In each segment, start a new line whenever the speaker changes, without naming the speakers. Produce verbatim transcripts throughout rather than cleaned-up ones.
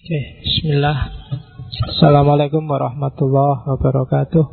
Oke, bismillah. Assalamualaikum warahmatullahi wabarakatuh.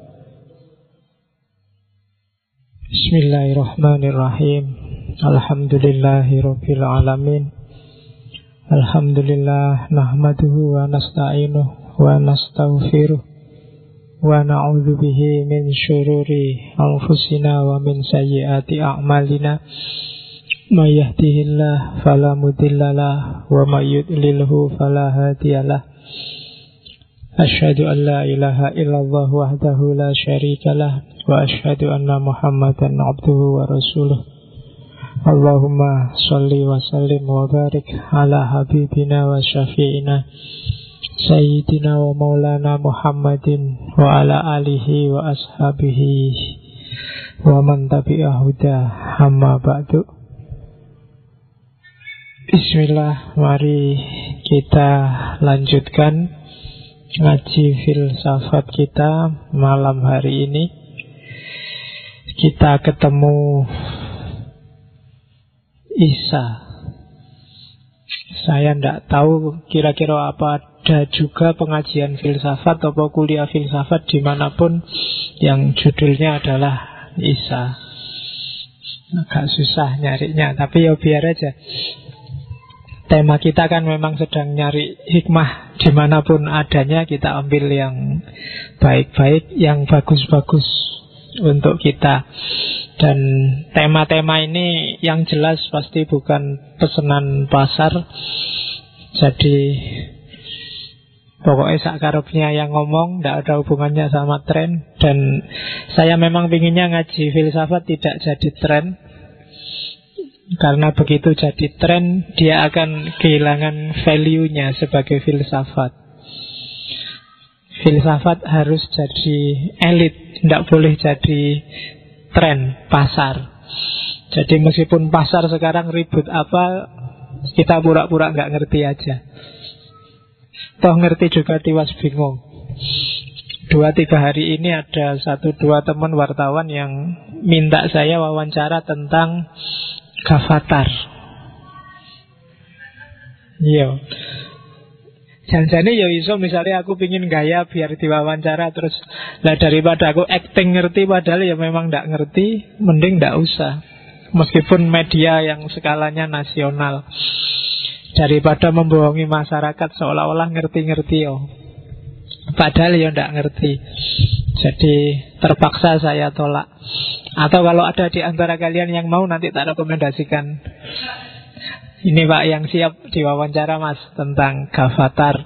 Bismillahirrahmanirrahim. Alhamdulillahirabbil alamin. Alhamdulillah nahmaduhu wa nasta'inuhu wa nastaghfiruh wa na'udzu bihi min syururi anfusina wa min sayyiati a'malina. May yahdihillahu fala mudhillalah wa may yudlilhu fala hadiyalah. Asyhadu an la ilaha illallah wahdahu la syarikalah wa asyhadu anna Muhammadan abduhu wa rasuluh. Allahumma shalli wa sallim wa barik ala habibina wa syafi'ina sayyidina wa maulana Muhammadin wa ala alihi wa ashabihi wa man tabi'ahu huda amma ba'du. Bismillah, mari kita lanjutkan ngaji filsafat kita malam hari ini. Kita ketemu Isa. Saya tidak tahu kira-kira apa ada juga pengajian filsafat atau kuliah filsafat dimanapun yang judulnya adalah Isa. Agak susah nyarinya, tapi ya biar aja. Tema kita kan memang sedang nyari hikmah dimanapun adanya, kita ambil yang baik-baik, yang bagus-bagus untuk kita. Dan tema-tema ini yang jelas pasti bukan pesanan pasar. Jadi pokoknya sakarepnya yang ngomong, tidak ada hubungannya sama tren. Dan saya memang pinginnya ngaji filsafat tidak jadi tren, karena begitu jadi tren, dia akan kehilangan value-nya sebagai filsafat. Filsafat harus jadi elit, tidak boleh jadi tren pasar. Jadi meskipun pasar sekarang ribut apa, kita pura-pura nggak ngerti aja. Toh ngerti juga tiwas bingung. Dua tiga hari ini ada satu dua teman wartawan yang minta saya wawancara tentang Gavatar. Iya. Janjane ya iso, misalnya aku pingin gaya biar diwawancara, terus lah daripada aku acting ngerti padahal ya memang ndak ngerti, mending ndak usah. Meskipun media yang skalanya nasional, daripada membohongi masyarakat seolah-olah ngerti-ngerti yo, padahal ya ndak ngerti. Jadi terpaksa saya tolak. Atau kalau ada di antara kalian yang mau, nanti tak rekomendasikan. Ini Pak yang siap diwawancara Mas tentang Gavatar.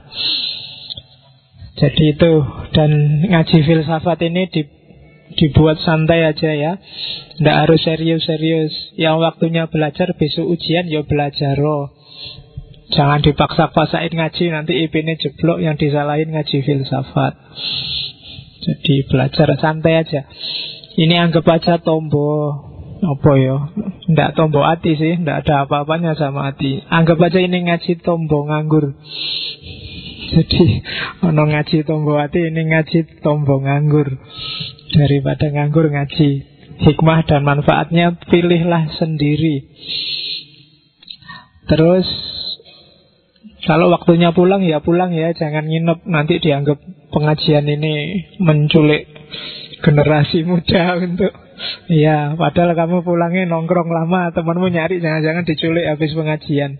Jadi itu. Dan ngaji filsafat ini di, dibuat santai aja ya, tidak harus serius-serius. Yang waktunya belajar besok ujian, ya belajar loh. Jangan dipaksa-paksain ngaji, nanti I P-nya jeblok, yang disalahin ngaji filsafat. Jadi belajar santai aja. Ini anggap aja tombo apa ya? Nggak tombo hati sih, nggak ada apa-apanya sama hati. Anggap aja ini ngaji tombo nganggur. Jadi ono ngaji tombo hati, ini ngaji tombo nganggur. Daripada nganggur ngaji. Hikmah dan manfaatnya pilihlah sendiri. Terus kalau waktunya pulang ya pulang ya, jangan nginep. Nanti dianggap pengajian ini menculik generasi muda untuk, ya padahal kamu pulangnya nongkrong lama, temanmu nyari, jangan-jangan diculik habis pengajian.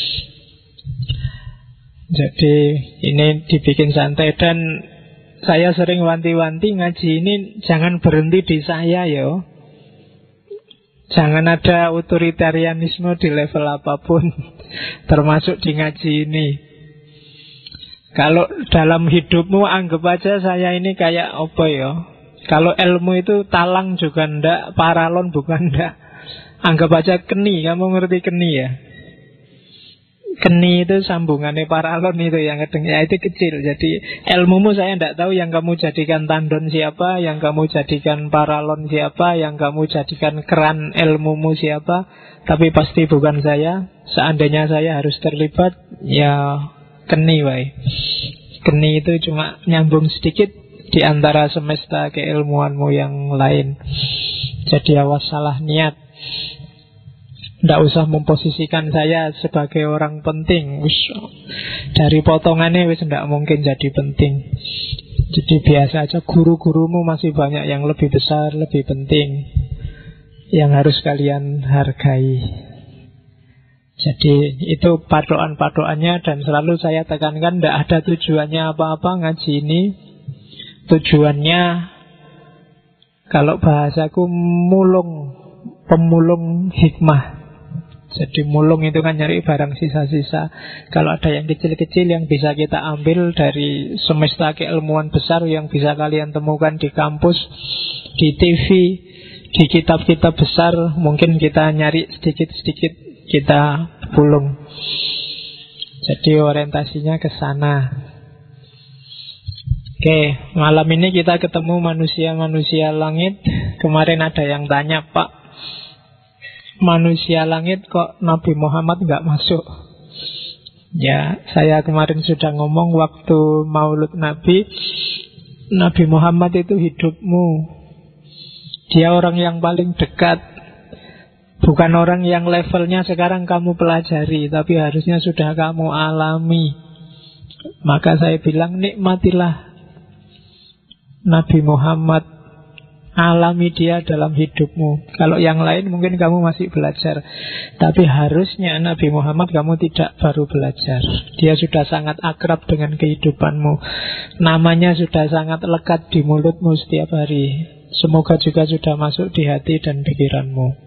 Jadi ini dibikin santai. Dan saya sering wanti-wanti ngaji ini jangan berhenti di saya yo. Jangan ada otoritarianisme di level apapun, termasuk di ngaji ini. Kalau dalam hidupmu anggap aja saya ini kayak apa ya? Kalau ilmu itu talang juga ndak, paralon bukan ndak. Anggap aja keni, kamu ngerti keni ya? Keni itu sambungannya paralon itu yang kadang, ya itu kecil. Jadi ilmumu saya ndak tahu yang kamu jadikan tandon siapa, yang kamu jadikan paralon siapa, yang kamu jadikan keran ilmumu siapa. Tapi pasti bukan saya. Seandainya saya harus terlibat, ya keni wae. Keni itu cuma nyambung sedikit di antara semesta keilmuanmu yang lain. Jadi awas salah niat. Tidak usah memposisikan saya sebagai orang penting. Wish, dari potongannya wis tidak mungkin jadi penting. Jadi biasa aja, guru-gurumu masih banyak yang lebih besar, lebih penting, yang harus kalian hargai. Jadi itu patokan-patokannya, dan selalu saya tekankan tidak ada tujuannya apa-apa ngaji ini. Tujuannya, kalau bahasaku, mulung, pemulung hikmah. Jadi mulung itu kan nyari barang sisa-sisa. Kalau ada yang kecil-kecil yang bisa kita ambil dari semesta keilmuan besar yang bisa kalian temukan di kampus, di T V, di kitab-kitab besar, mungkin kita nyari sedikit-sedikit, kita pulung. Jadi orientasinya ke sana. Oke, malam ini kita ketemu manusia-manusia langit. Kemarin ada yang tanya, Pak, manusia langit kok Nabi Muhammad nggak masuk? Ya, saya kemarin sudah ngomong waktu Maulud Nabi, Nabi Muhammad itu hidupmu. Dia orang yang paling dekat, bukan orang yang levelnya sekarang kamu pelajari, tapi harusnya sudah kamu alami. Maka saya bilang, nikmatilah Nabi Muhammad, alami dia dalam hidupmu. Kalau yang lain mungkin kamu masih belajar, tapi harusnya Nabi Muhammad kamu tidak baru belajar. Dia sudah sangat akrab dengan kehidupanmu. Namanya sudah sangat lekat di mulutmu setiap hari. Semoga juga sudah masuk di hati dan pikiranmu.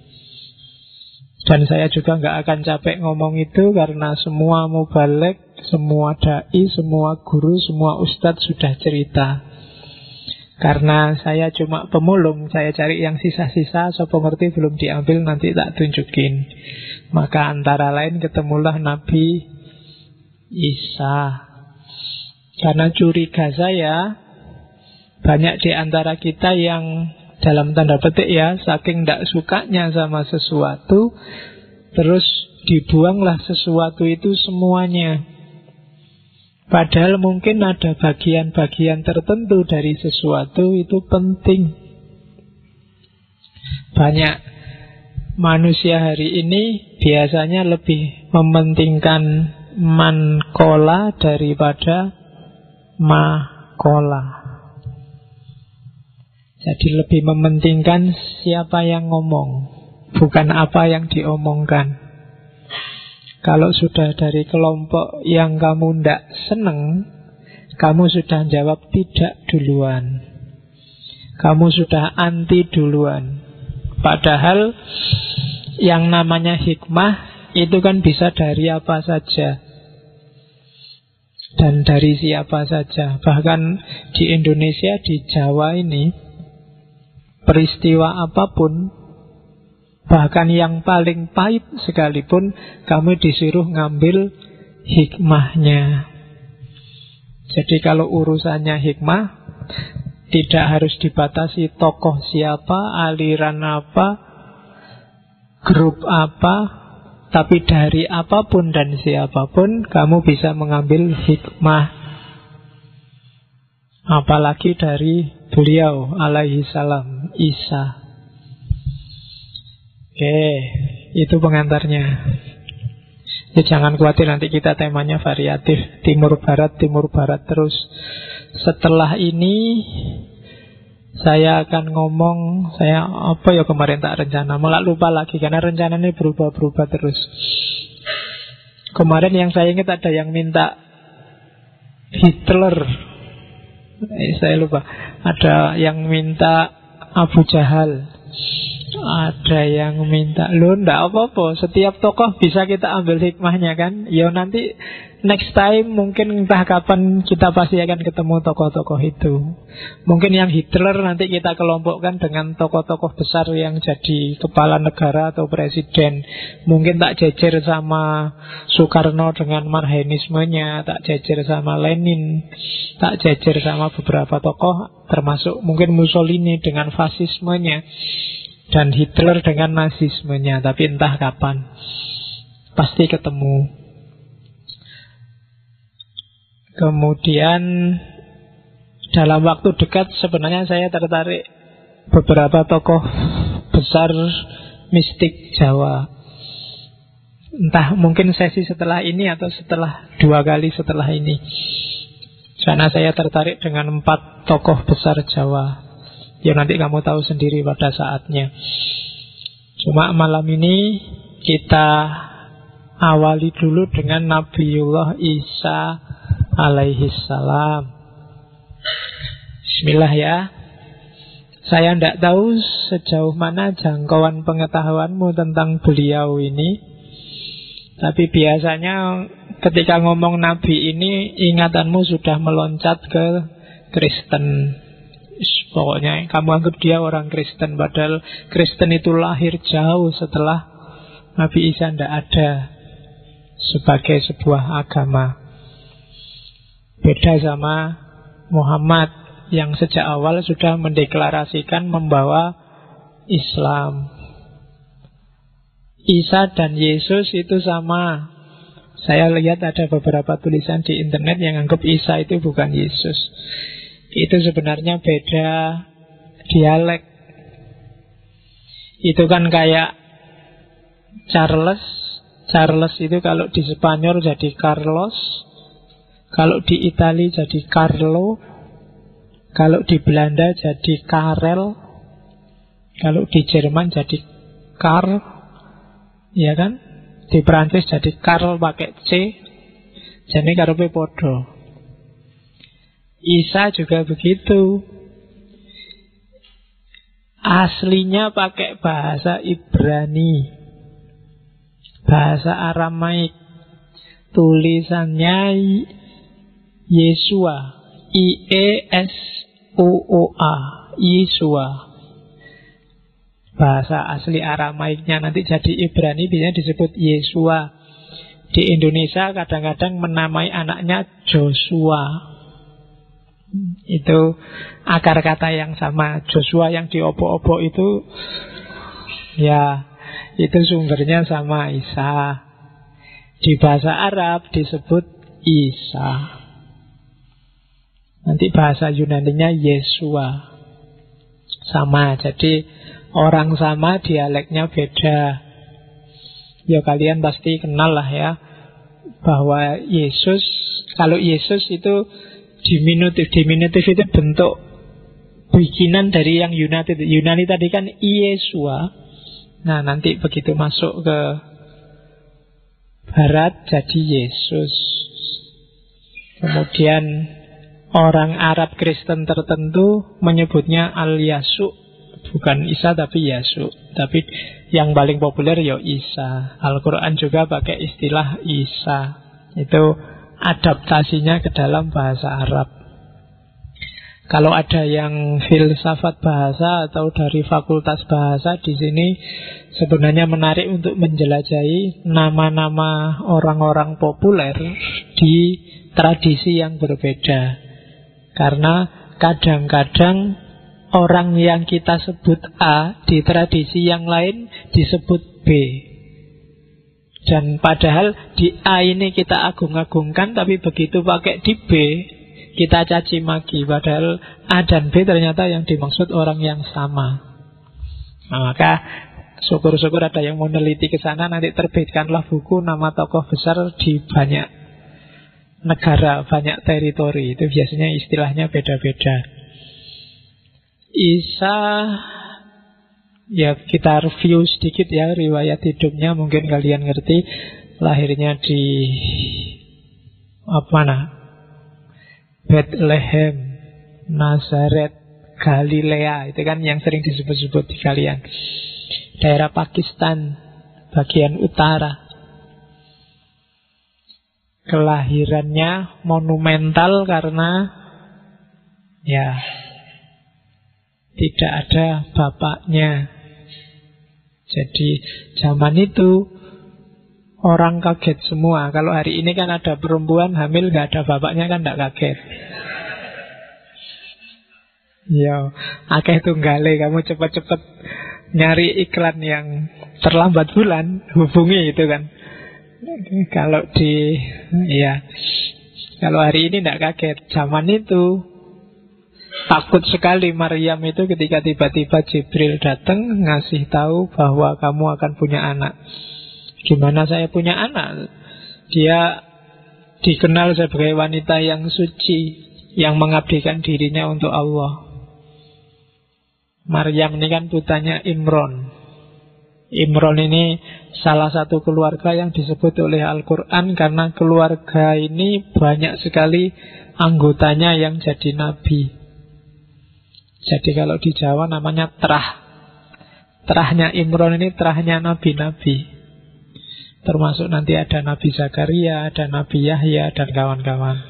Dan saya juga nggak akan capek ngomong itu, karena semua mubalek, semua dai, semua guru, semua ustadz sudah cerita. Karena saya cuma pemulung, saya cari yang sisa-sisa, so pengerti belum diambil nanti tak tunjukin. Maka antara lain ketemulah Nabi Isa. Karena curiga saya, banyak di antara kita yang dalam tanda petik ya, saking tidak sukanya sama sesuatu, terus dibuanglah sesuatu itu semuanya. Padahal mungkin ada bagian-bagian tertentu dari sesuatu itu penting. Banyak manusia hari ini biasanya lebih mementingkan mankola daripada makola. Jadi lebih mementingkan siapa yang ngomong, bukan apa yang diomongkan. Kalau sudah dari kelompok yang kamu tidak seneng, kamu sudah jawab tidak duluan. Kamu sudah anti duluan. Padahal yang namanya hikmah itu kan bisa dari apa saja dan dari siapa saja. Bahkan di Indonesia, di Jawa ini, peristiwa apapun, bahkan yang paling pahit sekalipun, kamu disuruh ngambil hikmahnya. Jadi kalau urusannya hikmah, tidak harus dibatasi tokoh siapa, aliran apa, grup apa, tapi dari apapun dan siapapun kamu bisa mengambil hikmah. Apalagi dari beliau alaihi salam, Isa. Oke, itu pengantarnya. Jadi jangan khawatir, nanti kita temanya variatif, timur barat, timur barat terus. Setelah ini saya akan ngomong, saya apa ya kemarin tak rencana, malah lupa lagi karena rencananya berubah-berubah terus. Kemarin yang saya ingat ada yang minta Hitler, eh, saya lupa. Ada yang minta Abu Jahal, ada yang minta, lo ndak apa-apa, setiap tokoh bisa kita ambil hikmahnya kan. Ya nanti next time mungkin entah kapan kita pasti akan ketemu tokoh-tokoh itu. Mungkin yang Hitler nanti kita kelompokkan dengan tokoh-tokoh besar yang jadi kepala negara atau presiden. Mungkin tak jejer sama Soekarno dengan marxismenya, tak jejer sama Lenin, tak jejer sama beberapa tokoh, termasuk mungkin Mussolini dengan fasismenya, dan Hitler dengan nazismenya. Tapi entah kapan, pasti ketemu. Kemudian dalam waktu dekat sebenarnya saya tertarik beberapa tokoh besar mistik Jawa. Entah mungkin sesi setelah ini atau setelah dua kali setelah ini. Karena saya tertarik dengan empat tokoh besar Jawa. Ya nanti kamu tahu sendiri pada saatnya. Cuma malam ini kita awali dulu dengan Nabiullah Isa alaihi salam. Bismillah ya. Saya tidak tahu sejauh mana jangkauan pengetahuanmu tentang beliau ini. Tapi biasanya ketika ngomong Nabi ini ingatanmu sudah meloncat ke Kristen. Pokoknya kamu anggap dia orang Kristen. Padahal Kristen itu lahir jauh setelah Nabi Isa tidak ada sebagai sebuah agama. Beda sama Muhammad yang sejak awal sudah mendeklarasikan membawa Islam. Isa dan Yesus itu sama. Saya lihat ada beberapa tulisan di internet yang anggap Isa itu bukan Yesus. Itu sebenarnya beda dialek. Itu kan kayak Charles. Charles itu kalau di Spanyol jadi Carlos, kalau di Itali jadi Carlo, kalau di Belanda jadi Karel, kalau di Jerman jadi Karl, ya kan? Di Perancis jadi Karl pakai C. Jadi karepe podo. Isa juga begitu. Aslinya pakai bahasa Ibrani, bahasa Aramaik. Tulisannya Yesua, I E S U O A, Yesua. Bahasa asli Aramaiknya nanti jadi Ibrani biasanya disebut Yesua. Di Indonesia kadang-kadang menamai anaknya Joshua. Itu akar kata yang sama. Joshua yang diobok-obok itu, ya, itu sumbernya sama Isa. Di bahasa Arab disebut Isa. Nanti bahasa Yunaninya Yesua. Sama, jadi orang sama, dialeknya beda. Ya kalian pasti kenal lah ya, bahwa Yesus, kalau Yesus itu diminutif. Diminutif itu bentuk bikinan dari yang Yunani. Yunani tadi kan Yesua. Nah nanti begitu masuk ke Barat jadi Yesus. Kemudian orang Arab Kristen tertentu menyebutnya Al-Yasu. Bukan Isa tapi Yasu. Tapi yang paling populer ya Isa. Al-Quran juga pakai istilah Isa. Itu adaptasinya ke dalam bahasa Arab. Kalau ada yang filsafat bahasa atau dari fakultas bahasa di sini, sebenarnya menarik untuk menjelajahi nama-nama orang-orang populer di tradisi yang berbeda. Karena kadang-kadang orang yang kita sebut A di tradisi yang lain disebut B. Dan padahal di A ini kita agung-agungkan, tapi begitu pakai di B kita caci maki. Padahal A dan B ternyata yang dimaksud orang yang sama. Nah, maka syukur-syukur ada yang mau meneliti ke sana. Nanti terbitkanlah buku nama tokoh besar di banyak negara, banyak teritori. Itu biasanya istilahnya beda-beda. Isa, ya kita review sedikit ya riwayat hidupnya, mungkin kalian ngerti. Lahirnya di apa mana? Bethlehem, Nazaret, Galilea. Itu kan yang sering disebut-sebut di kalian. Daerah Pakistan bagian utara. Kelahirannya monumental karena ya tidak ada bapaknya. Jadi zaman itu orang kaget semua. Kalau hari ini kan ada perempuan hamil gak ada bapaknya kan gak kaget. Ya, akeh tunggale, kamu cepet-cepet nyari iklan yang terlambat bulan, hubungi itu kan. Kalau di ya, kalau hari ini gak kaget. Zaman itu takut sekali Maryam itu ketika tiba-tiba Jibril datang ngasih tahu bahwa kamu akan punya anak. Gimana saya punya anak? Dia dikenal sebagai wanita yang suci, yang mengabdikan dirinya untuk Allah. Maryam ini kan putranya Imron. Imron ini salah satu keluarga yang disebut oleh Al-Quran karena keluarga ini banyak sekali anggotanya yang jadi nabi. Jadi kalau di Jawa namanya terah. Terahnya Imron ini terahnya nabi-nabi. Termasuk nanti ada Nabi Zakaria, ada Nabi Yahya, dan kawan-kawan.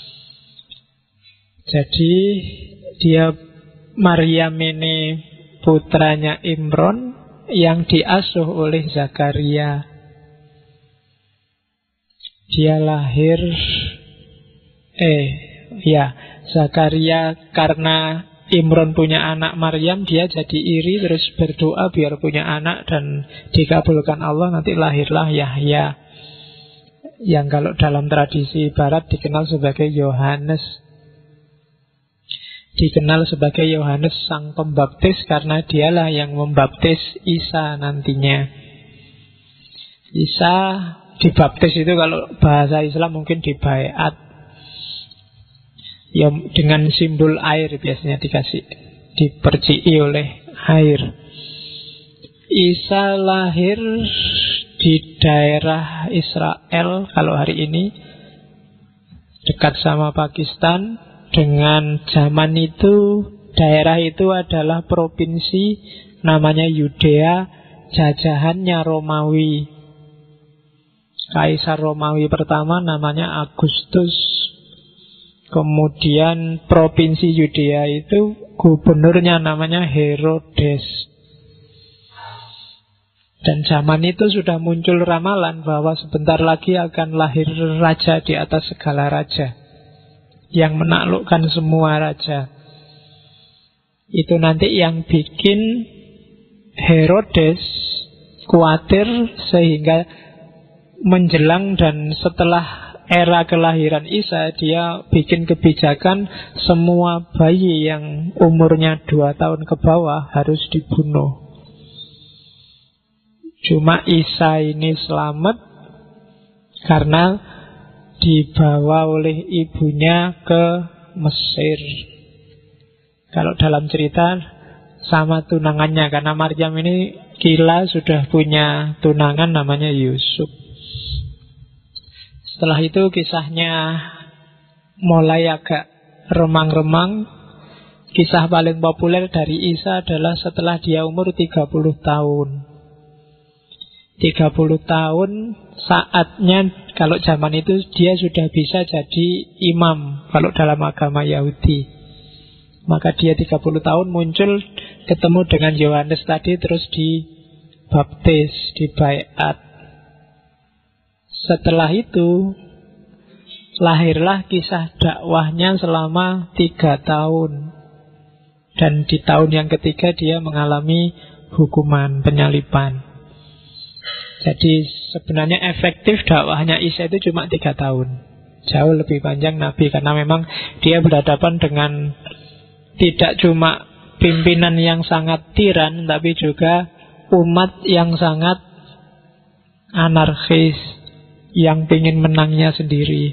Jadi dia Maryam ini putranya Imron yang diasuh oleh Zakaria. Dia lahir Eh, ya Zakaria karena Imron punya anak Maryam, dia jadi iri terus berdoa biar punya anak dan dikabulkan Allah, nanti lahirlah Yahya yang kalau dalam tradisi barat dikenal sebagai Yohanes. Dikenal sebagai Yohanes sang pembaptis karena dialah yang membaptis Isa nantinya. Isa dibaptis itu kalau bahasa Islam mungkin dibaiat, ya dengan simbol air biasanya dikasih, diperciki oleh air. Isa lahir di daerah Israel kalau hari ini, dekat sama Pakistan. Dengan zaman itu daerah itu adalah provinsi namanya Yudea, jajahannya Romawi. Kaisar Romawi pertama namanya Agustus. Kemudian provinsi Yudea itu gubernurnya namanya Herodes. Dan zaman itu sudah muncul ramalan bahwa sebentar lagi akan lahir raja di atas segala raja, yang menaklukkan semua raja. Itu nanti yang bikin Herodes khawatir, sehingga menjelang dan setelah era kelahiran Isa, dia bikin kebijakan semua bayi yang umurnya dua tahun ke bawah harus dibunuh. Cuma Isa ini selamat karena dibawa oleh ibunya ke Mesir. Kalau dalam cerita sama tunangannya, karena Maryam ini gila sudah punya tunangan namanya Yusuf. Setelah itu kisahnya mulai agak remang-remang. Kisah paling populer dari Isa adalah setelah dia umur tiga puluh tahun. tiga puluh tahun saatnya, kalau zaman itu dia sudah bisa jadi imam kalau dalam agama Yahudi. Maka dia tiga puluh tahun muncul, ketemu dengan Yohanes tadi, terus dibaptis, dibaiat. Setelah itu lahirlah kisah dakwahnya selama tiga tahun. Dan di tahun yang ketiga dia mengalami hukuman penyaliban. Jadi sebenarnya efektif dakwahnya Isa itu cuma tiga tahun. Jauh lebih panjang Nabi, karena memang dia berhadapan dengan tidak cuma pimpinan yang sangat tiran, tapi juga umat yang sangat anarkis, yang ingin menangnya sendiri.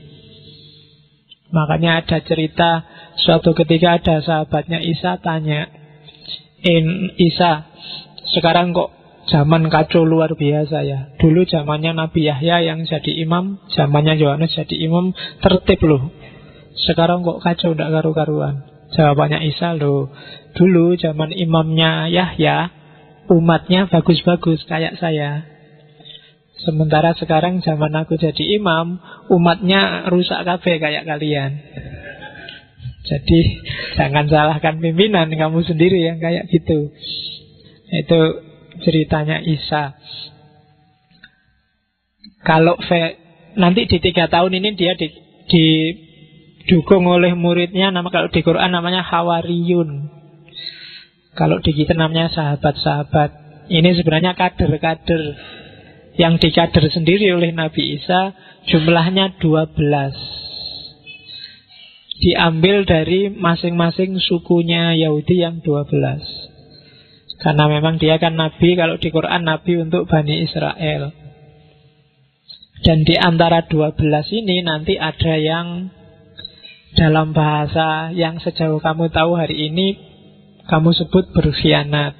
Makanya ada cerita suatu ketika ada sahabatnya Isa tanya, In, Isa, sekarang kok zaman kacau luar biasa ya. Dulu zamannya Nabi Yahya yang jadi imam, zamannya Yohanes jadi imam, tertib loh. Sekarang kok kacau, tidak karu-karuan. Jawabannya Isa, loh, dulu zaman imamnya Yahya, umatnya bagus-bagus kayak saya. Sementara sekarang zaman aku jadi imam, umatnya rusak kabeh kayak kalian. Jadi jangan salahkan pimpinan, kamu sendiri yang kayak gitu. Itu ceritanya Isa. Kalau fe, nanti di tiga tahun ini dia di, didukung oleh muridnya, nama kalau di Quran namanya Hawariyun. Kalau di kita namanya sahabat-sahabat. Ini sebenarnya kader-kader yang dikader sendiri oleh Nabi Isa, jumlahnya dua belas. Diambil dari masing-masing sukunya Yahudi yang dua belas. Karena memang dia kan Nabi, kalau di Quran Nabi untuk Bani Israel. Dan di antara dua belas ini nanti ada yang dalam bahasa yang sejauh kamu tahu hari ini kamu sebut berkhianat.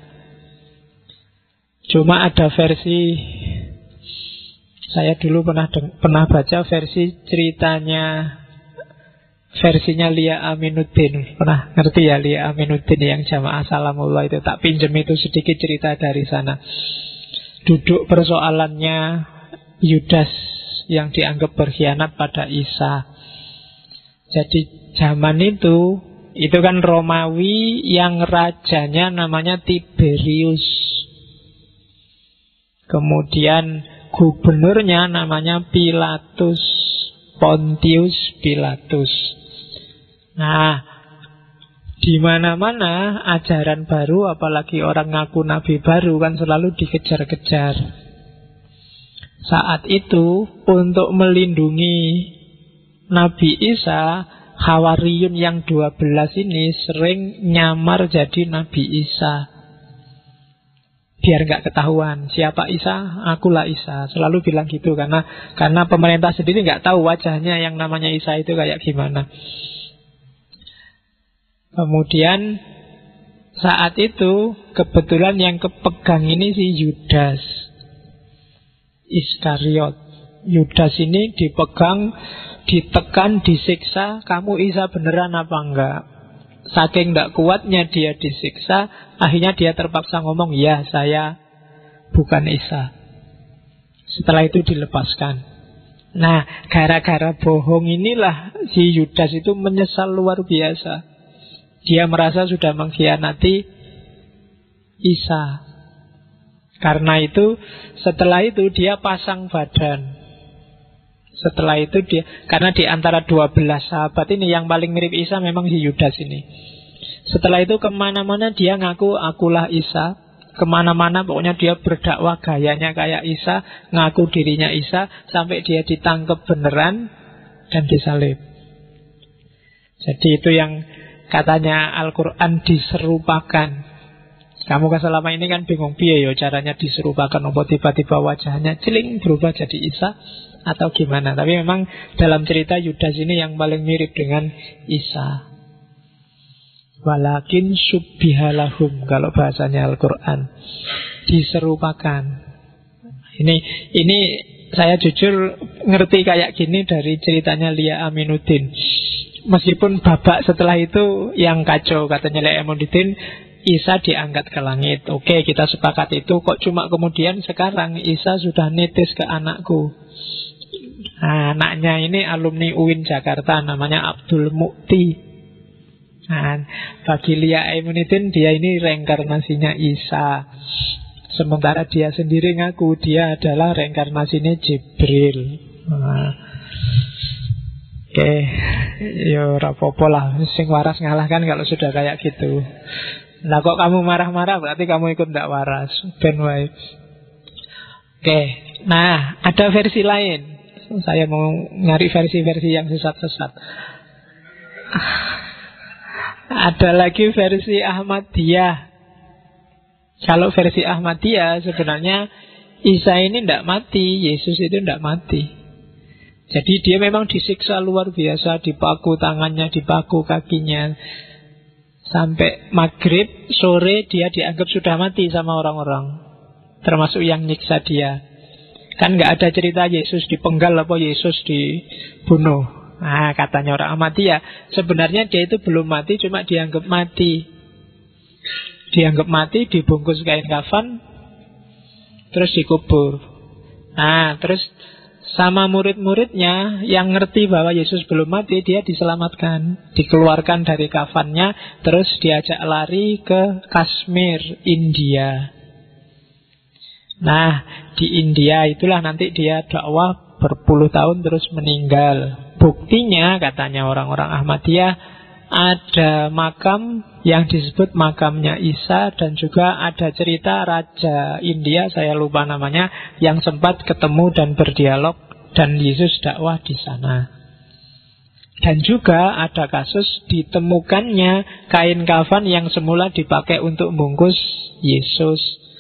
Cuma ada versi, saya dulu pernah pernah baca versi ceritanya, versinya Lia Aminuddin. Pernah ngerti ya Lia Aminuddin yang Jamaah Salamullah itu? Tak pinjem itu sedikit cerita dari sana. Duduk persoalannya Yudas yang dianggap berkhianat pada Isa. Jadi zaman itu, itu kan Romawi yang rajanya namanya Tiberius. Kemudian gubernurnya namanya Pilatus, Pontius Pilatus. Nah, di mana-mana ajaran baru, apalagi orang ngaku nabi baru kan selalu dikejar-kejar. Saat itu untuk melindungi Nabi Isa, Hawariyun yang dua belas ini sering nyamar jadi Nabi Isa. Biar nggak ketahuan siapa Isa, akulah Isa. Selalu bilang gitu karena karena pemerintah sendiri nggak tahu wajahnya yang namanya Isa itu kayak gimana. Kemudian saat itu kebetulan yang kepegang ini si Yudas Iskariot. Yudas ini dipegang, ditekan, disiksa, kamu Isa beneran apa enggak? Saking tidak kuatnya dia disiksa, akhirnya dia terpaksa ngomong, ya saya bukan Isa. Setelah itu dilepaskan. Nah, gara-gara bohong inilah si Yudas itu menyesal luar biasa. Dia merasa sudah mengkhianati Isa. Karena itu, setelah itu dia pasang badan. Setelah itu dia, karena di antara dua belas sahabat ini yang paling mirip Isa memang si Yudas ini. Setelah itu kemana-mana dia ngaku akulah Isa. Kemana-mana pokoknya dia berdakwah gayanya kayak Isa, ngaku dirinya Isa, sampai dia ditangkap beneran dan disalib. Jadi itu yang katanya Al-Quran diserupakan. Kamu kan selama ini kan bingung piye yo caranya diserupakan, apa tiba-tiba wajahnya celing berubah jadi Isa atau gimana. Tapi memang dalam cerita Yudas ini yang paling mirip dengan Isa. Walakin subbihalahum kalau bahasanya Al-Quran, diserupakan. Ini ini saya jujur ngerti kayak gini dari ceritanya Lia Aminuddin. Meskipun babak setelah itu yang kacau, katanya Lia Aminuddin, Isa diangkat ke langit. Oke, kita sepakat itu. Kok cuma kemudian sekarang Isa sudah nitis ke anakku. Nah, anaknya ini alumni U I N Jakarta, namanya Abdul Mukti. Nah, bagi Lia Aminuddin dia ini reinkarnasinya Isa. Sementara dia sendiri ngaku dia adalah reinkarnasinya Jibril. Nah, oke, okay. Yo rapopo lah, sing waras ngalah kan kalau sudah kayak gitu. Nah kok kamu marah-marah berarti kamu ikut ndak waras. Ben wae. Oke, nah ada versi lain. Saya mau nyari versi-versi yang sesat-sesat. Ada lagi versi Ahmadiyah. Kalau versi Ahmadiyah sebenarnya Isa ini ndak mati, Yesus itu ndak mati. Jadi dia memang disiksa luar biasa, dipaku tangannya, dipaku kakinya. Sampai maghrib, sore dia dianggap sudah mati sama orang-orang, termasuk yang nyiksa dia. Kan gak ada cerita Yesus dipenggal apa Yesus dibunuh. Nah katanya orang Ahmadiyah, sebenarnya dia itu belum mati, cuma dianggap mati. Dianggap mati, dibungkus kain kafan, terus dikubur. Nah terus sama murid-muridnya yang ngerti bahwa Yesus belum mati, dia diselamatkan, dikeluarkan dari kafannya, terus diajak lari ke Kashmir, India. Nah, di India itulah nanti dia dakwah berpuluh tahun terus meninggal. Buktinya katanya orang-orang Ahmadiyah, ada makam yang disebut makamnya Isa, dan juga ada cerita Raja India, saya lupa namanya, yang sempat ketemu dan berdialog dan Yesus dakwah di sana. Dan juga ada kasus ditemukannya kain kafan yang semula dipakai untuk bungkus Yesus.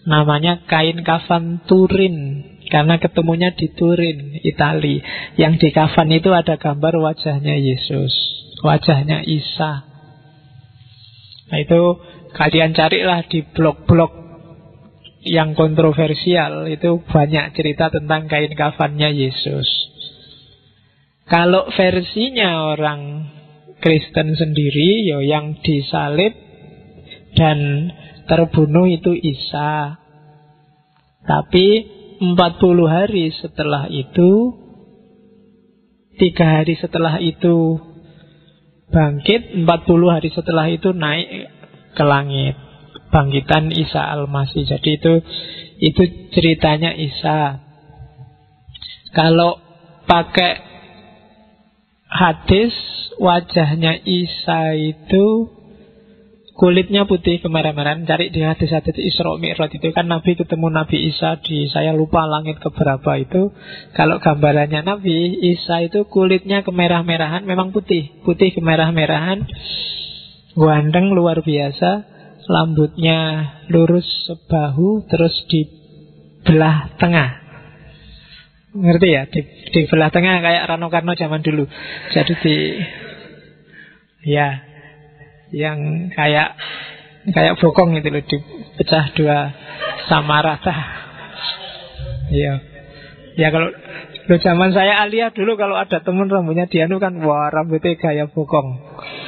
Namanya kain kafan Turin, karena ketemunya di Turin, Itali. Yang di kafan itu ada gambar wajahnya Yesus, wajahnya Isa. Nah itu kalian carilah di blog-blog yang kontroversial, itu banyak cerita tentang kain kafannya Yesus. Kalau versinya orang Kristen sendiri, ya yang disalib dan terbunuh itu Isa. Tapi empat puluh hari setelah itu, tiga hari setelah itu bangkit, empat puluh hari setelah itu naik ke langit. Bangkitan Isa Al-Masih. Jadi itu itu ceritanya Isa. Kalau pakai hadis, wajahnya Isa itu kulitnya putih kemerah-merahan. Cari di hadis-hadis Isra Mi'raj itu kan Nabi ketemu Nabi Isa di, saya lupa langit keberapa itu. Kalau gambarannya Nabi Isa itu kulitnya kemerah-merahan, memang putih, putih kemerah-merahan, ganteng luar biasa. Rambutnya lurus sebahu, terus di belah tengah. Ngerti ya? Di, di belah tengah kayak Rano Karno zaman dulu. Jadi di, ya, yang kayak kayak bokong itu loh, dipecah dua sama rata. Iya. Ya kalau lo zaman saya Alia dulu, kalau ada temen rambutnya dianu kan, wah rambutnya gaya bokong.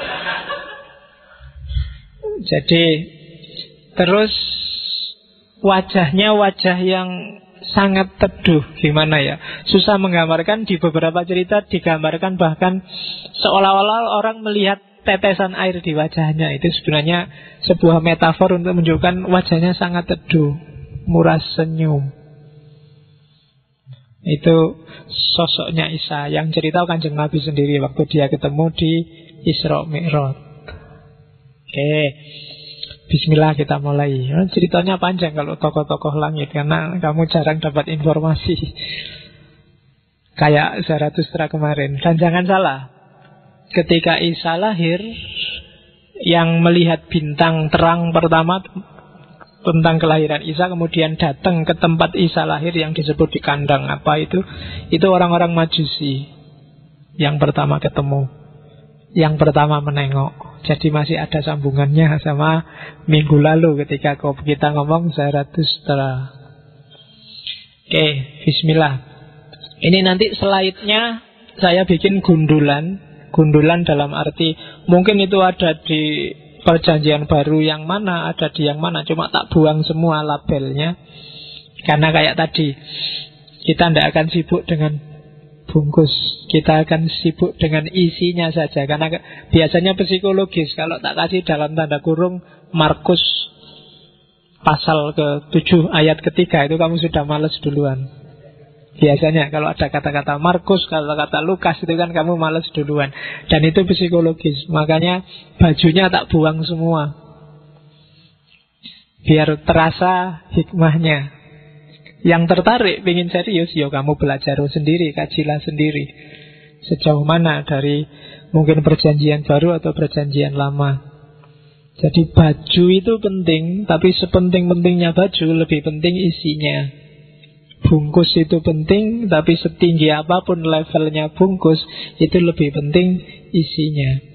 Jadi terus wajahnya wajah yang sangat teduh. Gimana ya, susah menggambarkan. Di beberapa cerita digambarkan bahkan seolah-olah orang melihat tetesan air di wajahnya. Itu sebenarnya sebuah metafor untuk menunjukkan wajahnya sangat teduh, murah senyum. Itu sosoknya Isa yang cerita Kanjeng Nabi sendiri waktu dia ketemu di Isra Mi'raj. Oke, bismillah kita mulai. Ceritanya panjang kalau tokoh-tokoh langit, karena kamu jarang dapat informasi kayak Zarathustra kemarin. Dan jangan salah, ketika Isa lahir, yang melihat bintang terang pertama tentang kelahiran Isa, kemudian datang ke tempat Isa lahir yang disebut di kandang apa itu, itu orang-orang Majusi yang pertama ketemu, yang pertama menengok. Jadi masih ada sambungannya sama minggu lalu ketika kita ngomong Zarathustra. Oke, bismillah. Ini nanti slide-nya saya bikin gundulan. Gundulan dalam arti mungkin itu ada di Perjanjian Baru yang mana, ada di yang mana, cuma tak buang semua labelnya. Karena kayak tadi, kita tidak akan sibuk dengan bungkus, kita akan sibuk dengan isinya saja. Karena biasanya psikologis, kalau tak kasih dalam tanda kurung Markus pasal ke tujuh ayat ketiga, itu kamu sudah males duluan. Biasanya kalau ada kata-kata Markus, kata-kata Lukas, itu kan kamu males duluan. Dan itu psikologis. Makanya bajunya tak buang semua, biar terasa hikmahnya. Yang tertarik, ingin serius, ya kamu belajar sendiri, kajilah sendiri. Sejauh mana dari mungkin perjanjian baru atau perjanjian lama. Jadi baju itu penting, tapi sepenting-pentingnya baju, lebih penting isinya. Bungkus itu penting, tapi setinggi apapun levelnya bungkus, itu lebih penting isinya.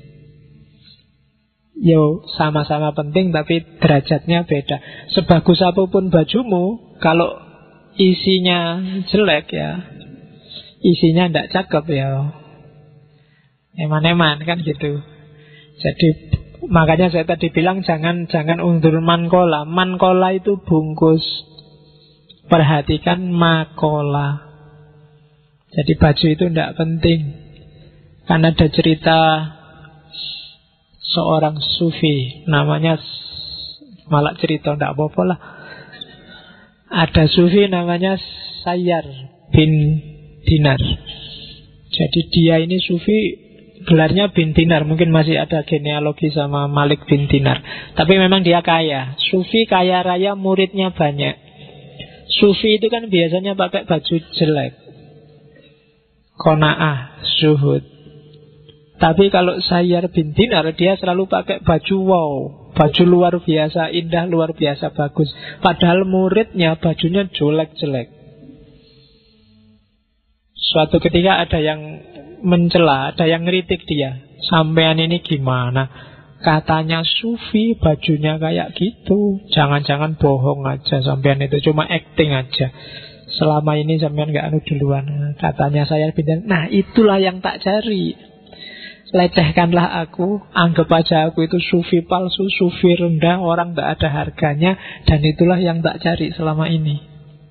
Yo, sama-sama penting, tapi derajatnya beda. Sebagus apapun bajumu, kalau isinya jelek ya, isinya tidak cakep ya, eman-eman kan gitu. Jadi makanya saya tadi bilang jangan jangan undur mankola. Mankola itu bungkus. Perhatikan makola. Jadi baju itu tidak penting. Karena ada cerita seorang sufi, namanya, malah cerita tidak apa-apa lah. Ada sufi namanya Sayyar bin Dinar. Jadi dia ini sufi, gelarnya bin Dinar. Mungkin masih ada genealogi sama Malik bin Dinar. Tapi memang dia kaya. Sufi kaya raya, muridnya banyak. Sufi itu kan biasanya pakai baju jelek, qanaah, zuhud. Tapi kalau Sayyar bin Dinar, dia selalu pakai baju wow. baju luar biasa indah, luar biasa bagus. Padahal muridnya bajunya jelek-jelek. Suatu ketika ada yang mencela, ada yang ngeritik dia. Sampean ini gimana? Katanya sufi, bajunya kayak gitu. Jangan-jangan bohong aja, sampean itu cuma acting aja. Selama ini sampean gak anu duluan. Katanya saya pindah. Nah itulah yang tak cari. Lecehkanlah aku, anggap aja aku itu sufi palsu, sufi rendah, orang gak ada harganya. Dan itulah yang tak cari selama ini.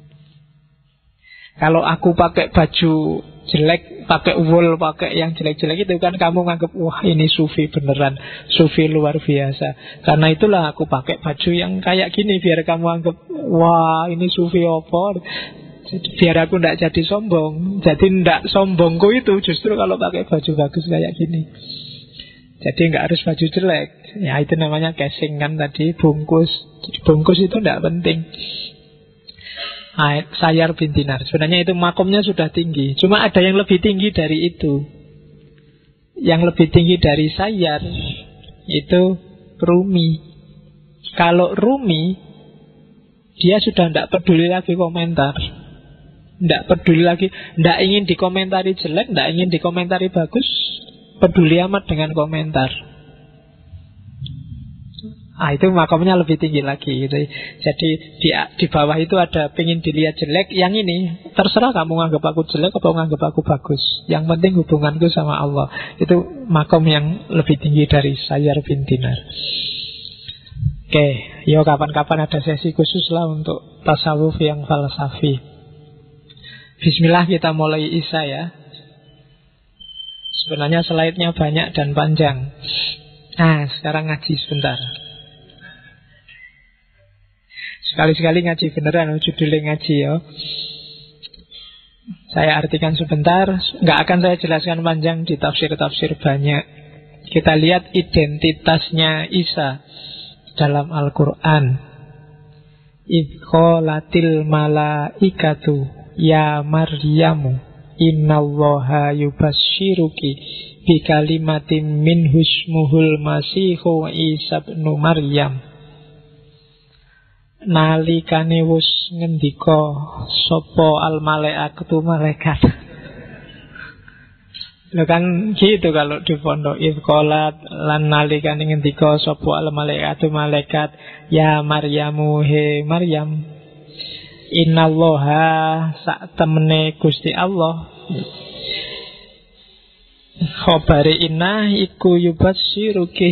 Kalau aku pakai baju jelek, pakai wool, pakai yang jelek-jelek itu kan kamu nganggap, wah ini sufi beneran, sufi luar biasa. Karena itulah aku pakai baju yang kayak gini, biar kamu anggap, wah ini sufi apa. Biar aku tidak jadi sombong. Jadi tidak sombongku itu justru kalau pakai baju bagus kayak gini. Jadi nggak harus baju jelek. Ya itu namanya casing kan tadi, bungkus. Jadi bungkus itu tidak penting. Sayyar bin Dinar. Sebenarnya itu makomnya sudah tinggi. Cuma ada yang lebih tinggi dari itu. Yang lebih tinggi dari Sayyar itu Rumi. Kalau Rumi, dia sudah tidak peduli lagi komentar. Tidak peduli lagi, tidak ingin dikomentari jelek, tidak ingin dikomentari bagus, peduli amat dengan komentar. Ah itu makamnya lebih tinggi lagi gitu. Jadi di, di bawah itu ada pengen dilihat jelek. Yang ini terserah kamu nganggap aku jelek atau nganggap aku bagus. Yang penting hubunganku sama Allah. Itu makam yang lebih tinggi dari Sayyar bin Dinar. Oke, yo kapan-kapan ada sesi khusus lah untuk tasawuf yang falsafi. Bismillah kita mulai Isya ya. Sebenarnya slide-nya banyak dan panjang. Nah sekarang ngaji sebentar. Sekali-sekali ngaji beneran, judulnya ngaji ya. Saya artikan sebentar. Nggak akan saya jelaskan panjang, di tafsir-tafsir banyak. Kita lihat identitasnya Isa dalam Al-Quran. Idh qalatil malaikatu ya Maryamu innallaha yubasyshiruki bikalimatin minhu ismuhul masihu Isa ibn Maryam. Nalikane wis ngendika sapa al malaikatu malaikat. Lho kan gitu kalau di pondok Ifqolat lan nalikane ngendika sapa al malaikatu malaikat ya Maryamu he Maryam innallaha sak temene Gusti Allah khabari inna iku yubasysiruki.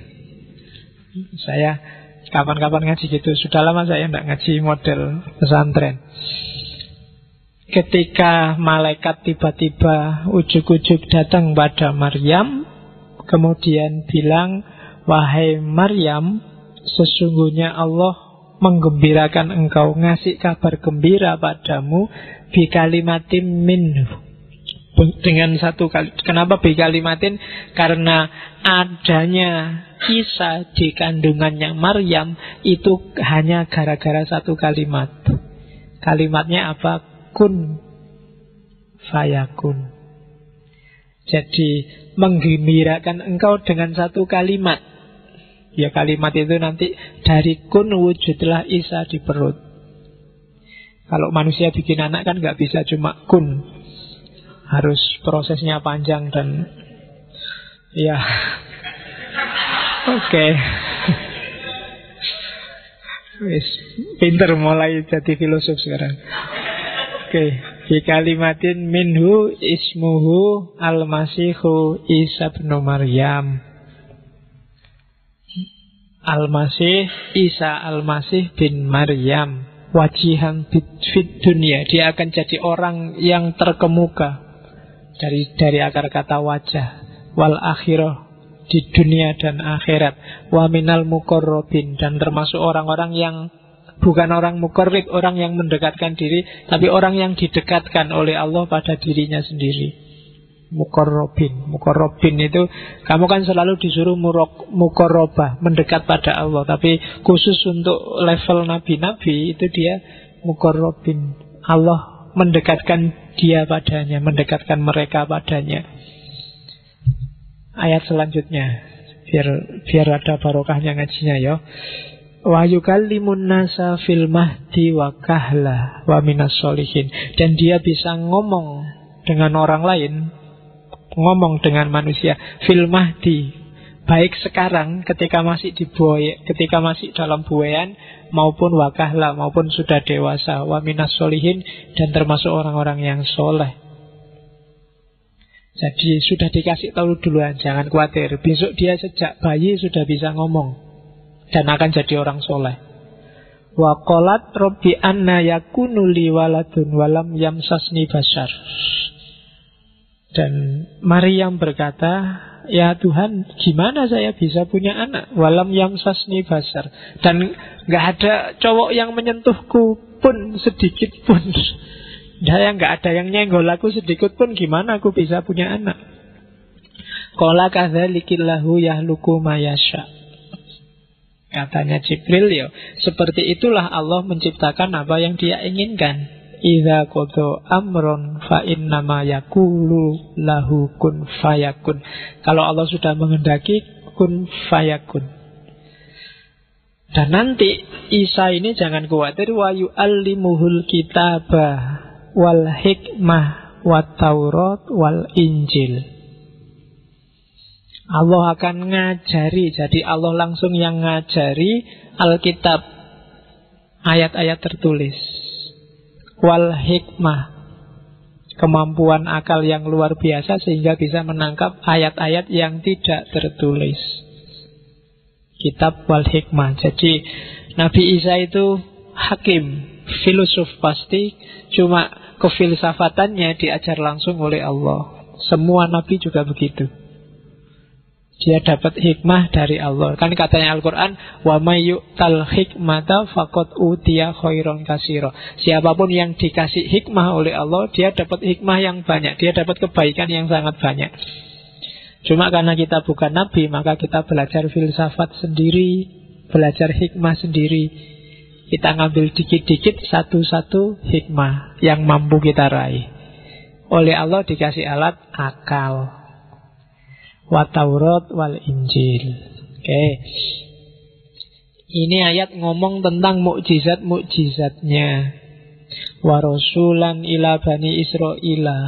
Saya kapan-kapan ngaji gitu. Sudah lama saya tidak ngaji model pesantren. Ketika malaikat tiba-tiba ujuk-ujuk datang pada Maryam, kemudian bilang, wahai Maryam, sesungguhnya Allah menggembirakan engkau, ngasih kabar gembira padamu bikalimatin minhu, dengan satu kali. Kenapa bikalimatin? Karena adanya Isa di kandungannya Maryam itu hanya gara-gara satu kalimat. Kalimatnya apa? Kun fayakun. Jadi menggembirakan engkau dengan satu kalimat. Ya kalimat itu nanti dari kun wujudlah Isa di perut. Kalau manusia bikin anak kan gak bisa cuma kun, harus prosesnya panjang dan ya oke okay. Wis pinter mulai jadi filosof sekarang. Oke, okay. Fi kalimatin minhu ismuhu al-masihu Isa bin Maryam. Al-Masih Isa al-Masih bin Maryam wajihan fit dunia. Dia akan jadi orang yang terkemuka dari dari akar kata wajah. Wal akhirah, di dunia dan akhirat. Wa minal muqarrabin, dan termasuk orang-orang yang bukan orang muqarrib, orang yang mendekatkan diri, tapi orang yang didekatkan oleh Allah pada dirinya sendiri. Muqarrabin. Muqarrabin itu kamu kan selalu disuruh murok, muqarrabah, mendekat pada Allah, tapi khusus untuk level nabi-nabi itu dia muqarrabin. Allah mendekatkan dia padanya, mendekatkan mereka padanya. Ayat selanjutnya. Biar biar ada barokahnya ngajinya ya. Wa yukallimun nasa fil mahdi wa kahla wa minas solihin. Dan dia bisa ngomong dengan orang lain, ngomong dengan manusia fil mahdi, baik sekarang ketika masih di buaya, ketika masih dalam buayan, maupun wa kahla, maupun sudah dewasa, wa minas solihin, dan termasuk orang-orang yang soleh. Jadi sudah dikasih tahu duluan, jangan khawatir. Besok dia sejak bayi sudah bisa ngomong dan akan jadi orang soleh. Wa qalat rabbi anna yakunu li waladun walam yamsasni bashar. Dan Maryam berkata, ya Tuhan, gimana saya bisa punya anak? Walam yamsasni bashar. Dan gak ada cowok yang menyentuhku pun sedikit pun. Saya gak ada yang nyenggol aku sedikit pun, gimana aku bisa punya anak? Qala kadzalikillahu yahluku ma yasha. Katanya Jibril, ya seperti itulah Allah menciptakan apa yang dia inginkan. Idza qada amron fa innama yaqulu lahu kun fayakun. Kalau Allah sudah menghendaki, kun fayakun. Dan nanti Isa ini jangan khawatir, wa yu'allimuhul kitaba wal hikmah wat taurat wal injil. Allah akan ngajari, jadi Allah langsung yang ngajari Alkitab, ayat-ayat tertulis, wal hikmah, kemampuan akal yang luar biasa sehingga bisa menangkap ayat-ayat yang tidak tertulis. Kitab wal hikmah. Jadi Nabi Isa itu hakim, filosof pasti, cuma kefilsafatannya diajar langsung oleh Allah. Semua Nabi juga begitu. Dia dapat hikmah dari Allah. Kan katanya Al-Quran, wa may yu'tal hikmata faqad utiya khairon katsira. Siapapun yang dikasih hikmah oleh Allah, dia dapat hikmah yang banyak, dia dapat kebaikan yang sangat banyak. Cuma karena kita bukan nabi, maka kita belajar filsafat sendiri, belajar hikmah sendiri. Kita ngambil dikit-dikit satu-satu hikmah yang mampu kita raih. Oleh Allah dikasih alat akal. Wa Taurat wal Injil. Oke. Okay. Ini ayat ngomong tentang mukjizat-mukjizatnya. Wa rasulan ila bani Israila.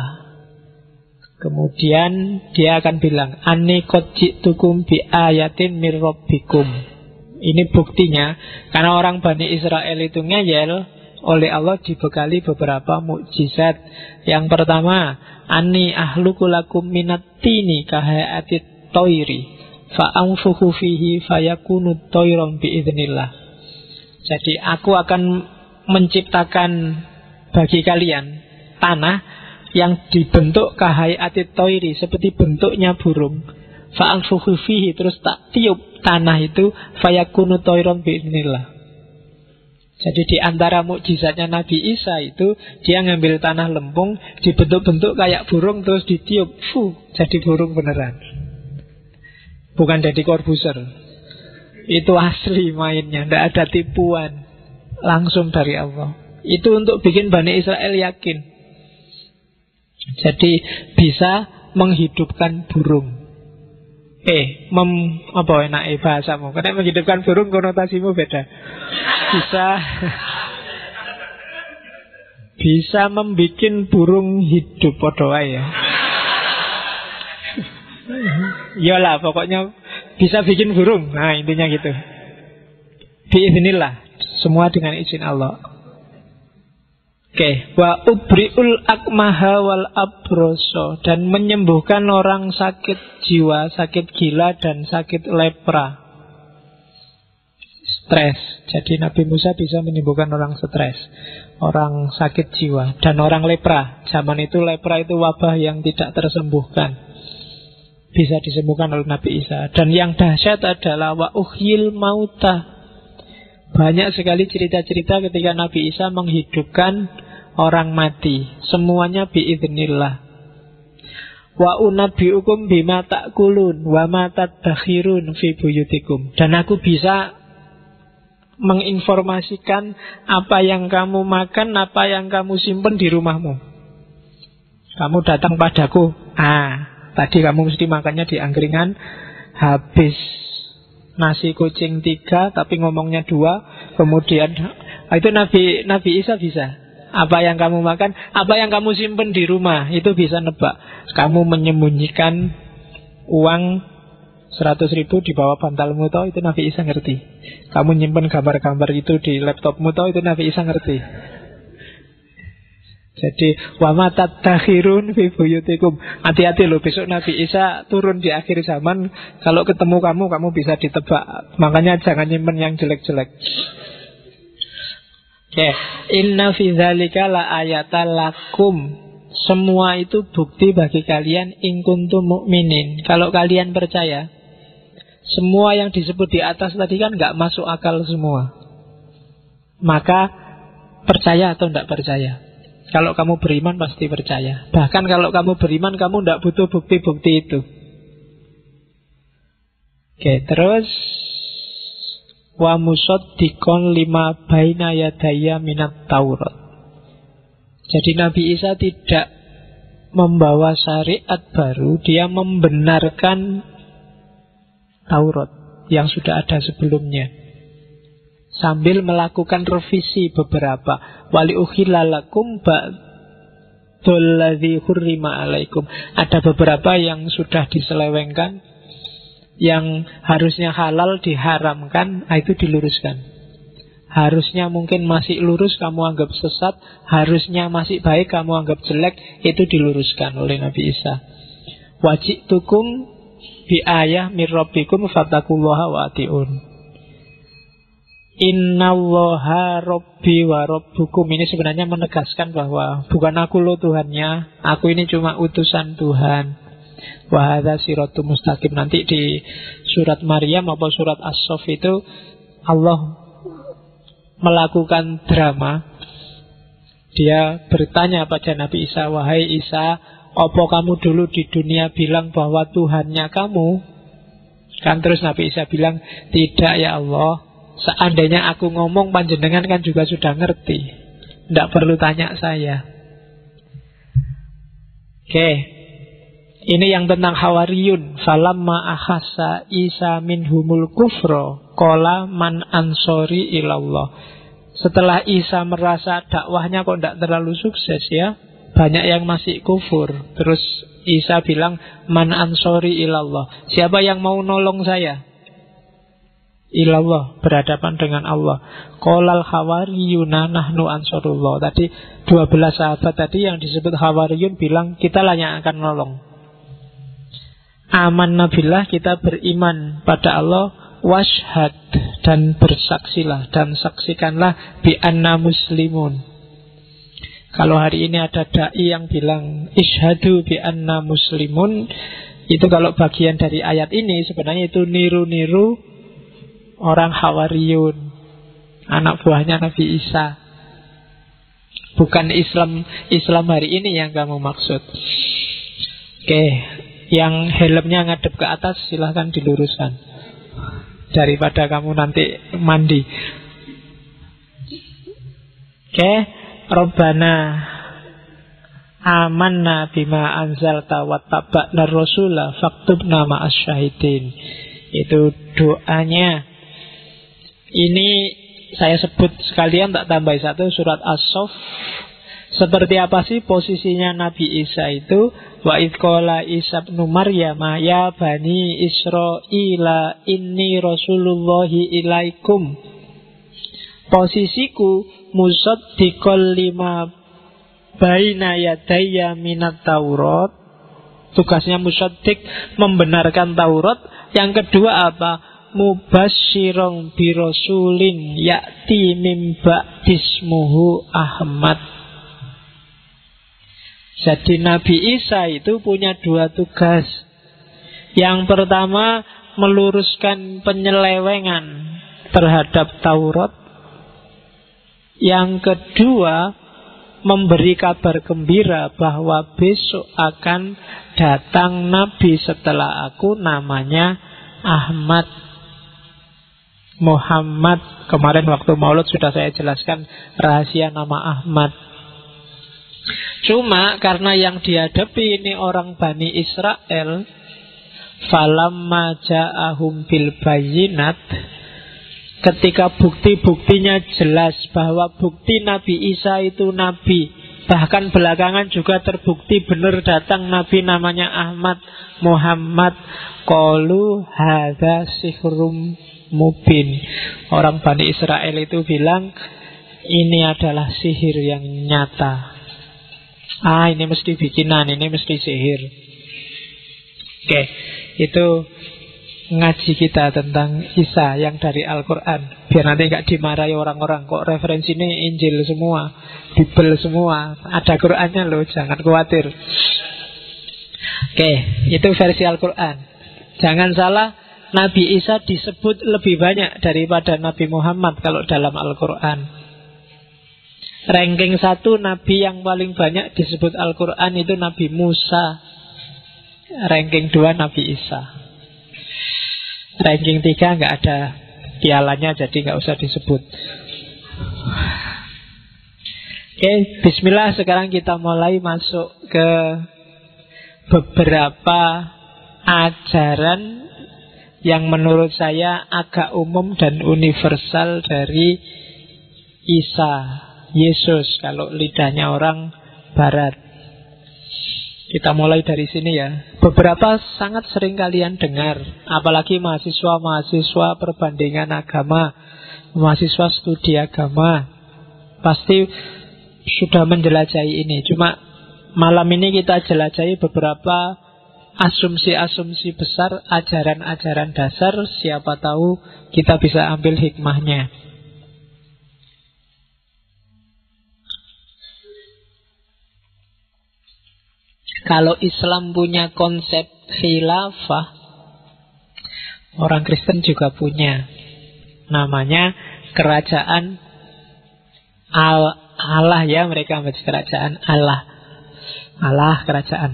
Kemudian dia akan bilang, anni qad ji'tukum bi ayatin mir rabbikum. Ini buktinya, karena orang Bani Israel itu ngeyel, oleh Allah dibekali beberapa mukjizat. Yang pertama, anni ahluku lakum minat tini kahayatit toiri fa'amfuhu fihi fayakunu toiron biidznillah. Jadi aku akan menciptakan bagi kalian tanah yang dibentuk kahayatit toiri, seperti bentuknya burung. Fa'amfuhu fihi, terus tak tiup tanah itu, fayakunu toiron biidznillah. Jadi di antara mukjizatnya Nabi Isa itu, dia ngambil tanah lempung, dibentuk-bentuk kayak burung, terus ditiup, fuh, jadi burung beneran. Bukan jadi Corbuzier. Itu asli mainnya, tidak ada tipuan, langsung dari Allah. Itu untuk bikin Bani Israel yakin. Jadi bisa menghidupkan burung. Eh, mem, apa enak eh bahasamu? Karena menghidupkan burung konotasimu beda. Bisa bisa membikin burung hidup, podo ya. Iyalah, pokoknya bisa bikin burung. Nah, intinya gitu. Biiznillah, semua dengan izin Allah. Oke, okay. Wa ubriul akmaha wal abroso, dan menyembuhkan orang sakit jiwa, sakit gila dan sakit lepra. Stres. Jadi Nabi Musa bisa menyembuhkan orang stres, orang sakit jiwa, dan orang lepra. Zaman itu lepra itu wabah yang tidak tersembuhkan, bisa disembuhkan oleh Nabi Isa. Dan yang dahsyat adalah wa uhyil mauta. Banyak sekali cerita-cerita ketika Nabi Isa menghidupkan orang mati. Semuanya biiznillah. Wa unabbiukum bima ta'kulun wa ma tadakhirun fi buyutikum. Dan aku bisa menginformasikan apa yang kamu makan, apa yang kamu simpen di rumahmu. Kamu datang padaku, ah, tadi kamu mesti makannya di angkringan, habis nasi kucing tiga tapi ngomongnya dua. Kemudian itu Nabi Nabi Isa bisa. Apa yang kamu makan, apa yang kamu simpen di rumah, itu bisa nebak. Kamu menyembunyikan uang seratus ribu di bawah bantalmu, toh itu Nabi Isa ngerti. Kamu nyimpen gambar-gambar itu di laptopmu, toh itu Nabi Isa ngerti. Jadi wa matatakhirun fi buyutikum. Hati-hati loh, besok Nabi Isa turun di akhir zaman. Kalau ketemu kamu, kamu bisa ditebak. Makanya jangan nyimpen yang jelek-jelek. Oke, okay. Inna fi dzalika la ayatan lakum. Semua itu bukti bagi kalian in kuntum mukminin. Kalau kalian percaya. Semua yang disebut di atas tadi kan gak masuk akal semua. Maka percaya atau tidak percaya. Kalau kamu beriman pasti percaya. Bahkan kalau kamu beriman, kamu tidak butuh bukti-bukti itu. Oke, terus wa musaddiqon lima baina yadaya minat Taurat. Jadi Nabi Isa tidak membawa syariat baru, dia membenarkan Taurat yang sudah ada sebelumnya, sambil melakukan revisi beberapa. Wali ukhilalakum ba'dalladzi hurrima alaikum. Ada beberapa yang sudah diselewengkan, yang harusnya halal diharamkan, itu diluruskan. Harusnya mungkin masih lurus, kamu anggap sesat. Harusnya masih baik, kamu anggap jelek. Itu diluruskan oleh Nabi Isa. Wajitukum bi ayah mir rabbikum fattaqullaha wa atiun. Innallaha rabbi wa rabbukum. Ini sebenarnya menegaskan bahwa bukan aku loh Tuhannya, aku ini cuma utusan Tuhan. Wa hadza siratum mustaqim. Nanti di surat Maryam atau surat As-Saff itu Allah melakukan drama. Dia bertanya pada Nabi Isa, wahai Isa, apa kamu dulu di dunia bilang bahwa Tuhannya kamu? Kan terus Nabi Isa bilang, tidak ya Allah. Seandainya aku ngomong, panjenengan kan juga sudah ngerti. Tidak perlu tanya saya. Oke, ini yang tentang Hawariyun. Falamma akhasa Isa minhumul kufro qala man ansori ilallah. Setelah Isa merasa dakwahnya kok tidak terlalu sukses ya, banyak yang masih kufur. Terus Isa bilang, man ansori ilallah. Siapa yang mau nolong saya? Ilallah, berhadapan dengan Allah. Qolal hawariyuna nahnu ansorullah. Tadi dua belas sahabat tadi yang disebut hawariyun bilang, kitalah yang akan nolong. Amanna billah, kita beriman pada Allah. Washhad, dan bersaksilah, dan saksikanlah bi anna muslimun. Kalau hari ini ada da'i yang bilang ishadu bi anna muslimun, itu kalau bagian dari ayat ini sebenarnya itu niru-niru orang Hawariyun, anak buahnya Nabi Isa. Bukan Islam Islam hari ini yang kamu maksud. Oke, yang helmnya ngadep ke atas silahkan diluruskan, daripada kamu nanti mandi. Oke, Rabbana amanna bima anzalta wattaba'na rasula faktubna ma'as syahidin. Itu doanya. Ini saya sebut sekalian, tak tambah satu, surat As-Saff. Seperti apa sih posisinya Nabi Isa itu? Wa idh qala Isa ibnu Maryam ya bani Israila inni rasulullahi ilaikum. Posisiku musaddiqal lima baina yadayya minat Taurat. Tugasnya musaddiq, membenarkan Taurat. Yang kedua apa? Mubasyirong birosulin ya'ti mim ba'dismuhu Ahmad. Jadi Nabi Isa itu punya dua tugas. Yang pertama, meluruskan penyelewengan terhadap Taurat. Yang kedua, memberi kabar gembira bahwa besok akan datang Nabi setelah aku, namanya Ahmad, Muhammad. Kemarin waktu Maulud sudah saya jelaskan rahasia nama Ahmad. Cuma karena yang dihadapi ini orang Bani Israel, Falamma ja'ahum bil bayyinat, ketika bukti-buktinya jelas bahwa bukti Nabi Isa itu nabi, bahkan belakangan juga terbukti benar datang nabi namanya Ahmad Muhammad, qalu hadza sihrum mubin. Orang Bani Israel itu bilang ini adalah sihir yang nyata. Ah, ini mesti bikinan, ini mesti sihir. Oke, itu ngaji kita tentang Isa yang dari Al-Quran. Biar nanti gak dimarahi orang-orang, kok referensi ini Injil semua, Bible semua, ada Qurannya loh, jangan khawatir. Oke, itu versi Al-Quran. Jangan salah, Nabi Isa disebut lebih banyak daripada Nabi Muhammad kalau dalam Al-Quran. Ranking satu Nabi yang paling banyak disebut Al-Quran itu Nabi Musa. Ranking dua Nabi Isa. Ranking tiga nggak ada pialanya, jadi nggak usah disebut. Oke, bismillah. Sekarang kita mulai masuk ke beberapa ajaran yang menurut saya agak umum dan universal dari Isa, Yesus, kalau lidahnya orang Barat. Kita mulai dari sini ya. Beberapa sangat sering kalian dengar, apalagi mahasiswa-mahasiswa perbandingan agama, mahasiswa studi agama, pasti sudah menjelajahi ini. Cuma malam ini kita jelajahi beberapa asumsi-asumsi besar, ajaran-ajaran dasar. Siapa tahu kita bisa ambil hikmahnya. Kalau Islam punya konsep khilafah, orang Kristen juga punya. Namanya kerajaan Al- Allah ya, mereka baca kerajaan Allah. Allah kerajaan.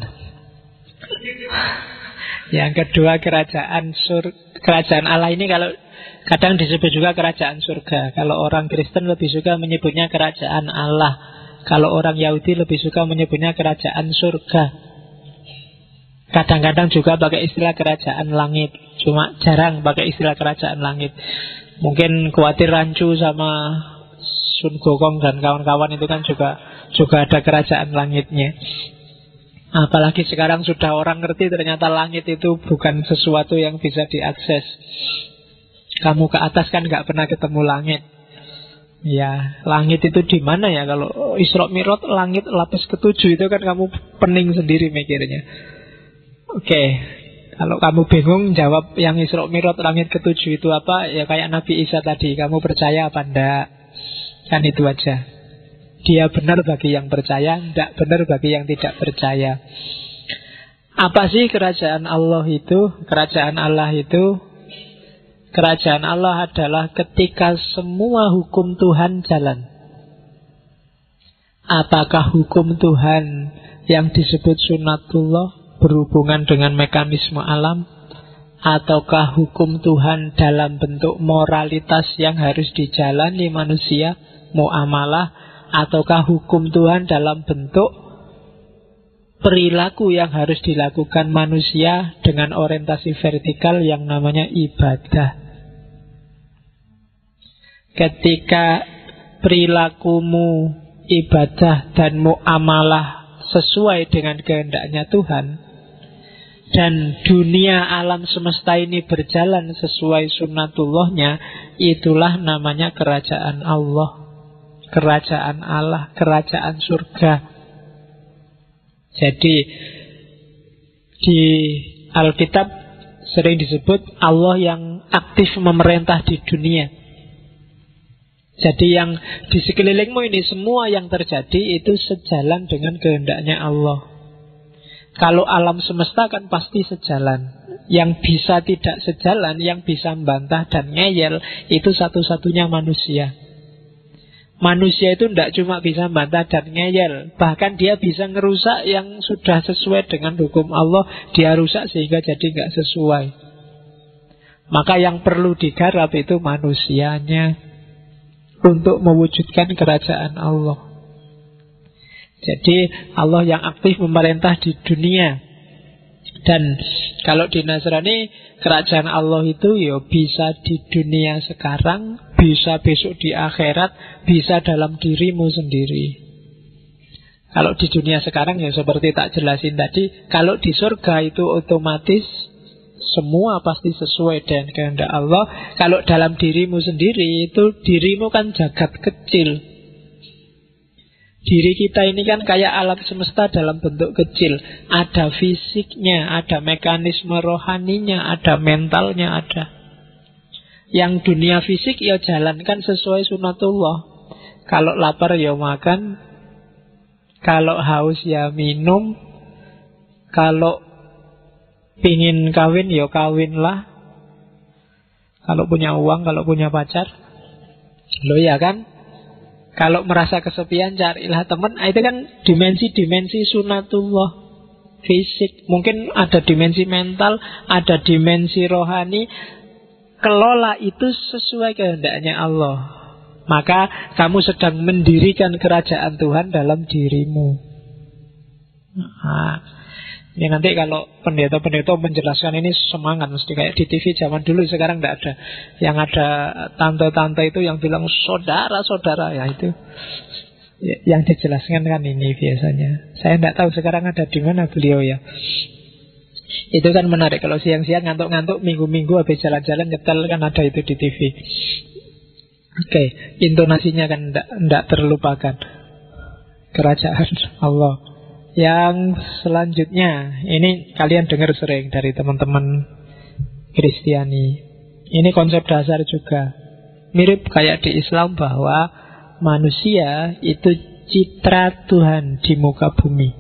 Yang kedua kerajaan sur kerajaan Allah ini kalau kadang disebut juga kerajaan surga. Kalau orang Kristen lebih suka menyebutnya kerajaan Allah. Kalau orang Yahudi lebih suka menyebutnya kerajaan surga. Kadang-kadang juga pakai istilah kerajaan langit, cuma jarang pakai istilah kerajaan langit. Mungkin khawatir rancu sama Sun Gokong dan kawan-kawan itu kan juga juga ada kerajaan langitnya. Apalagi sekarang sudah orang ngerti ternyata langit itu bukan sesuatu yang bisa diakses. Kamu ke atas kan nggak pernah ketemu langit. Ya, langit itu di mana ya? Kalau Isra Mi'raj langit lapis ketujuh itu kan kamu pening sendiri mikirnya. Oke, kalau kamu bingung jawab yang Isra Mi'raj langit ketujuh itu apa, ya kayak Nabi Isa tadi, kamu percaya apa enggak? Kan itu aja. Dia benar bagi yang percaya, enggak benar bagi yang tidak percaya. Apa sih kerajaan Allah itu? Kerajaan Allah itu Kerajaan Allah adalah ketika semua hukum Tuhan jalan. Apakah hukum Tuhan yang disebut sunatullah berhubungan dengan mekanisme alam, ataukah hukum Tuhan dalam bentuk moralitas yang harus dijalani manusia, muamalah, ataukah hukum Tuhan dalam bentuk perilaku yang harus dilakukan manusia dengan orientasi vertikal yang namanya ibadah. Ketika perilakumu ibadah dan muamalah sesuai dengan kehendaknya Tuhan, dan dunia alam semesta ini berjalan sesuai sunnatullahnya, itulah namanya kerajaan Allah, kerajaan Allah, kerajaan surga. Jadi di Alkitab sering disebut Allah yang aktif memerintah di dunia. Jadi yang di sekelilingmu ini semua yang terjadi itu sejalan dengan kehendaknya Allah. Kalau alam semesta kan pasti sejalan. Yang bisa tidak sejalan, yang bisa membantah dan ngeyel, itu satu-satunya manusia. Manusia itu tidak cuma bisa membantah dan ngeyel, bahkan dia bisa ngerusak yang sudah sesuai dengan hukum Allah. Dia rusak sehingga jadi nggak sesuai. Maka yang perlu digarap itu manusianya untuk mewujudkan kerajaan Allah. Jadi Allah yang aktif memerintah di dunia. Dan kalau di Nasrani, kerajaan Allah itu ya bisa di dunia sekarang, bisa besok di akhirat, bisa dalam dirimu sendiri. Kalau di dunia sekarang ya seperti tak jelasin tadi, kalau di surga itu otomatis semua pasti sesuai dengan kehendak Allah. Kalau dalam dirimu sendiri, itu dirimu kan jagat kecil. Diri kita ini kan kayak alam semesta dalam bentuk kecil. Ada fisiknya, ada mekanisme rohaninya, ada mentalnya, ada. Yang dunia fisik ya jalankan sesuai sunatullah. Kalau lapar ya makan, kalau haus ya minum, kalau pingin kawin ya kawin lah. Kalau punya uang, kalau punya pacar, lo ya kan. Kalau merasa kesepian, carilah teman. Itu kan dimensi-dimensi sunatullah fisik. Mungkin ada dimensi mental, ada dimensi rohani. Kelola itu sesuai kehendaknya Allah. Maka kamu sedang mendirikan kerajaan Tuhan dalam dirimu. Nah, ini nanti kalau pendeta-pendeta menjelaskan ini semangat, mesti kayak di T V zaman dulu, sekarang tidak ada. Yang ada tante-tante itu yang bilang saudara-saudara, ya itu yang dijelaskan kan ini biasanya. Saya tidak tahu sekarang ada di mana beliau ya. Itu kan menarik. Kalau siang-siang ngantuk-ngantuk, minggu-minggu habis jalan-jalan nyetel kan ada itu di T V. Oke, intonasinya kan tidak terlupakan. Kerajaan Allah. Yang selanjutnya, ini kalian dengar sering dari teman-teman Kristiani. Ini konsep dasar juga. Mirip kayak di Islam bahwa manusia itu citra Tuhan di muka bumi.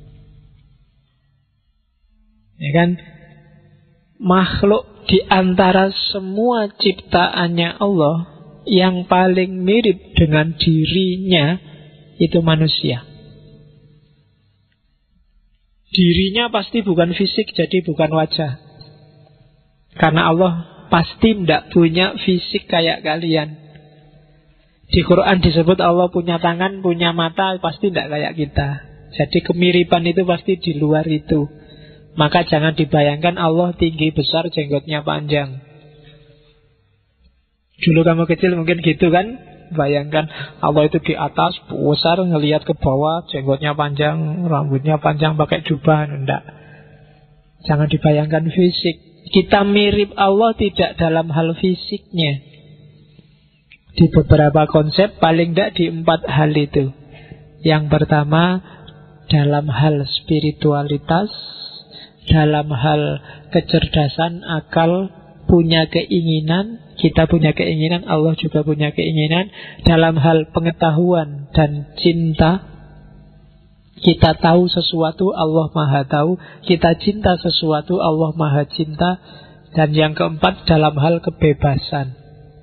Ya kan? Makhluk di antara semua ciptaannya Allah yang paling mirip dengan dirinya itu manusia. Dirinya pasti bukan fisik, jadi bukan wajah. Karena Allah pasti tidak punya fisik kayak kalian. Di Quran disebut Allah punya tangan, punya mata, pasti tidak kayak kita. Jadi kemiripan itu pasti di luar itu. Maka jangan dibayangkan Allah tinggi besar, jenggotnya panjang. Dulu kamu kecil mungkin gitu kan? Bayangkan Allah itu di atas besar, ngelihat ke bawah, jenggotnya panjang, rambutnya panjang, pakai jubah. Enggak. Jangan dibayangkan fisik. Kita mirip Allah tidak dalam hal fisiknya. Di beberapa konsep, paling tidak di empat hal itu. Yang pertama, dalam hal spiritualitas, dalam hal kecerdasan, akal, punya keinginan. Kita punya keinginan, Allah juga punya keinginan. Dalam hal pengetahuan dan cinta, kita tahu sesuatu, Allah maha tahu. Kita cinta sesuatu, Allah maha cinta. Dan yang keempat, dalam hal kebebasan.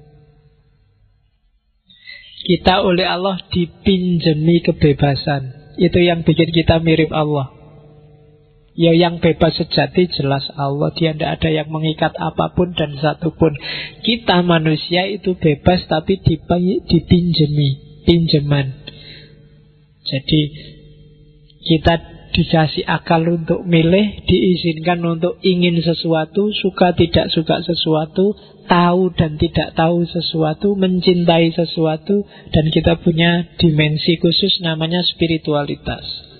Kita oleh Allah dipinjemi kebebasan. Itu yang bikin kita mirip Allah. Ya yang bebas sejati jelas Allah. Dia tidak ada yang mengikat apapun dan satupun. Kita manusia itu bebas tapi dipinjemi, pinjaman. Jadi kita dikasih akal untuk milih, diizinkan untuk ingin sesuatu, suka tidak suka sesuatu, tahu dan tidak tahu sesuatu, mencintai sesuatu. Dan kita punya dimensi khusus namanya spiritualitas.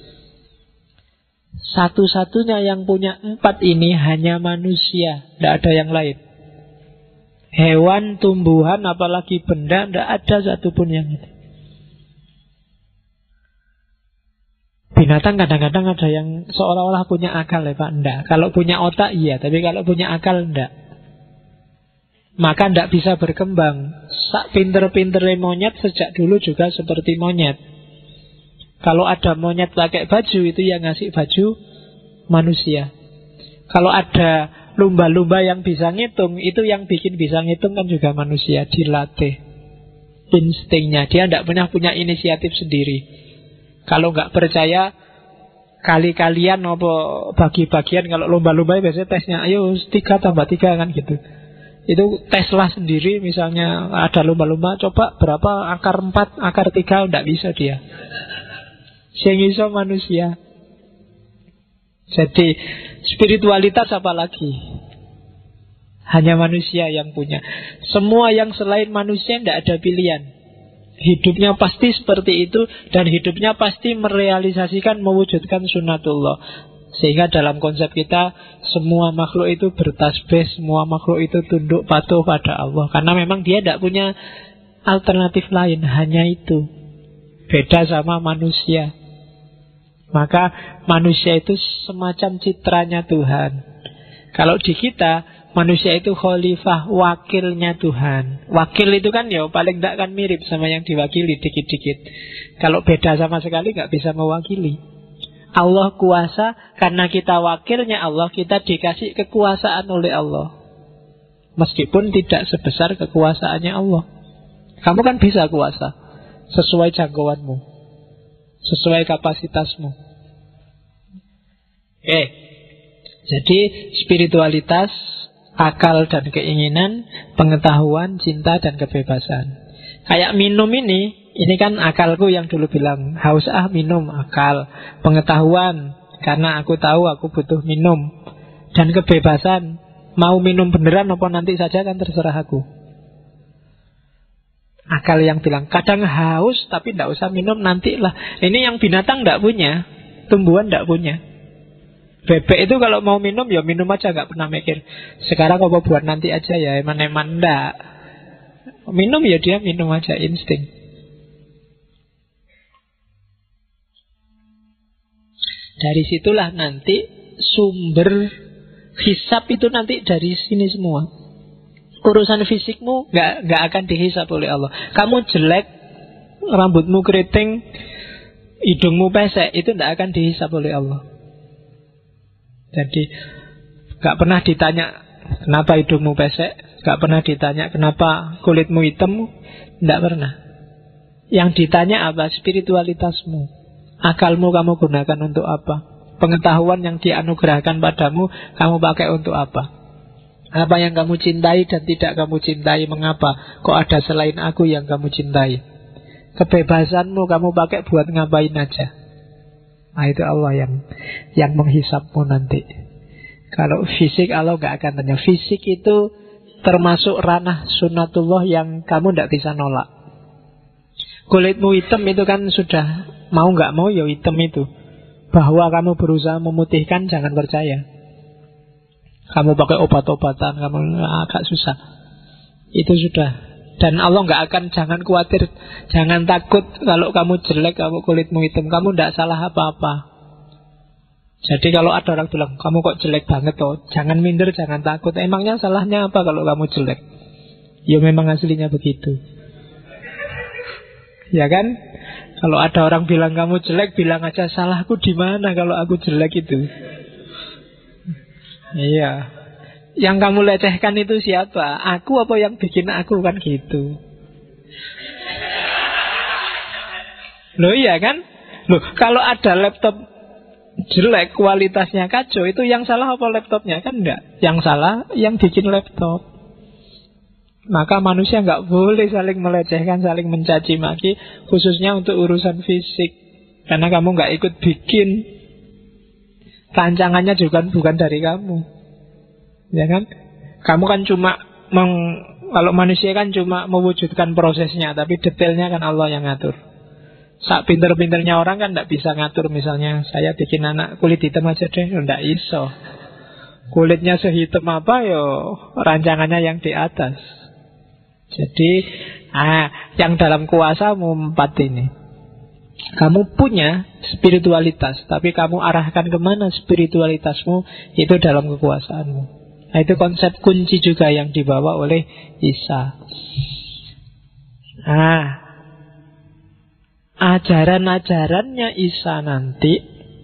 Satu-satunya yang punya empat ini hanya manusia, tidak ada yang lain. Hewan, tumbuhan, apalagi benda, tidak ada satupun yang itu. Binatang kadang-kadang ada yang seolah-olah punya akal ya Pak, enggak. Kalau punya otak iya, tapi kalau punya akal enggak. Maka enggak bisa berkembang. Sak pinter-pinternya monyet sejak dulu juga seperti monyet. Kalau ada monyet pakai baju, itu yang ngasih baju manusia. Kalau ada lumba-lumba yang bisa ngitung, itu yang bikin bisa ngitung kan juga manusia, dilatih instingnya. Dia tidak pernah punya inisiatif sendiri. Kalau nggak percaya, kali-kalian apa bagi-bagian. Kalau lumba-lumba biasanya tesnya, ayo tiga tambah tiga kan gitu. Itu teslah sendiri. Misalnya ada lumba-lumba, coba berapa akar empat, akar tiga, tidak bisa dia. Sing iso manusia. Jadi spiritualitas apa lagi? Hanya manusia yang punya. Semua yang selain manusia tidak ada pilihan. Hidupnya pasti seperti itu, dan hidupnya pasti merealisasikan, mewujudkan sunatullah. Sehingga dalam konsep kita, semua makhluk itu bertasbih, semua makhluk itu tunduk patuh pada Allah. Karena memang dia tidak punya alternatif lain, hanya itu. Beda sama manusia. Maka manusia itu semacam citranya Tuhan. Kalau di kita, manusia itu khalifah, wakilnya Tuhan. Wakil itu kan ya paling tidak kan mirip sama yang diwakili dikit-dikit. Kalau beda sama sekali nggak bisa mewakili. Allah kuasa, karena kita wakilnya Allah, kita dikasih kekuasaan oleh Allah. Meskipun tidak sebesar kekuasaannya Allah. Kamu kan bisa kuasa sesuai jangkauanmu, sesuai kapasitasmu. Oke, jadi spiritualitas, akal dan keinginan, pengetahuan, cinta dan kebebasan. Kayak minum ini, ini kan akalku yang dulu bilang haus ah minum, akal. Pengetahuan, karena aku tahu aku butuh minum. Dan kebebasan, mau minum beneran apa nanti saja kan terserah aku. Akal yang bilang kadang haus tapi tidak usah minum, nantilah. Ini yang binatang tidak punya, tumbuhan tidak punya. Bebek itu kalau mau minum ya minum aja, nggak pernah mikir sekarang apa buat nanti aja ya, eman-eman enggak. Minum ya dia minum aja, insting. Dari situlah nanti sumber hisab itu nanti dari sini semua. Urusan fisikmu nggak nggak akan dihisab oleh Allah. Kamu jelek, rambutmu keriting, hidungmu pesek, itu nggak akan dihisab oleh Allah. Jadi gak pernah ditanya kenapa hidungmu pesek, gak pernah ditanya kenapa kulitmu hitam, tidak pernah. Yang ditanya apa? Spiritualitasmu. Akalmu kamu gunakan untuk apa? Pengetahuan yang dianugerahkan padamu kamu pakai untuk apa? Apa yang kamu cintai dan tidak kamu cintai, mengapa? Kok ada selain aku yang kamu cintai? Kebebasanmu kamu pakai buat ngapain aja? Nah itu Allah yang yang menghisapmu nanti. Kalau fisik Allah gak akan tanya. Fisik itu termasuk ranah sunatullah yang kamu tidak bisa nolak. Kulitmu hitam itu kan sudah mau gak mau ya hitam itu. Bahwa kamu berusaha memutihkan jangan percaya. Kamu pakai obat-obatan, kamu agak susah. Itu sudah. Dan Allah gak akan, jangan khawatir, jangan takut kalau kamu jelek, kamu kulitmu hitam, kamu tidak salah apa-apa. Jadi kalau ada orang bilang kamu kok jelek banget toh, jangan minder, jangan takut. Emangnya salahnya apa kalau kamu jelek? Ya memang aslinya begitu. Ya kan? Kalau ada orang bilang kamu jelek, bilang aja salahku di mana kalau aku jelek itu. Iya. Yang kamu lecehkan itu siapa? Aku apa yang bikin aku, kan gitu. Loh iya kan? Loh kalau ada laptop jelek, kualitasnya kacau, itu yang salah apa laptopnya? Kan enggak. Yang salah yang bikin laptop. Maka manusia nggak boleh saling melecehkan, saling mencaci maki, khususnya untuk urusan fisik. Karena kamu nggak ikut bikin. Rancangannya juga bukan dari kamu. Ya kan? Kamu kan cuma meng, kalau manusia kan cuma mewujudkan prosesnya, tapi detailnya kan Allah yang ngatur. Sak pinter-pinternya orang kan tidak bisa ngatur. Misalnya saya bikin anak kulit hitam aja deh, tidak iso. Kulitnya sehitam apa yo, rancangannya yang di atas. Jadi ah, yang dalam kuasamu empat ini. Kamu punya spiritualitas, tapi kamu arahkan kemana spiritualitasmu, itu dalam kekuasaanmu. Nah, itu konsep kunci juga yang dibawa oleh Isa. Nah, ajaran-ajarannya Isa nanti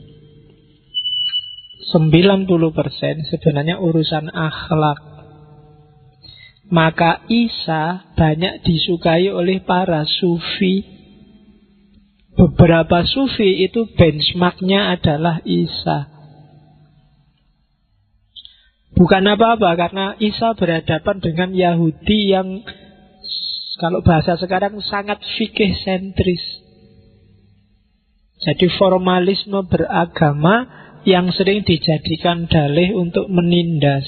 sembilan puluh persen sebenarnya urusan akhlak. Maka Isa banyak disukai oleh para sufi. Beberapa sufi itu benchmarknya adalah Isa. Bukan apa-apa, karena Isa berhadapan dengan Yahudi yang kalau bahasa sekarang sangat fikih sentris. Jadi formalisme beragama yang sering dijadikan dalih untuk menindas.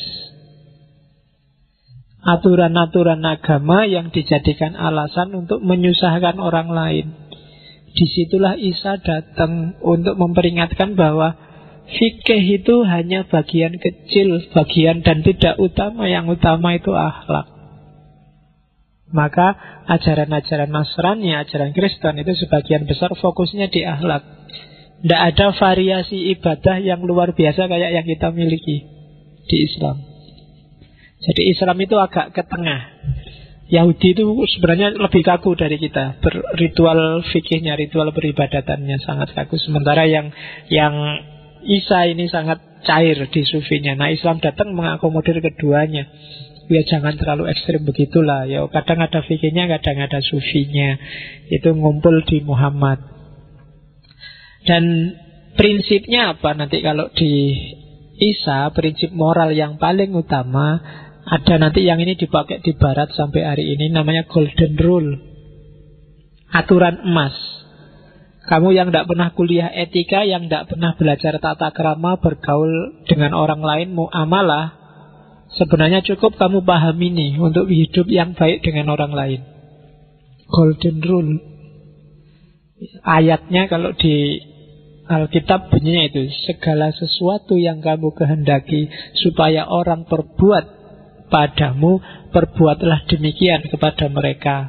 Aturan-aturan agama yang dijadikan alasan untuk menyusahkan orang lain. Disitulah Isa datang untuk memperingatkan bahwa fikih itu hanya bagian kecil, bagian dan tidak utama. Yang utama itu akhlak. Maka ajaran-ajaran Nasrani, ajaran Kristen itu sebagian besar fokusnya di akhlak. Tidak ada variasi ibadah yang luar biasa kayak yang kita miliki di Islam. Jadi Islam itu agak ke tengah. Yahudi itu sebenarnya lebih kaku dari kita. Ritual fikihnya, ritual beribadatannya sangat kaku. Sementara yang yang Isa ini sangat cair di sufinya. Nah, Islam datang mengakomodir keduanya. Ya jangan terlalu ekstrim begitulah. Ya kadang ada fikihnya, kadang ada sufinya. Itu ngumpul di Muhammad. Dan prinsipnya apa nanti kalau di Isa, prinsip moral yang paling utama, ada nanti yang ini dipakai di barat sampai hari ini, namanya golden rule, aturan emas. Kamu yang tidak pernah kuliah etika, yang tidak pernah belajar tata krama, bergaul dengan orang lain, muamalah, sebenarnya cukup kamu paham ini untuk hidup yang baik dengan orang lain. Golden rule. Ayatnya kalau di Alkitab bunyinya itu, segala sesuatu yang kamu kehendaki supaya orang perbuat padamu, perbuatlah demikian kepada mereka.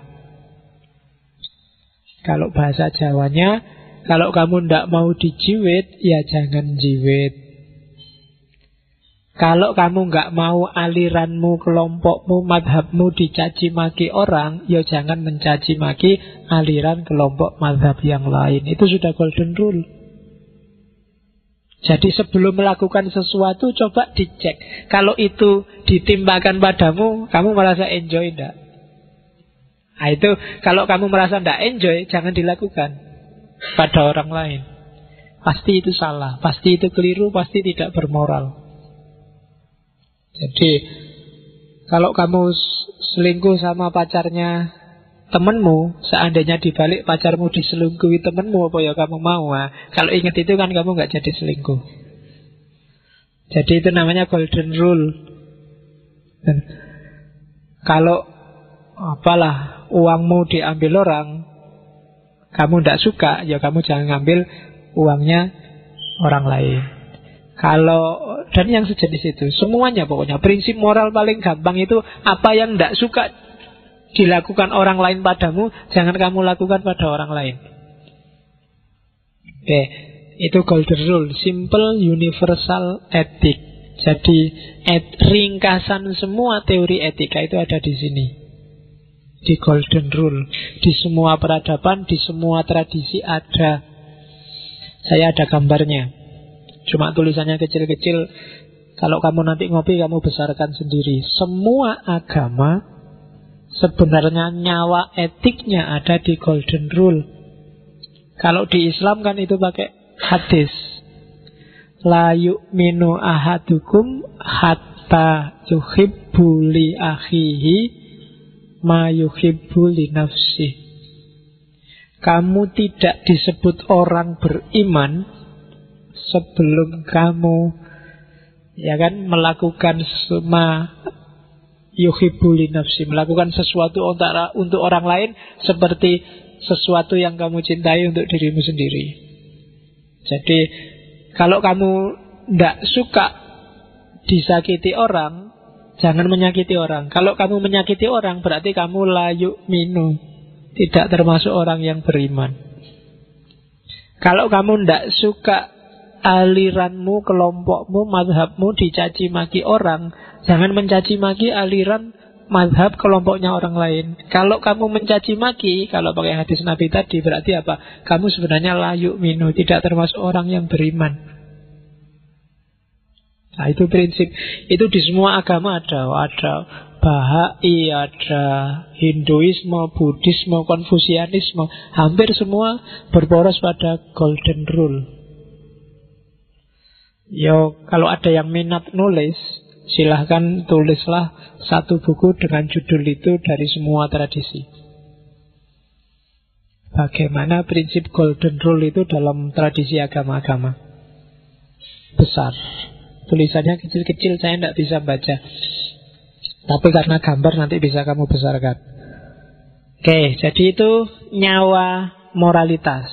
Kalau bahasa Jawanya, kalau kamu tidak mau dijiwit, ya jangan jiwit. Kalau kamu nggak mau aliranmu, kelompokmu, madhabmu dicaci maki orang, ya jangan mencaci maki aliran kelompok madhab yang lain. Itu sudah golden rule. Jadi sebelum melakukan sesuatu, coba dicek. Kalau itu ditimpakan padamu, kamu merasa enjoy enggak? Nah itu, kalau kamu merasa enggak enjoy, jangan dilakukan pada orang lain. Pasti itu salah, pasti itu keliru, pasti tidak bermoral. Jadi kalau kamu selingkuh sama pacarnya temenmu, seandainya dibalik pacarmu diselingkuhi temenmu, apa ya kamu mau? Nah, kalau ingat itu kan kamu gak jadi selingkuh. Jadi itu namanya golden rule. Dan kalau apalah uangmu diambil orang, kamu gak suka, ya kamu jangan ngambil uangnya orang lain. Kalau dan yang sejenis itu, semuanya pokoknya prinsip moral paling gampang itu, apa yang gak suka dilakukan orang lain padamu, jangan kamu lakukan pada orang lain. Oke, itu golden rule, simple universal ethic. Jadi et, ringkasan semua teori etika itu ada di sini, di golden rule. Di semua peradaban, di semua tradisi ada. Saya ada gambarnya, cuma tulisannya kecil-kecil. Kalau kamu nanti ngopi, kamu besarkan sendiri. Semua agama sebenarnya nyawa etiknya ada di golden rule. Kalau di Islam kan itu pakai hadis, la yu'minu ahadukum hatta yuhibbu li akhihi ma yuhibbu li nafsi. Kamu tidak disebut orang beriman sebelum kamu ya kan melakukan semua yuhibbu li nafsi, melakukan sesuatu untuk, untuk orang lain seperti sesuatu yang kamu cintai untuk dirimu sendiri. Jadi kalau kamu tidak suka disakiti orang, jangan menyakiti orang. Kalau kamu menyakiti orang, berarti kamu la yu'minu, tidak termasuk orang yang beriman. Kalau kamu tidak suka aliranmu, kelompokmu, madhabmu dicaci maki orang, jangan mencaci maki aliran, madhab, kelompoknya orang lain. Kalau kamu mencaci maki, kalau pakai hadis Nabi tadi, berarti apa? Kamu sebenarnya la yu'minu, tidak termasuk orang yang beriman. Nah itu prinsip. Itu di semua agama ada. Ada Bahai, ada Hinduisme, Buddhisme, Konfusianisme. Hampir semua berporos pada golden rule. Yo, kalau ada yang minat nulis, silahkan tulislah satu buku dengan judul itu dari semua tradisi. Bagaimana prinsip golden rule itu dalam tradisi agama-agama. besar. Tulisannya kecil-kecil, saya tidak bisa baca. Tapi karena gambar nanti bisa kamu besarkan. Oke, jadi itu nyawa moralitas.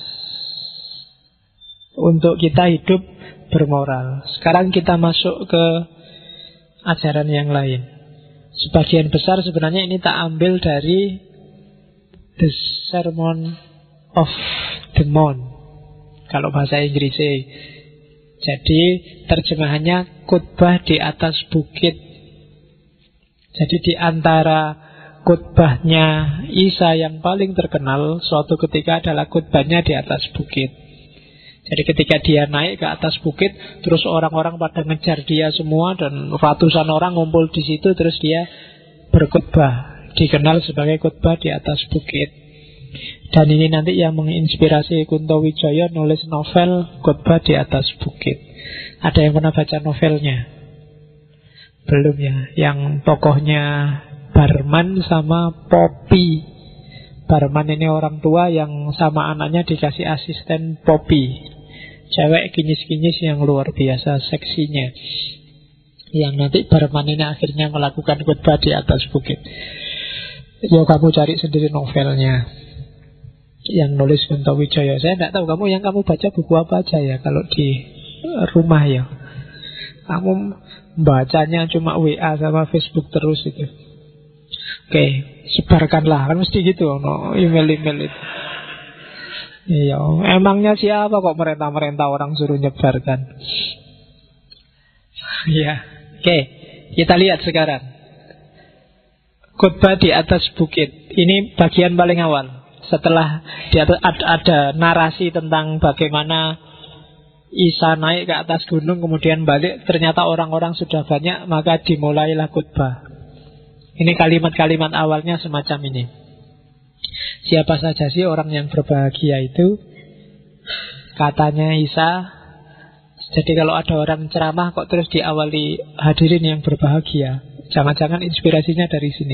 Untuk kita hidup bermoral. Sekarang kita masuk ke ajaran yang lain. Sebagian besar sebenarnya ini tak ambil dari The Sermon of the Mount, kalau bahasa Inggrisnya. Jadi terjemahannya khotbah di atas bukit. Jadi di antara khotbahnya Isa yang paling terkenal suatu ketika adalah khotbahnya di atas bukit. Jadi ketika dia naik ke atas bukit, terus orang-orang pada ngejar dia semua, dan ratusan orang ngumpul di situ, terus dia berkhotbah, dikenal sebagai khotbah di atas bukit. Dan ini nanti yang menginspirasi Kunto Wijoyo nulis novel Khotbah di Atas Bukit. Ada yang pernah baca novelnya? Belum ya? Yang tokohnya Barman sama Poppy. Barman ini orang tua yang sama anaknya dikasih asisten Poppy, cewek kinyis-kinyis yang luar biasa seksinya, yang nanti Barman ini akhirnya melakukan khotbah di atas bukit. Ya kamu cari sendiri novelnya. Yang nulis Kunto Wijoyo. Saya tidak tahu kamu yang kamu baca buku apa aja ya kalau di rumah ya. Kamu bacanya cuma W A sama Facebook terus itu. Oke, sebarkanlah. Kan mesti gitu, no email-email itu. Iya, emangnya siapa kok merintah-merintah orang suruh nyebarkan? Iya. Oke, kita lihat sekarang khotbah di atas bukit. Ini bagian paling awal. Setelah ada, ada narasi tentang bagaimana Isa naik ke atas gunung kemudian balik, ternyata orang-orang sudah banyak, maka dimulailah khotbah. Ini kalimat-kalimat awalnya semacam ini. Siapa saja sih orang yang berbahagia itu? Katanya Isa. Jadi kalau ada orang ceramah kok terus diawali hadirin yang berbahagia, jangan-jangan inspirasinya dari sini.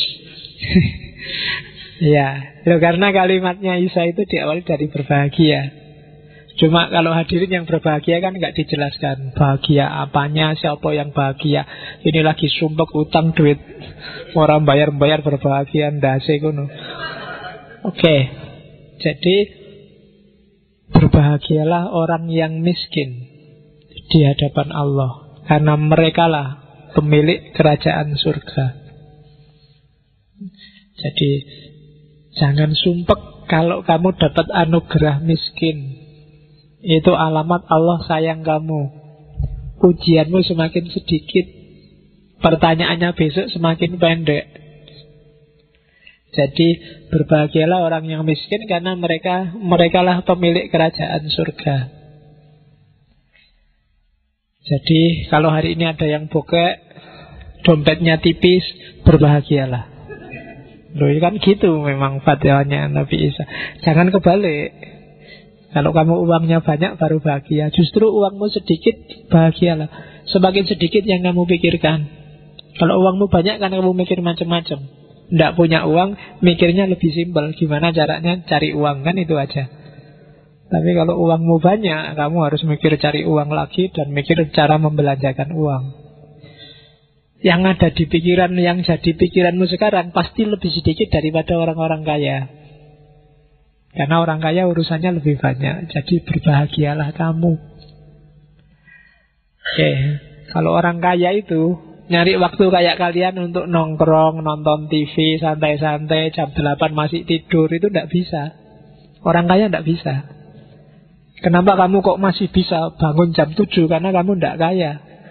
Ya, loh, karena kalimatnya Isa itu diawali dari berbahagia. Cuma kalau hadirin yang berbahagia kan nggak dijelaskan bahagia apanya, siapa yang bahagia. Ini lagi sumpek utang duit, orang bayar-bayar berbahagia ndase kono. Oke, jadi berbahagialah orang yang miskin di hadapan Allah, karena merekalah pemilik kerajaan surga. Jadi jangan sumpek kalau kamu dapat anugerah miskin. Itu alamat Allah sayang kamu. Ujianmu semakin sedikit, pertanyaannya besok semakin pendek. Jadi berbahagialah orang yang miskin, karena mereka merekalah pemilik kerajaan surga. Jadi kalau hari ini ada yang bokek, dompetnya tipis, berbahagialah. Loh, kan gitu memang fatwanya Nabi Isa. Jangan kebalik. Kalau kamu uangnya banyak baru bahagia. Justru uangmu sedikit, bahagialah. Semakin sedikit yang kamu pikirkan. Kalau uangmu banyak kan kamu mikir macam-macam. Tidak punya uang, mikirnya lebih simpel. Gimana caranya cari uang, kan itu aja. Tapi kalau uangmu banyak, kamu harus mikir cari uang lagi dan mikir cara membelanjakan uang. Yang ada di pikiran, yang jadi pikiranmu sekarang pasti lebih sedikit daripada orang-orang kaya. Karena orang kaya urusannya lebih banyak. Jadi berbahagialah kamu. Oke, kalau orang kaya itu nyari waktu kayak kalian untuk nongkrong, nonton T V, santai-santai, jam delapan masih tidur, itu tidak bisa. Orang kaya tidak bisa. Kenapa kamu kok masih bisa bangun jam tujuh? Karena kamu tidak kaya.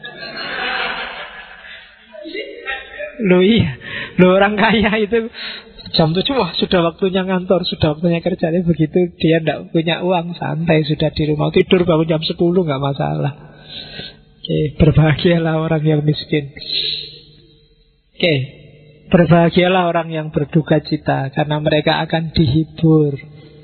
Loh iya, loh orang kaya itu jam tujuh, wah sudah waktunya ngantor, sudah waktunya kerja. Begitu dia tidak punya uang, santai sudah di rumah, tidur bangun jam sepuluh nggak masalah. Oke, berbahagialah orang yang miskin. Oke, berbahagialah orang yang berduka cita, karena mereka akan dihibur.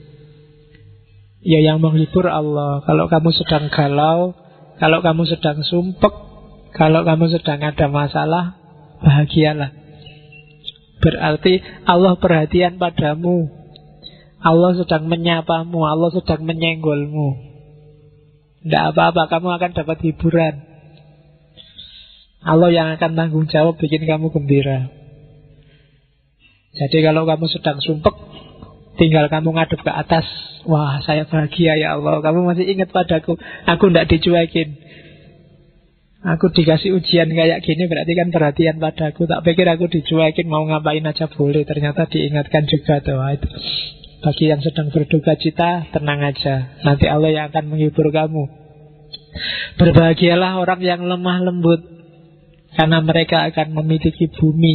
Ya, yang menghibur Allah. Kalau kamu sedang galau, kalau kamu sedang sumpek, kalau kamu sedang ada masalah, bahagialah. Berarti Allah perhatian padamu. Allah sedang menyapamu, Allah sedang menyenggolmu. Tidak apa-apa, kamu akan dapat hiburan. Allah yang akan tanggung jawab bikin kamu gembira. Jadi kalau kamu sedang sumpek, tinggal kamu ngadep ke atas. Wah, saya bahagia ya Allah, kamu masih ingat padaku. Aku tidak dicuekin. Aku dikasih ujian kayak gini, berarti kan perhatian padaku. Tak pikir aku dicuekin, mau ngapain aja boleh. Ternyata diingatkan juga tuh. Itu. Bagi yang sedang berduka cita, tenang aja, nanti Allah yang akan menghibur kamu. Berbahagialah orang yang lemah lembut, karena mereka akan memiliki bumi.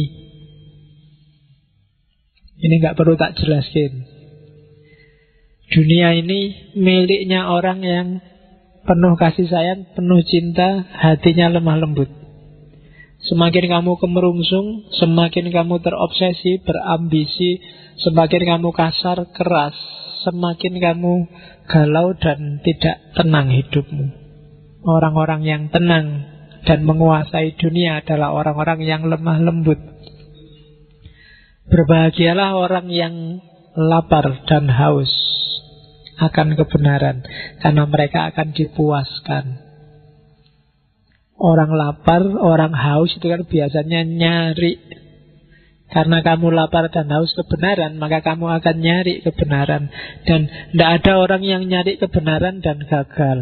Ini gak perlu tak jelaskan. Dunia ini miliknya orang yang penuh kasih sayang, penuh cinta, hatinya lemah lembut. Semakin kamu kemerungsung, semakin kamu terobsesi, berambisi, semakin kamu kasar, keras, semakin kamu galau dan tidak tenang hidupmu. Orang-orang yang tenang dan menguasai dunia adalah orang-orang yang lemah lembut. Berbahagialah orang yang lapar dan haus akan kebenaran, karena mereka akan dipuaskan. Orang lapar, orang haus itu kan biasanya nyari. Karena kamu lapar dan haus kebenaran, maka kamu akan nyari kebenaran. Dan tidak ada orang yang nyari kebenaran dan gagal.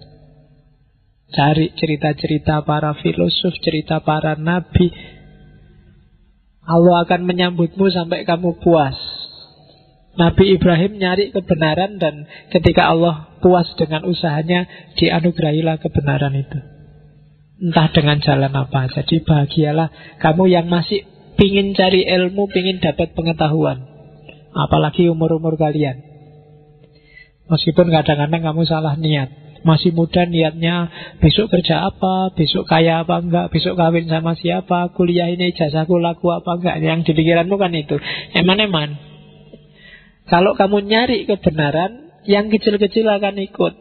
Cari cerita-cerita para filosof, cerita para nabi, Allah akan menyambutmu sampai kamu puas. Nabi Ibrahim nyari kebenaran, dan ketika Allah puas dengan usahanya, dianugerahilah kebenaran itu. Entah dengan jalan apa. Jadi bahagialah kamu yang masih pingin cari ilmu, pingin dapat pengetahuan. Apalagi umur-umur kalian. Meskipun kadang-kadang kamu salah niat. Masih muda niatnya besok kerja apa, besok kaya apa enggak, besok kawin sama siapa, kuliah ini ijazahku laku apa enggak. Yang di pikiranmu kan itu. Eman-eman. Kalau kamu nyari kebenaran, yang kecil-kecil akan ikut.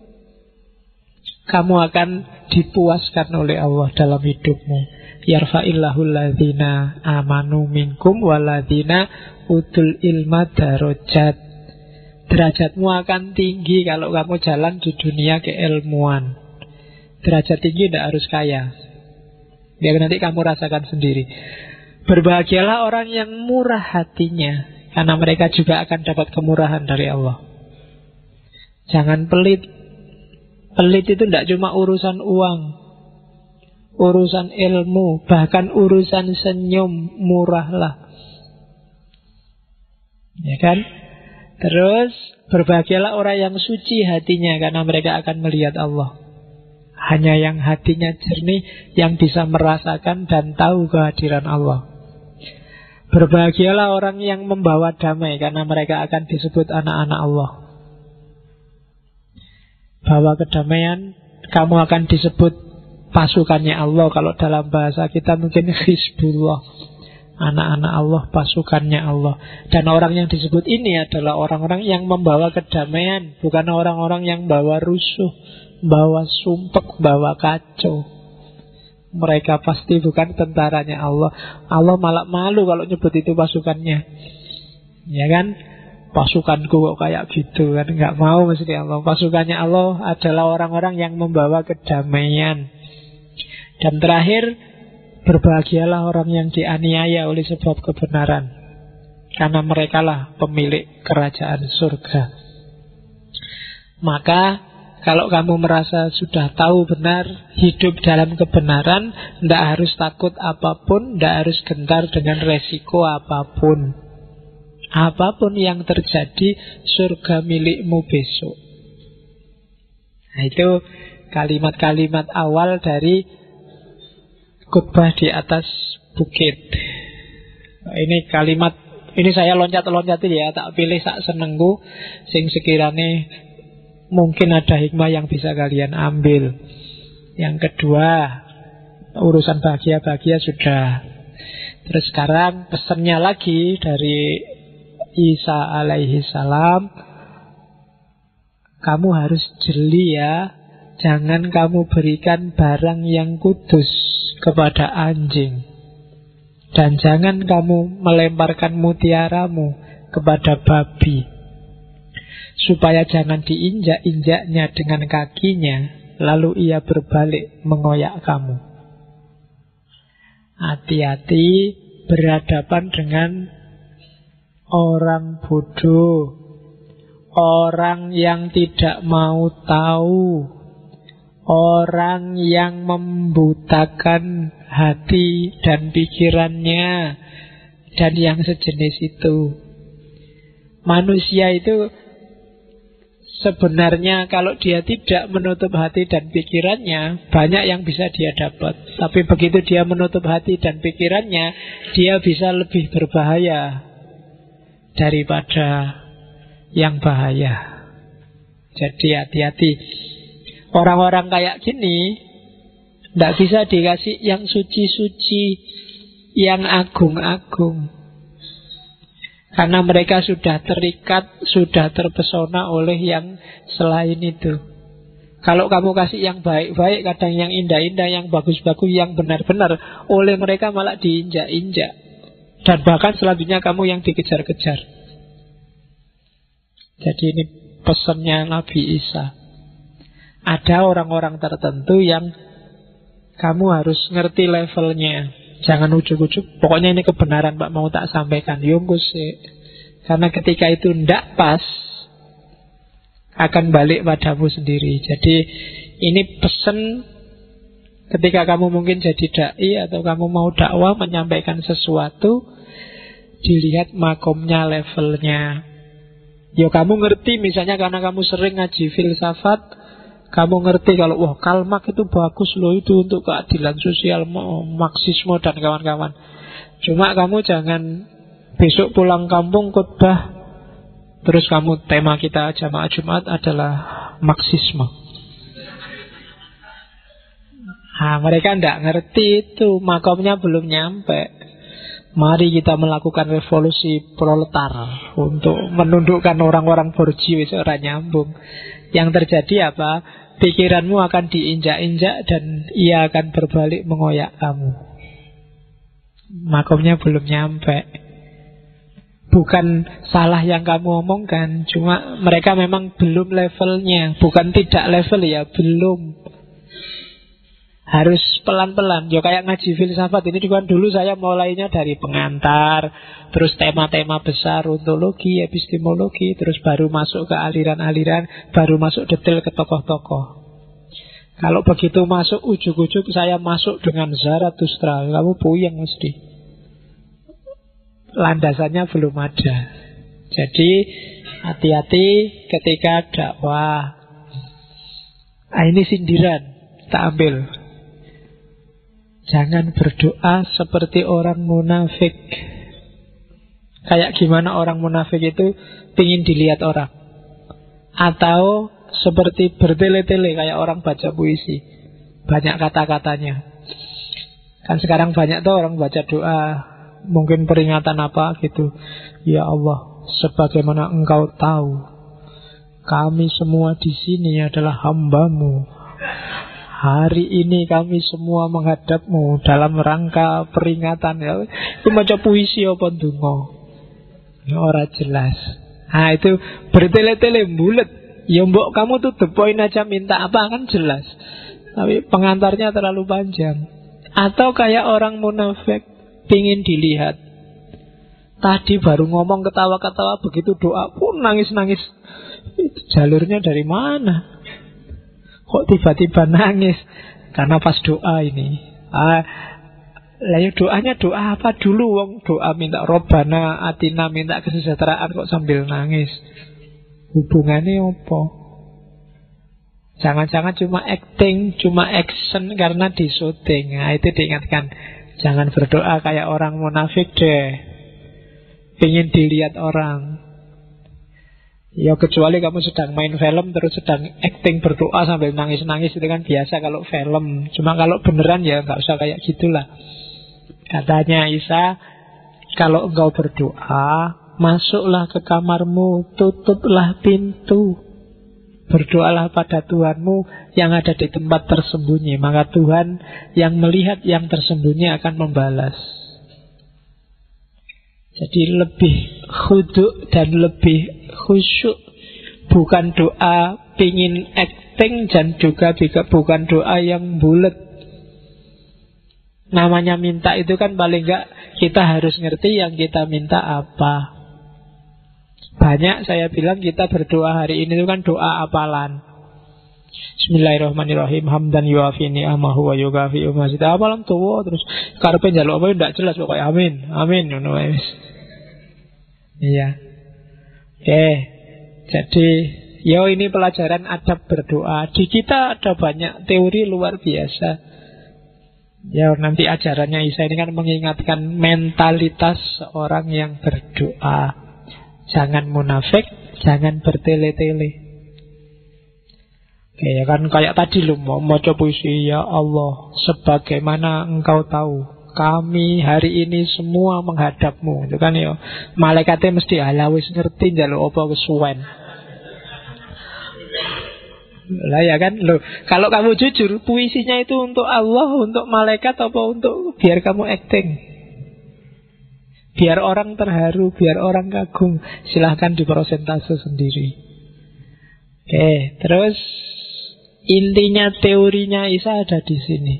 Kamu akan dipuaskan oleh Allah dalam hidupmu. Yarfa'illahu alladhina amanu minkum waladhina utul ilma darajat. Derajatmu akan tinggi kalau kamu jalan di dunia keilmuan. Derajat tinggi tidak harus kaya. Biar nanti kamu rasakan sendiri. Berbahagialah orang yang murah hatinya, karena mereka juga akan dapat kemurahan dari Allah. Jangan pelit. Pelit itu tidak cuma urusan uang, urusan ilmu, bahkan urusan senyum, murahlah. Ya kan? Terus berbahagialah orang yang suci hatinya, karena mereka akan melihat Allah. Hanya yang hatinya jernih yang bisa merasakan dan tahu kehadiran Allah. Berbahagialah orang yang membawa damai, karena mereka akan disebut anak-anak Allah. Bawa kedamaian, kamu akan disebut pasukannya Allah. Kalau dalam bahasa kita mungkin Hizbullah, anak-anak Allah, pasukannya Allah. Dan orang yang disebut ini adalah orang-orang yang membawa kedamaian, bukan orang-orang yang bawa rusuh, bawa sumpek, bawa kacau. Mereka pasti bukan tentaranya Allah. Allah malah malu kalau nyebut itu pasukannya. Ya kan? Pasukanku kok kayak gitu kan, nggak mau mesti Allah. Pasukannya Allah adalah orang-orang yang membawa kedamaian. Dan terakhir, berbahagialah orang yang dianiaya oleh sebab kebenaran, karena merekalah pemilik kerajaan surga. Maka kalau kamu merasa sudah tahu benar, hidup dalam kebenaran, tidak harus takut apapun, tidak harus gentar dengan resiko apapun. Apapun yang terjadi, surga milikmu besok. Nah, itu kalimat-kalimat awal dari khutbah di atas bukit. Nah, ini kalimat, ini saya loncat-loncatin ya, tak pilih sak senengku, sing sekiranya mungkin ada hikmah yang bisa kalian ambil. Yang kedua, urusan bahagia-bahagia sudah. Terus sekarang pesannya lagi dari Isa alaihi salam, kamu harus jeli ya, jangan kamu berikan barang yang kudus kepada anjing, dan jangan kamu melemparkan mutiaramu kepada babi. supaya jangan diinjak-injaknya dengan kakinya, lalu ia berbalik mengoyak kamu. Hati-hati berhadapan dengan orang bodoh, orang yang tidak mau tahu, orang yang membutakan hati dan pikirannya, dan yang sejenis itu. Manusia itu sebenarnya kalau dia tidak menutup hati dan pikirannya, banyak yang bisa dia dapat. Tapi begitu dia menutup hati dan pikirannya, dia bisa lebih berbahaya daripada yang bahaya. Jadi hati-hati. Orang-orang kayak gini tidak bisa dikasih yang suci-suci, yang agung-agung, karena mereka sudah terikat, sudah terpesona oleh yang selain itu. Kalau kamu kasih yang baik-baik, kadang yang indah-indah, yang bagus-bagus, yang benar-benar, oleh mereka malah diinjak-injak. Dan bahkan selanjutnya kamu yang dikejar-kejar. Jadi ini pesannya Nabi Isa. Ada orang-orang tertentu yang kamu harus ngerti levelnya. Jangan ujuk-ujuk, pokoknya ini kebenaran Pak, mau tak sampaikan. Yungkus sih. Karena ketika itu ndak pas, akan balik padamu sendiri. Jadi ini pesan ketika kamu mungkin jadi dai atau kamu mau dakwah menyampaikan sesuatu, dilihat makomnya, levelnya. Ya kamu ngerti misalnya karena kamu sering ngaji filsafat, kamu ngerti kalau wah Karl Marx itu bagus loh, itu untuk keadilan sosial, Marxisme dan kawan-kawan. Cuma kamu jangan besok pulang kampung khotbah terus kamu tema kita jamaah Jumat adalah Marxisme. Nah, mereka tidak ngerti itu, makomnya belum nyampe. Mari kita melakukan revolusi proletar untuk menundukkan orang-orang borjuis, orang nyambung. Yang terjadi apa? Pikiranmu akan diinjak-injak dan ia akan berbalik mengoyak kamu. Makomnya belum nyampe. Bukan salah yang kamu omongkan, cuma mereka memang belum levelnya. Bukan tidak level ya, belum. Harus pelan-pelan. Ya kayak ngaji filsafat ini juga dulu saya mulainya dari pengantar, terus tema-tema besar, ontologi, epistemologi, terus baru masuk ke aliran-aliran, baru masuk detail ke tokoh-tokoh. Kalau begitu masuk ujuk-ujuk saya masuk dengan Zarathustra, kamu puyeng mesti. Landasannya belum ada. Jadi hati-hati ketika dakwah. Ah, ini sindiran, tak ambil. Jangan berdoa seperti orang munafik. Kayak gimana orang munafik itu pingin dilihat orang. Atau seperti bertele-tele kayak orang baca puisi. Banyak kata-katanya. Kan sekarang banyak tuh orang baca doa, mungkin peringatan apa gitu. Ya Allah, sebagaimana Engkau tahu, kami semua di sini adalah hamba-Mu. Hari ini kami semua menghadap-Mu dalam rangka peringatan. Ya, itu macam puisi apa ndonga. Ya ora jelas. Nah itu bertele-tele bulet. Ya mbok kamu tuh the point aja minta apa kan jelas. Tapi pengantarnya terlalu panjang. Atau kayak orang munafik pingin dilihat. Tadi baru ngomong ketawa-ketawa, begitu doa pun nangis-nangis. Jalurnya dari mana? Kok tiba-tiba nangis? Karena pas doa ini. Ah, lah doanya doa apa dulu? Wong doa minta Robbana atina, minta kesejahteraan kok sambil nangis. Hubungannya apa? Jangan-jangan cuma acting, cuma action karena disuting. Nah, itu diingatkan. Jangan berdoa kayak orang munafik deh. Pengen dilihat orang. Ya kecuali kamu sedang main film terus sedang acting berdoa sambil nangis-nangis, itu kan biasa kalau film. Cuma kalau beneran ya nggak usah kayak gitulah. Katanya Isa, kalau engkau berdoa, masuklah ke kamarmu, tutuplah pintu, berdoalah pada Tuhanmu yang ada di tempat tersembunyi. Maka Tuhan yang melihat yang tersembunyi akan membalas. Jadi lebih khudu' dan lebih khusyuk Bukan doa pingin acting, dan juga bukan doa yang bulat. Namanya minta itu kan paling enggak kita harus ngerti yang kita minta apa. Banyak saya bilang kita berdoa hari ini itu kan doa apalan. Bismillahirrahmanirrahim. Hamdan yuafi ni'amahu wa yukafi umazida. Apalan tuwa terus karepe njaluk apa ndak jelas pokoknya amin. Amin ngono wis. Iya. Oke. Jadi yo ini pelajaran adab berdoa. Di kita ada banyak teori luar biasa. Ya nanti ajarannya Isa ini kan mengingatkan mentalitas orang yang berdoa. Jangan munafik, jangan bertele-tele. Oke, ya kan kayak tadi lu mau baca puisi, ya Allah, sebagaimana engkau tahu, kami hari ini semua menghadapmu. Itu kan ya, malaikatnya mesti halawis ngerti njaluk apa kesuwen. Lah ya kan, lo kalau kamu jujur, puisinya itu untuk Allah, untuk malaikat, apa untuk biar kamu acting? Biar orang terharu, biar orang kagum. Silahkan diprosentase sendiri. Oke, terus intinya teorinya Isa ada di sini.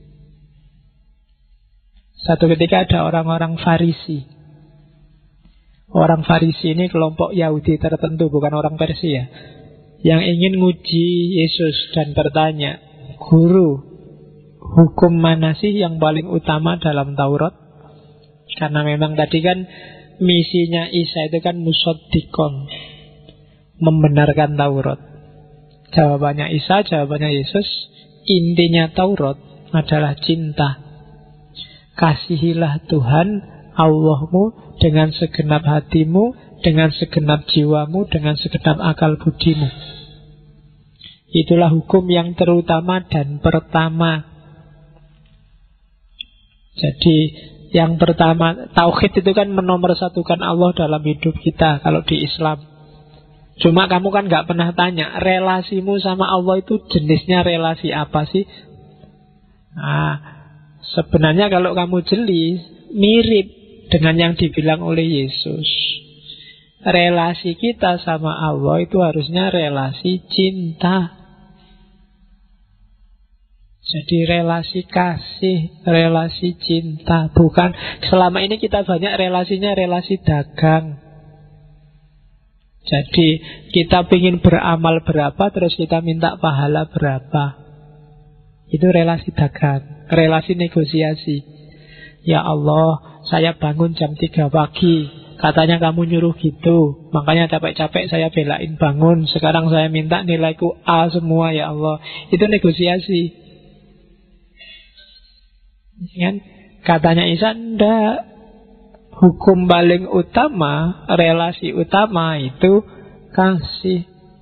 Satu ketika ada orang-orang Farisi. Orang Farisi ini kelompok Yahudi tertentu, bukan orang Persia, yang ingin nguji Yesus dan bertanya, Guru, hukum mana sih yang paling utama dalam Taurat? Karena memang tadi kan misinya Isa itu kan musaddiqon, membenarkan Taurat. Jawabannya Isa, jawabannya Yesus, intinya Taurat adalah cinta. Kasihilah Tuhan Allahmu dengan segenap hatimu, dengan segenap jiwamu, dengan segenap akal budimu. Itulah hukum yang terutama dan pertama. Jadi yang pertama, tauhid itu kan menomorsatukan Allah dalam hidup kita kalau di Islam. Cuma kamu kan gak pernah tanya, relasimu sama Allah itu jenisnya relasi apa sih? Nah, sebenarnya kalau kamu jeli, mirip dengan yang dibilang oleh Yesus. Relasi kita sama Allah itu harusnya relasi cinta. Jadi relasi kasih, relasi cinta. Bukan, selama ini kita banyak relasinya relasi dagang. Jadi kita ingin beramal berapa, terus kita minta pahala berapa. Itu relasi dagang, relasi negosiasi. Ya Allah, saya bangun jam tiga pagi, katanya kamu nyuruh gitu, makanya capek-capek saya belain bangun. Sekarang saya minta nilaiku A semua ya Allah. Itu negosiasi. Kan? Katanya Isa, ndak. Hukum paling utama, relasi utama itu kasih.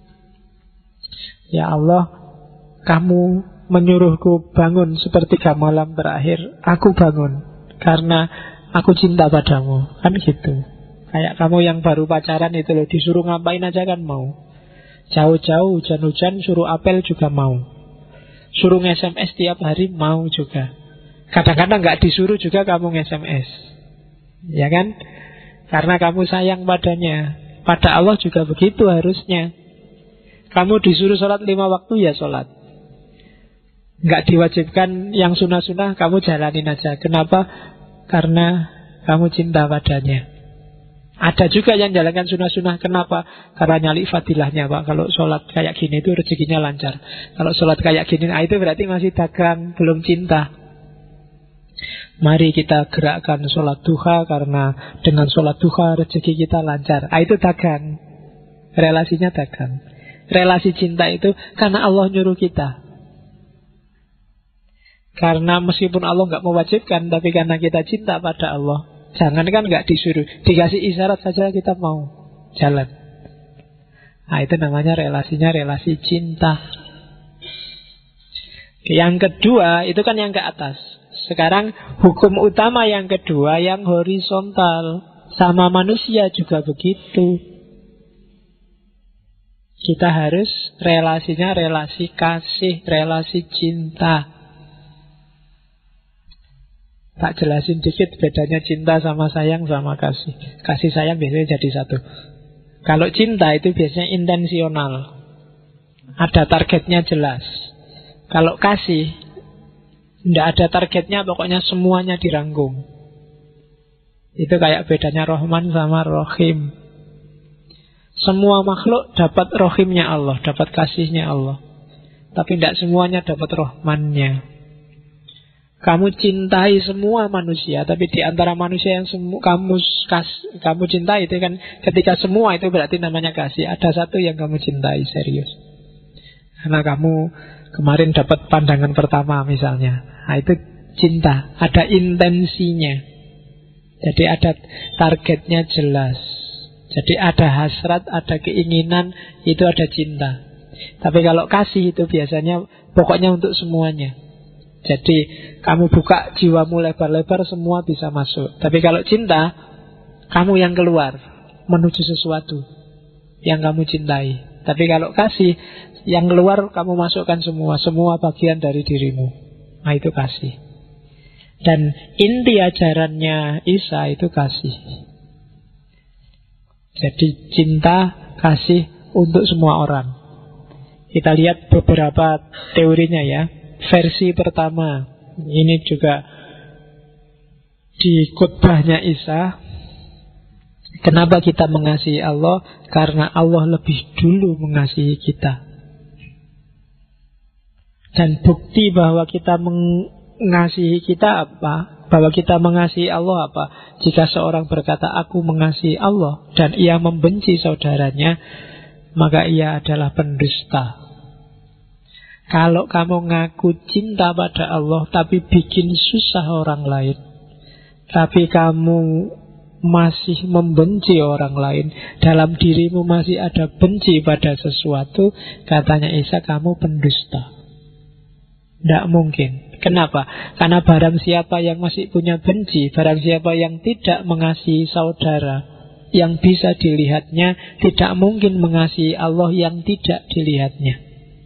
Ya Allah, kamu menyuruhku bangun sepertiga malam terakhir, aku bangun karena aku cinta padamu. Kan gitu. Kayak kamu yang baru pacaran itu loh, disuruh ngapain aja kan mau. Jauh-jauh hujan-hujan suruh apel juga mau. Suruh nge-S M S tiap hari mau juga. Kadang-kadang gak disuruh juga kamu nge-S M S, ya kan? Karena kamu sayang padanya. Pada Allah juga begitu harusnya. Kamu disuruh sholat lima waktu, ya sholat. Gak diwajibkan yang sunah-sunah, kamu jalanin aja. Kenapa? Karena kamu cinta padanya. Ada juga yang jalankan sunah-sunah. Kenapa? Karena nyali fadilahnya, Pak. Kalau sholat kayak gini itu rezekinya lancar. Kalau sholat kayak gini, nah itu berarti masih dagang, belum cinta. Mari kita gerakkan sholat duha, karena dengan sholat duha rezeki kita lancar. Ah, itu dagang. Relasinya dagang. Relasi cinta itu karena Allah nyuruh kita. Karena meskipun Allah gak mewajibkan, tapi karena kita cinta pada Allah. Jangan kan gak disuruh, dikasih isyarat saja kita mau jalan. Nah, itu namanya relasinya relasi cinta. Yang kedua, itu kan yang ke atas. Sekarang hukum utama yang kedua, yang horizontal. Sama manusia juga begitu. Kita harus relasinya relasi kasih, relasi cinta. Tak jelasin dikit bedanya cinta sama sayang sama kasih. Kasih sayang biasanya jadi satu. Kalau cinta itu biasanya intensional, ada targetnya jelas. Kalau kasih, tidak ada targetnya, pokoknya semuanya dirangkum. Itu kayak bedanya Rahman sama Rahim. Semua makhluk dapat Rahimnya Allah, dapat kasihnya Allah, tapi tidak semuanya dapat Rahmannya. Kamu cintai semua manusia, tapi di antara manusia yang semu, kamu kas, kamu cintai itu kan, ketika semua itu berarti namanya kasih. Ada satu yang kamu cintai serius, karena kamu kemarin dapat pandangan pertama misalnya. Nah, itu cinta, ada intensinya. Jadi ada targetnya jelas. Jadi ada hasrat, ada keinginan, itu ada cinta. Tapi kalau kasih itu biasanya pokoknya untuk semuanya. Jadi kamu buka jiwamu lebar-lebar, semua bisa masuk. Tapi kalau cinta, kamu yang keluar menuju sesuatu yang kamu cintai. Tapi kalau kasih, yang keluar kamu masukkan semua, semua bagian dari dirimu. Nah, itu kasih. Dan inti ajarannya Isa itu kasih. Jadi cinta, kasih untuk semua orang. Kita lihat beberapa teorinya ya. Versi pertama, ini juga di khutbahnya Isa. Kenapa kita mengasihi Allah? Karena Allah lebih dulu mengasihi kita. Dan bukti bahwa kita mengasihi kita apa? Bahwa kita mengasihi Allah apa? Jika seorang berkata, aku mengasihi Allah, dan ia membenci saudaranya, maka ia adalah pendusta. Kalau kamu ngaku cinta pada Allah tapi bikin susah orang lain, tapi kamu masih membenci orang lain, dalam dirimu masih ada benci pada sesuatu, katanya Isa, kamu pendusta. Tidak mungkin. Kenapa? Karena barang siapa yang masih punya benci, barang siapa yang tidak mengasihi saudara yang bisa dilihatnya, tidak mungkin mengasihi Allah yang tidak dilihatnya.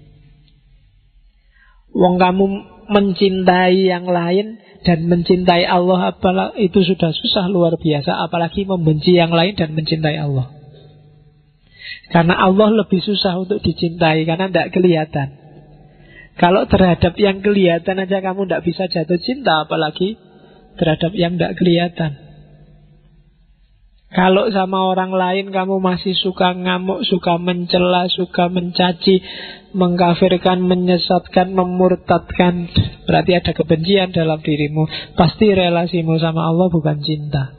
Wong kamu mencintai yang lain dan mencintai Allah, apalagi itu sudah susah luar biasa, apalagi membenci yang lain dan mencintai Allah. Karena Allah lebih susah untuk dicintai, karena tidak kelihatan. Kalau terhadap yang kelihatan aja kamu tidak bisa jatuh cinta, apalagi terhadap yang tidak kelihatan. Kalau sama orang lain kamu masih suka ngamuk, suka mencela, suka mencaci, mengkafirkan, menyesatkan, memurtadkan, berarti ada kebencian dalam dirimu. Pasti relasimu sama Allah bukan cinta.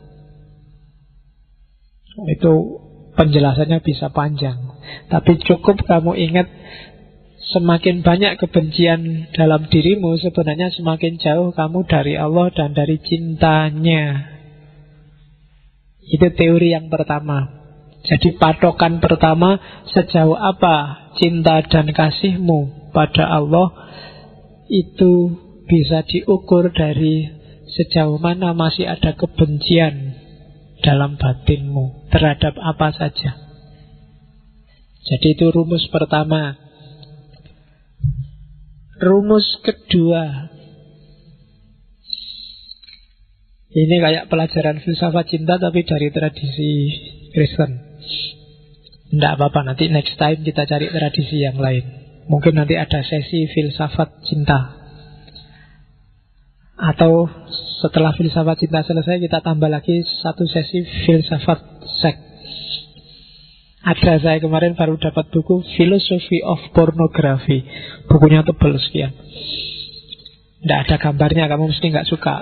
Itu penjelasannya bisa panjang, tapi cukup kamu ingat, semakin banyak kebencian dalam dirimu, sebenarnya semakin jauh kamu dari Allah dan dari cintanya. Itu teori yang pertama. Jadi patokan pertama, sejauh apa cinta dan kasihmu pada Allah, itu bisa diukur dari sejauh mana masih ada kebencian dalam batinmu terhadap apa saja. Jadi itu rumus pertama. Rumus kedua, ini kayak pelajaran filsafat cinta tapi dari tradisi Kristen. Tidak apa-apa, nanti next time kita cari tradisi yang lain. Mungkin nanti ada sesi filsafat cinta. Atau setelah filsafat cinta selesai, kita tambah lagi satu sesi filsafat seks. Ada, saya kemarin baru dapat buku Philosophy of Pornography. Bukunya tebal sekian. Tidak ada gambarnya, kamu mesti nggak suka.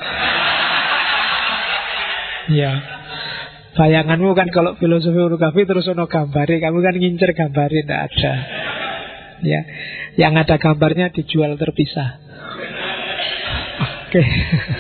Ya, bayanganmu kan kalau filosofi pornografi terus ono gambari, kamu kan ngincer gambari, tidak ada. Ya, yang ada gambarnya dijual terpisah. Oke.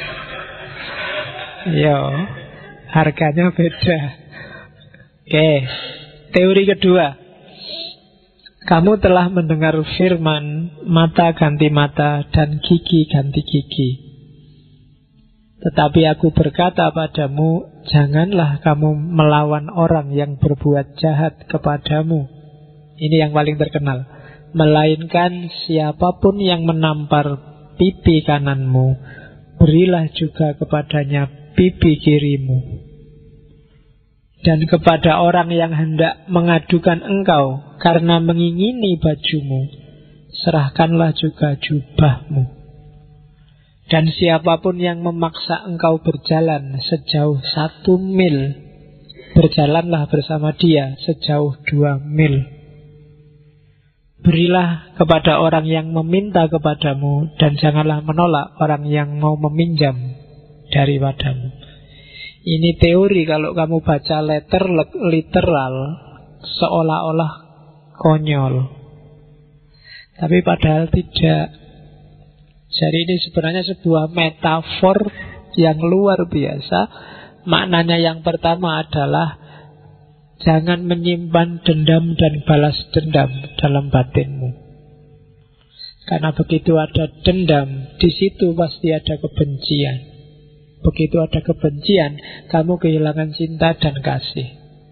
Yo, harganya beda. Oke, teori kedua. Kamu telah mendengar firman, mata ganti mata dan gigi ganti gigi. Tetapi aku berkata padamu, janganlah kamu melawan orang yang berbuat jahat kepadamu. Ini yang paling terkenal. Melainkan siapapun yang menampar pipi kananmu, berilah juga kepadanya pipi kirimu. Dan kepada orang yang hendak mengadukan engkau karena mengingini bajumu, serahkanlah juga jubahmu. Dan siapapun yang memaksa engkau berjalan sejauh satu mil, berjalanlah bersama dia sejauh dua mil. Berilah kepada orang yang meminta kepadamu, dan janganlah menolak orang yang mau meminjam daripadamu. Ini teori, kalau kamu baca letter literal seolah-olah konyol, tapi padahal tidak. Jadi ini sebenarnya sebuah metafor yang luar biasa. Maknanya yang pertama adalah jangan menyimpan dendam dan balas dendam dalam batinmu. Karena begitu ada dendam, di situ pasti ada kebencian. Begitu ada kebencian, kamu kehilangan cinta dan kasih.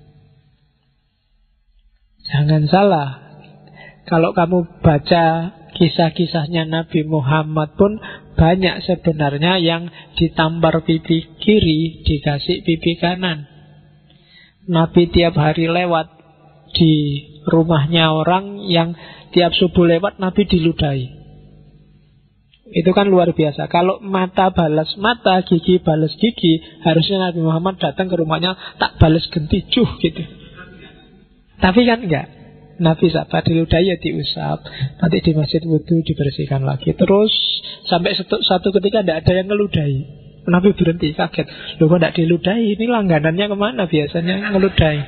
Jangan salah, kalau kamu baca kisah-kisahnya Nabi Muhammad pun banyak sebenarnya yang ditampar pipi kiri, dikasih pipi kanan. Nabi tiap hari lewat di rumahnya orang yang tiap subuh lewat, Nabi diludahi. Itu kan luar biasa. Kalau mata balas mata, gigi balas gigi, harusnya Nabi Muhammad datang ke rumahnya, tak balas genti, cuh gitu. Tapi kan enggak. Nabi sabar, diludahi ya diusap, nanti di masjid wudu dibersihkan lagi. Terus sampai satu, satu ketika tidak ada yang ngeludahi. Nabi berhenti, kaget. Loh kok tidak diludahi? Ini langganannya kemana biasanya ngeludahi?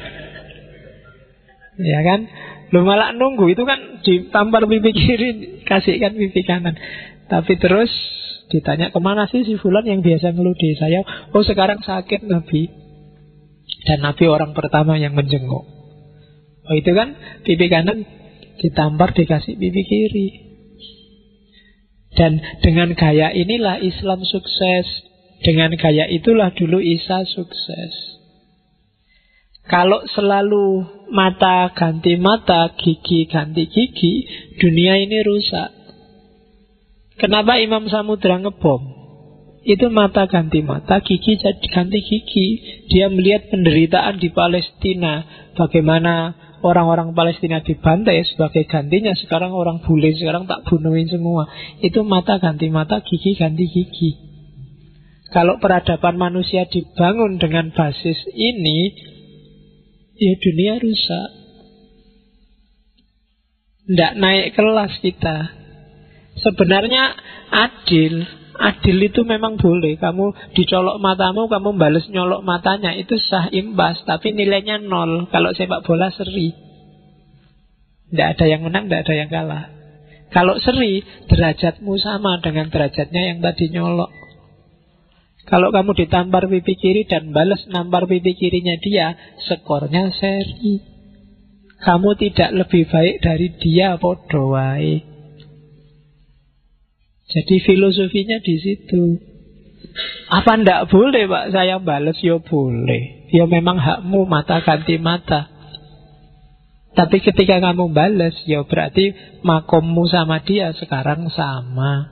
Ya kan? Loh malah nunggu, itu kan ditampar pipi kiri, kasihkan pipi kanan. Tapi terus ditanya, kemana sih si fulan yang biasa ngeludahi saya? Oh sekarang sakit Nabi. Dan Nabi orang pertama yang menjenguk. Oh itu kan pipi kanan ditampar, dikasih pipi kiri. Dan dengan gaya inilah Islam sukses. Dengan gaya itulah dulu Isa sukses. Kalau selalu mata ganti mata, gigi ganti gigi, dunia ini rusak. Kenapa Imam Samudra ngebom? Itu mata ganti mata, gigi jadi ganti gigi. Dia melihat penderitaan di Palestina, bagaimana orang-orang Palestina dibantai, sebagai gantinya sekarang orang bule, sekarang tak bunuhin semua. Itu mata ganti mata, gigi ganti gigi. Kalau peradaban manusia dibangun dengan basis ini, ya dunia rusak. Tidak naik kelas kita. Sebenarnya adil. Adil itu memang boleh. Kamu dicolok matamu, kamu balas nyolok matanya, itu sah imbas. Tapi nilainya nol. Kalau sepak bola seri, tidak ada yang menang, tidak ada yang kalah. Kalau seri, derajatmu sama dengan derajatnya yang tadi nyolok. Kalau kamu ditampar pipi kiri dan balas nampar pipi kirinya dia, skornya seri. Kamu tidak lebih baik dari dia, podo wae. Jadi filosofinya di situ. Apa ndak boleh Pak saya balas? Ya boleh. Ya memang hakmu, mata ganti mata. Tapi ketika kamu balas, ya berarti makommu sama dia sekarang sama.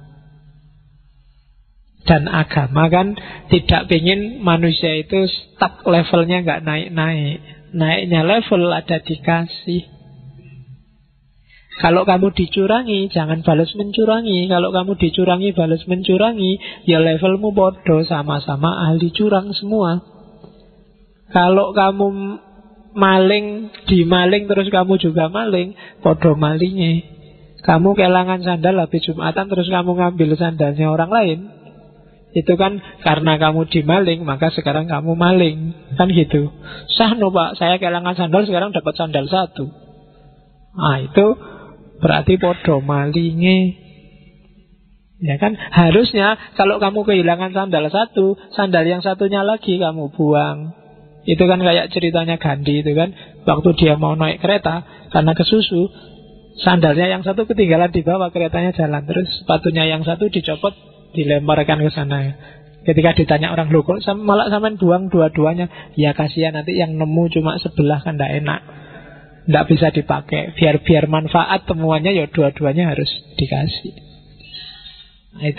Dan agama kan tidak ingin manusia itu stuck levelnya nggak naik-naik. Naiknya level ada dikasih. Kalau kamu dicurangi, jangan balas mencurangi. Kalau kamu dicurangi, balas mencurangi, ya levelmu bodoh, sama-sama ahli curang semua. Kalau kamu maling, dimaling, terus kamu juga maling, bodoh malingnya. Kamu kehilangan sandal habis Jumatan, terus kamu ngambil sandalnya orang lain, itu kan karena kamu dimaling, maka sekarang kamu maling. Kan gitu. Sah no Pak, saya kehilangan sandal, sekarang dapat sandal satu. Ah itu berarti podo malinge. Ya kan, harusnya kalau kamu kehilangan sandal satu, sandal yang satunya lagi kamu buang. Itu kan kayak ceritanya Gandhi itu kan, waktu dia mau naik kereta karena kesusu, sandalnya yang satu ketinggalan di bawah, keretanya jalan, terus sepatunya yang satu dicopot, dilemparkan ke sana. Ketika ditanya orang, loh kok malah sampean buang dua-duanya? Ya kasihan, nanti yang nemu cuma sebelah kan tidak enak, tidak bisa dipakai. Biar biar manfaat temuannya, ya dua-duanya harus dikasih. Nah, itu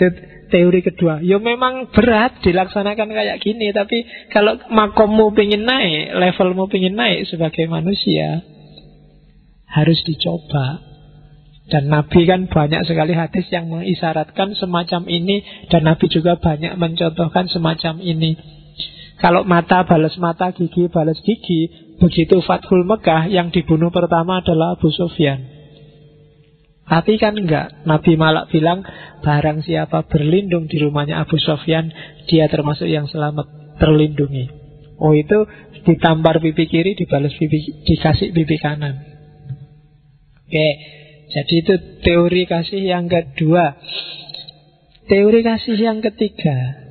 teori kedua. Ya memang berat dilaksanakan kayak gini, tapi kalau makommu pengen naik, levelmu pengen naik sebagai manusia, harus dicoba. Dan Nabi kan banyak sekali hadis yang mengisyaratkan semacam ini, dan Nabi juga banyak mencontohkan semacam ini. Kalau mata balas mata, gigi balas gigi, begitu Fathul Mekah, yang dibunuh pertama adalah Abu Sufyan. Tapi kan enggak, Nabi malah bilang, barang siapa berlindung di rumahnya Abu Sufyan, dia termasuk yang selamat, terlindungi. Oh, itu ditampar pipi kiri, dibalas pipi, dikasih pipi kanan. Oke, jadi itu teori kasih yang kedua. Teori kasih yang ketiga,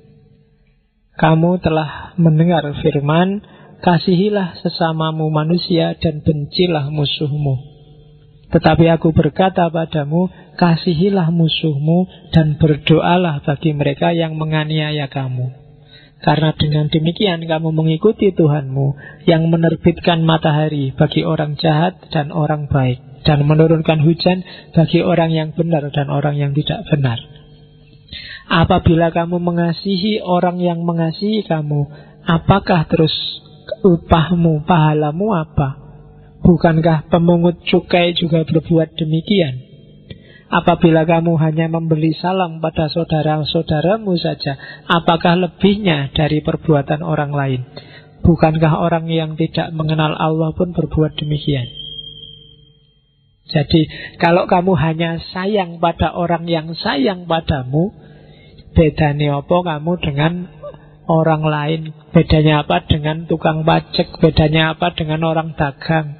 kamu telah mendengar firman, kasihilah sesamamu manusia dan bencilah musuhmu. Tetapi aku berkata padamu, kasihilah musuhmu dan berdoalah bagi mereka yang menganiaya kamu. Karena dengan demikian kamu mengikuti Tuhanmu yang menerbitkan matahari bagi orang jahat dan orang baik, dan menurunkan hujan bagi orang yang benar dan orang yang tidak benar. Apabila kamu mengasihi orang yang mengasihi kamu, apakah terus upahmu, pahalamu apa? Bukankah pemungut cukai juga berbuat demikian? Apabila kamu hanya memberi salam pada saudara-saudaramu saja, apakah lebihnya dari perbuatan orang lain? Bukankah orang yang tidak mengenal Allah pun berbuat demikian? Jadi, kalau kamu hanya sayang pada orang yang sayang padamu, bedanya apa kamu dengan orang lain? Bedanya apa dengan tukang pajak? Bedanya apa dengan orang dagang?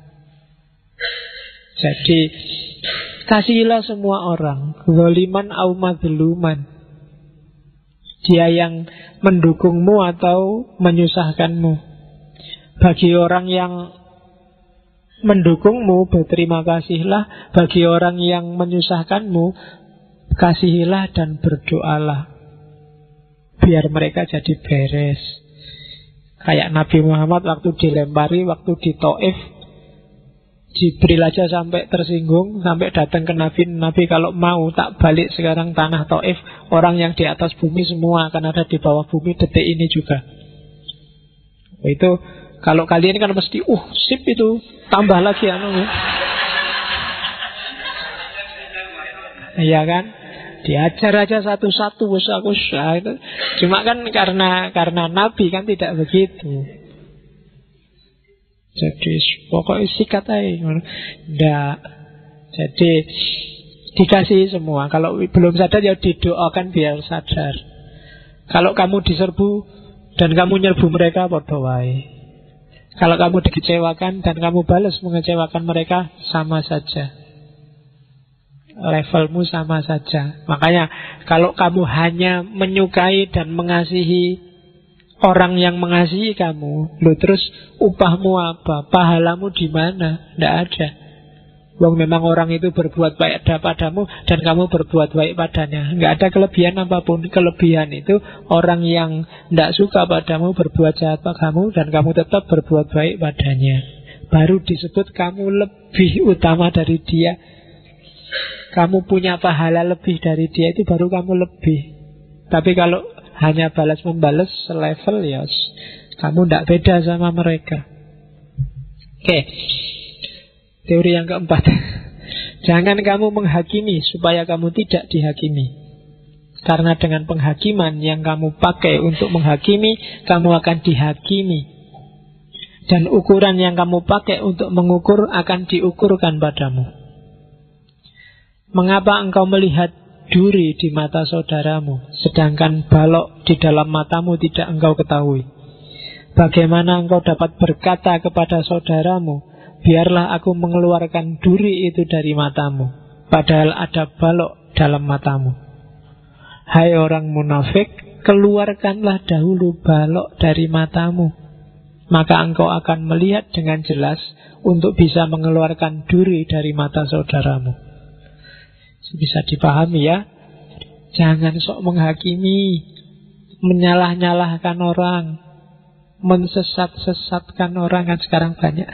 Jadi kasihilah semua orang, zaliman au mazluman, dia yang mendukungmu atau menyusahkanmu. Bagi orang yang mendukungmu, berterima kasihlah. Bagi orang yang menyusahkanmu, kasihilah dan berdoalah, biar mereka jadi beres. Kayak Nabi Muhammad waktu dilempari, waktu di Taif, Jibril aja sampai tersinggung, sampai datang ke Nabi. Nabi, kalau mau tak balik sekarang tanah Taif, orang yang di atas bumi semua akan ada di bawah bumi detik ini juga. Itu kalau kalian kan mesti uh sip itu, tambah lagi anu. Iya kan? Diajar aja satu-satu, wis aku sah itu. Cuma kan karena karena Nabi kan tidak begitu. Jadi pokoknya sikat aja. Nggak. Jadi dikasih semua. Kalau belum sadar ya didoakan biar sadar. Kalau kamu diserbu dan kamu nyerbu mereka, padha wae. Kalau kamu dikecewakan dan kamu balas mengecewakan mereka, sama saja. Levelmu sama saja. Makanya kalau kamu hanya menyukai dan mengasihi orang yang mengasihi kamu, lo terus upahmu apa? Pahalamu di mana? Tidak ada. Wong memang orang itu berbuat baik padamu dan kamu berbuat baik padanya. Tidak ada kelebihan apapun. Kelebihan itu orang yang tidak suka padamu berbuat jahat padamu dan kamu tetap berbuat baik padanya. Baru disebut kamu lebih utama dari dia. Kamu punya pahala lebih dari dia, itu baru kamu lebih. Tapi kalau hanya balas membalas selevel, ya kamu tidak beda sama mereka. Oke, teori yang keempat, jangan kamu menghakimi supaya kamu tidak dihakimi. Karena dengan penghakiman yang kamu pakai untuk menghakimi, kamu akan dihakimi. Dan ukuran yang kamu pakai untuk mengukur akan diukurkan padamu. Mengapa engkau melihat duri di mata saudaramu, sedangkan balok di dalam matamu tidak engkau ketahui? Bagaimana engkau dapat berkata kepada saudaramu, biarlah aku mengeluarkan duri itu dari matamu, padahal ada balok dalam matamu? Hai orang munafik, keluarkanlah dahulu balok dari matamu, maka engkau akan melihat dengan jelas untuk bisa mengeluarkan duri dari mata saudaramu. Bisa dipahami ya. Jangan sok menghakimi, menyalah-nyalahkan orang, mensesat-sesatkan orang. Kan sekarang banyak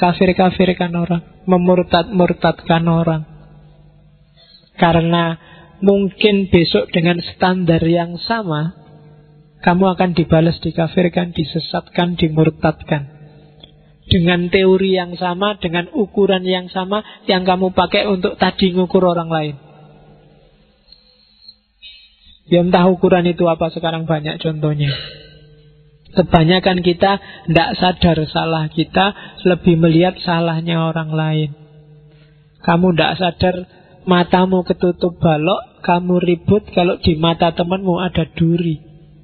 mengkafir-kafirkan orang, memurtad-murtadkan orang. Karena mungkin besok dengan standar yang sama kamu akan dibalas, dikafirkan, disesatkan, dimurtadkan. Dengan teori yang sama, dengan ukuran yang sama yang kamu pakai untuk tadi ngukur orang lain. Ya entah ukuran itu apa, sekarang banyak contohnya. Kebanyakan kita tidak sadar salah kita, lebih melihat salahnya orang lain. Kamu tidak sadar matamu ketutup balok, kamu ribut kalau di mata temanmu ada duri.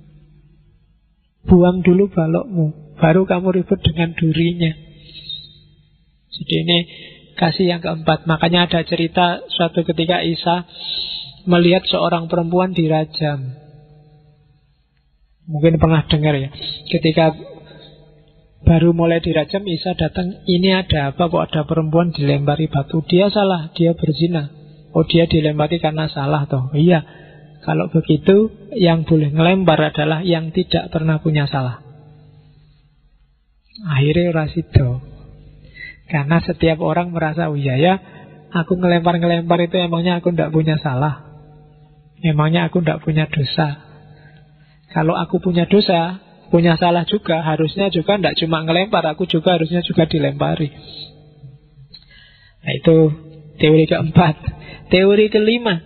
Buang dulu balokmu, baru kamu ribut dengan durinya. Jadi ini kasih yang keempat. Makanya ada cerita suatu ketika Isa melihat seorang perempuan dirajam. Mungkin pernah dengar ya. Ketika baru mulai dirajam, Isa datang, ini ada apa, kok ada perempuan dilempari batu. Dia salah, dia berzina. Oh, dia dilempari karena salah toh. Iya, kalau begitu yang boleh ngelempar adalah yang tidak pernah punya salah. Akhirnya rasido. Karena setiap orang merasa, oh iya ya, aku ngelempar-ngelempar itu emangnya aku tidak punya salah. Emangnya aku tidak punya dosa. Kalau aku punya dosa, punya salah juga, harusnya juga tidak cuma ngelempar, aku juga harusnya juga dilempari. Nah itu teori keempat. Teori kelima,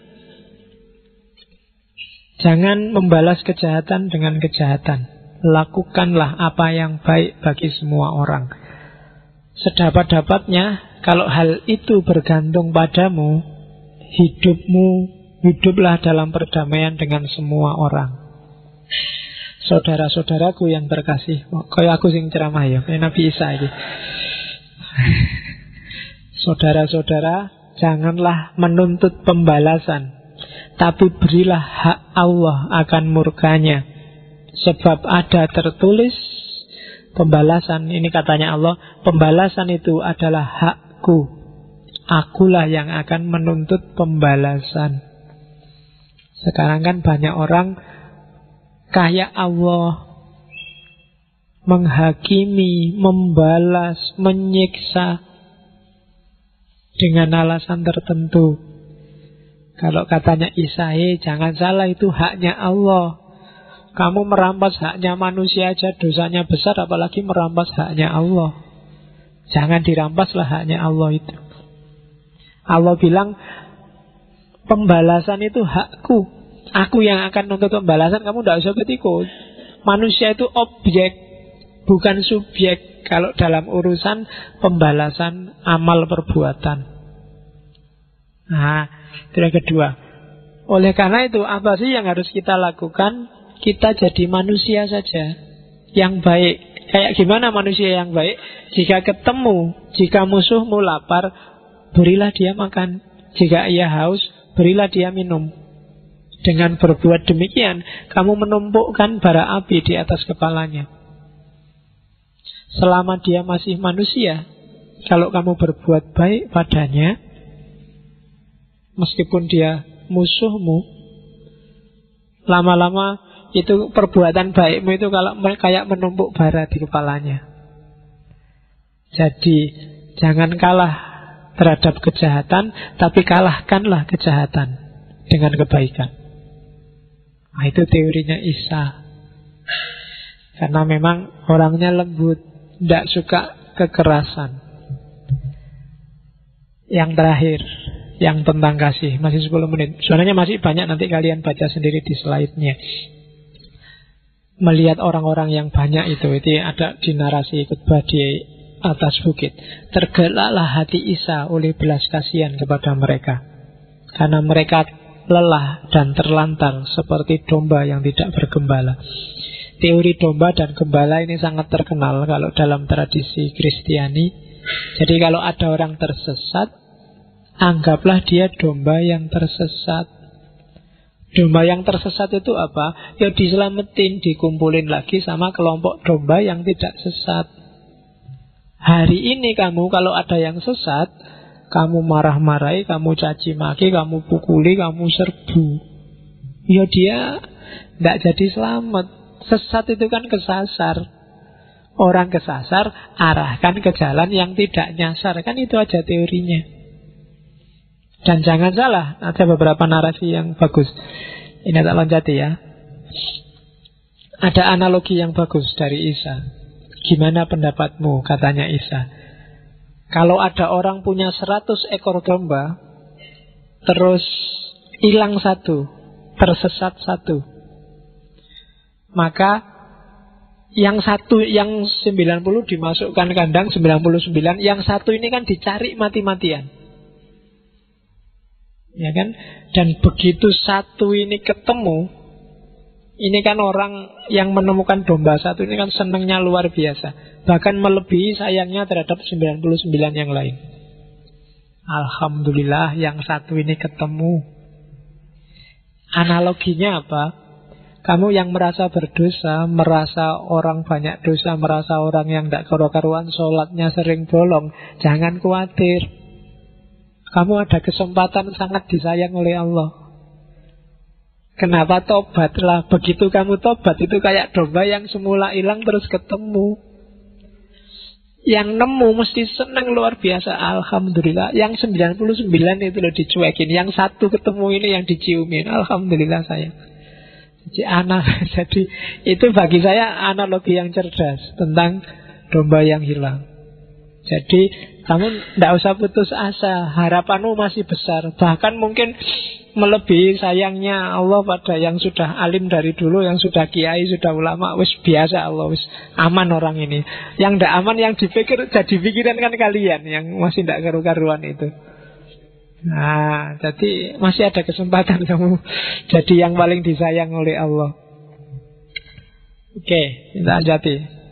jangan membalas kejahatan dengan kejahatan. Lakukanlah apa yang baik bagi semua orang. Sedapat-dapatnya, kalau hal itu bergantung padamu, hidupmu hiduplah dalam perdamaian dengan semua orang. Saudara-saudaraku yang terkasih, oh, kayak aku sing ceramah ya, kayak Nabi Isa ini. Saudara-saudara, janganlah menuntut pembalasan, tapi berilah hak Allah akan murkanya. Sebab ada tertulis pembalasan, ini katanya Allah, pembalasan itu adalah hakku. Akulah yang akan menuntut pembalasan. Sekarang kan banyak orang kayak Allah, menghakimi, membalas, menyiksa dengan alasan tertentu. Kalau katanya Isa, hey, jangan salah, itu haknya Allah. Kamu merampas haknya manusia aja dosanya besar, apalagi merampas haknya Allah. Jangan dirampaslah haknya Allah itu. Allah bilang, pembalasan itu hakku. Aku yang akan nuntut pembalasan, kamu tidak usah ikut. Manusia itu objek, bukan subjek. Kalau dalam urusan pembalasan amal perbuatan. Nah, itu yang kedua. Oleh karena itu, apa sih yang harus kita lakukan? Kita jadi manusia saja yang baik. Kayak gimana manusia yang baik? Jika ketemu, jika musuhmu lapar, berilah dia makan. Jika ia haus, berilah dia minum. Dengan berbuat demikian, kamu menumpukkan bara api di atas kepalanya. Selama dia masih manusia, kalau kamu berbuat baik padanya, meskipun dia musuhmu, lama-lama itu perbuatan baikmu itu kalau kayak menumpuk bara di kepalanya. Jadi jangan kalah terhadap kejahatan, tapi kalahkanlah kejahatan dengan kebaikan. Nah, itu teorinya Isa. Karena memang orangnya lembut, tidak suka kekerasan. Yang terakhir, yang tentang kasih, masih sepuluh menit. Sebenarnya masih banyak, nanti kalian baca sendiri di slide-nya. Melihat orang-orang yang banyak itu, itu ada di narasi khutbah di atas bukit. Tergeraklah hati Isa oleh belas kasihan kepada mereka, karena mereka lelah dan terlantar seperti domba yang tidak bergembala. Teori domba dan gembala ini sangat terkenal kalau dalam tradisi Kristiani. Jadi kalau ada orang tersesat, anggaplah dia domba yang tersesat. Domba yang tersesat itu apa? Ya diselamatin, dikumpulin lagi sama kelompok domba yang tidak sesat. Hari ini kamu kalau ada yang sesat, kamu marah-marahi, kamu caci maki, kamu pukuli, kamu serbu, ya dia tidak jadi selamat. Sesat itu kan kesasar. Orang kesasar, arahkan ke jalan yang tidak nyasar. Kan itu aja teorinya. Dan jangan salah, ada beberapa narasi yang bagus. Ini tak loncati ya. Ada analogi yang bagus dari Isa. Gimana pendapatmu, katanya Isa. Kalau ada orang punya seratus ekor domba, terus hilang satu, tersesat satu, maka yang satu, yang sembilan puluh dimasukkan kandang, sembilan puluh sembilan, yang satu ini kan dicari mati-matian, ya kan? Dan begitu satu ini ketemu, ini kan orang yang menemukan domba satu ini kan senangnya luar biasa, bahkan melebihi sayangnya terhadap sembilan puluh sembilan yang lain. Alhamdulillah yang satu ini ketemu. Analoginya apa? Kamu yang merasa berdosa, merasa orang banyak dosa, merasa orang yang tidak karu-karuan, sholatnya sering bolong, jangan khawatir. Kamu ada kesempatan sangat disayang oleh Allah. Kenapa tobatlah? Begitu kamu tobat, itu kayak domba yang semula hilang terus ketemu. Yang nemu mesti senang luar biasa, alhamdulillah. Yang sembilan puluh sembilan itu loh dicuekin, yang satu ketemu ini yang diciumin, alhamdulillah saya. Jadi, anak, jadi itu bagi saya analogi yang cerdas tentang domba yang hilang. Jadi kamu tidak usah putus asa, harapanmu masih besar. Bahkan mungkin melebihi sayangnya Allah pada yang sudah alim dari dulu, yang sudah kiai, sudah ulama. Wis biasa Allah, wis aman orang ini. Yang tidak aman, yang dipikir jadi pikiran kan kalian, yang masih tidak karu-karuan itu. Nah, jadi masih ada kesempatan kamu jadi yang paling disayang oleh Allah. Oke, kita lanjuti.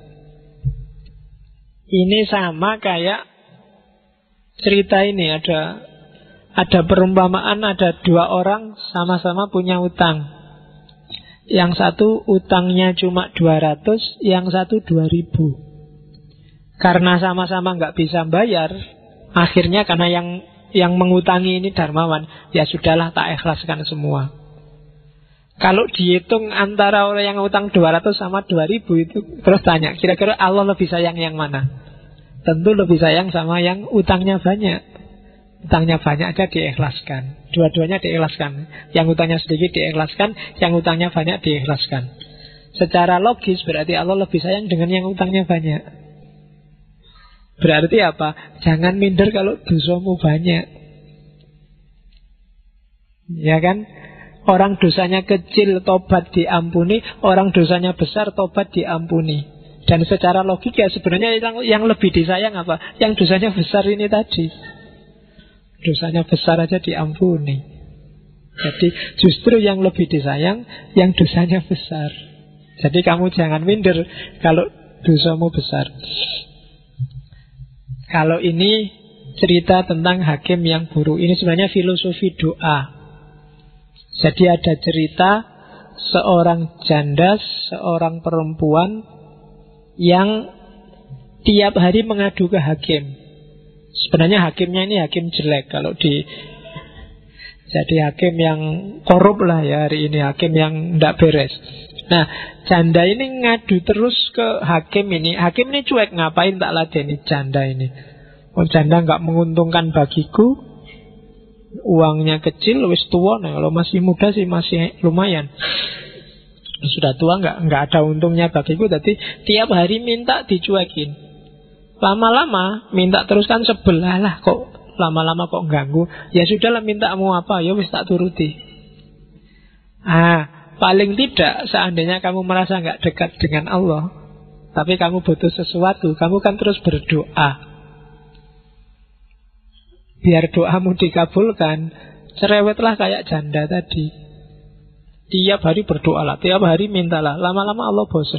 Ini sama kayak cerita ini, ada Ada perumpamaan, ada dua orang sama-sama punya utang. Yang satu utangnya cuma dua ratus, yang satu dua ribu. Karena sama-sama nggak bisa bayar, akhirnya karena yang yang mengutangi ini dermawan, ya sudahlah tak ikhlaskan semua. Kalau dihitung antara orang yang utang dua ratus sama dua ribu itu, terus tanya, kira-kira Allah lebih sayang yang mana? Tentu lebih sayang sama yang utangnya banyak. Utangnya banyak aja diikhlaskan, dua-duanya diikhlaskan. Yang utangnya sedikit diikhlaskan, yang utangnya banyak diikhlaskan. Secara logis berarti Allah lebih sayang dengan yang utangnya banyak. Berarti apa? Jangan minder kalau dosamu banyak. Ya kan? Orang dosanya kecil tobat diampuni, orang dosanya besar tobat diampuni. Dan secara logika sebenarnya yang, yang lebih disayang apa? Yang dosanya besar ini tadi. Dosanya besar aja diampuni. Jadi justru yang lebih disayang yang dosanya besar. Jadi kamu jangan minder kalau dosamu besar. Kalau ini cerita tentang hakim yang buruk, ini sebenarnya filosofi doa. Jadi ada cerita seorang janda, seorang perempuan yang tiap hari mengadu ke hakim. Sebenarnya hakimnya ini hakim jelek. Kalau di jadi hakim yang korup lah ya hari ini, hakim yang tidak beres. Nah, janda ini ngadu terus ke hakim ini. Hakim ini cuek, ngapain tak ladeni janda ini. Oh, janda nggak menguntungkan bagiku, uangnya kecil, wis tua. Nah, kalau masih muda sih masih lumayan. Sudah tua nggak nggak ada untungnya bagiku. Jadi tiap hari minta dicuekin. Lama-lama minta terus kan sebelah lah, kok lama-lama kok ganggu. Ya sudahlah, mintamu apa, ya wis tak turuti. Ah, paling tidak seandainya kamu merasa gak dekat dengan Allah, tapi kamu butuh sesuatu, kamu kan terus berdoa. Biar doamu dikabulkan, cerewetlah kayak janda tadi. Tiap hari berdoalah, tiap hari mintalah. Lama-lama Allah bosan.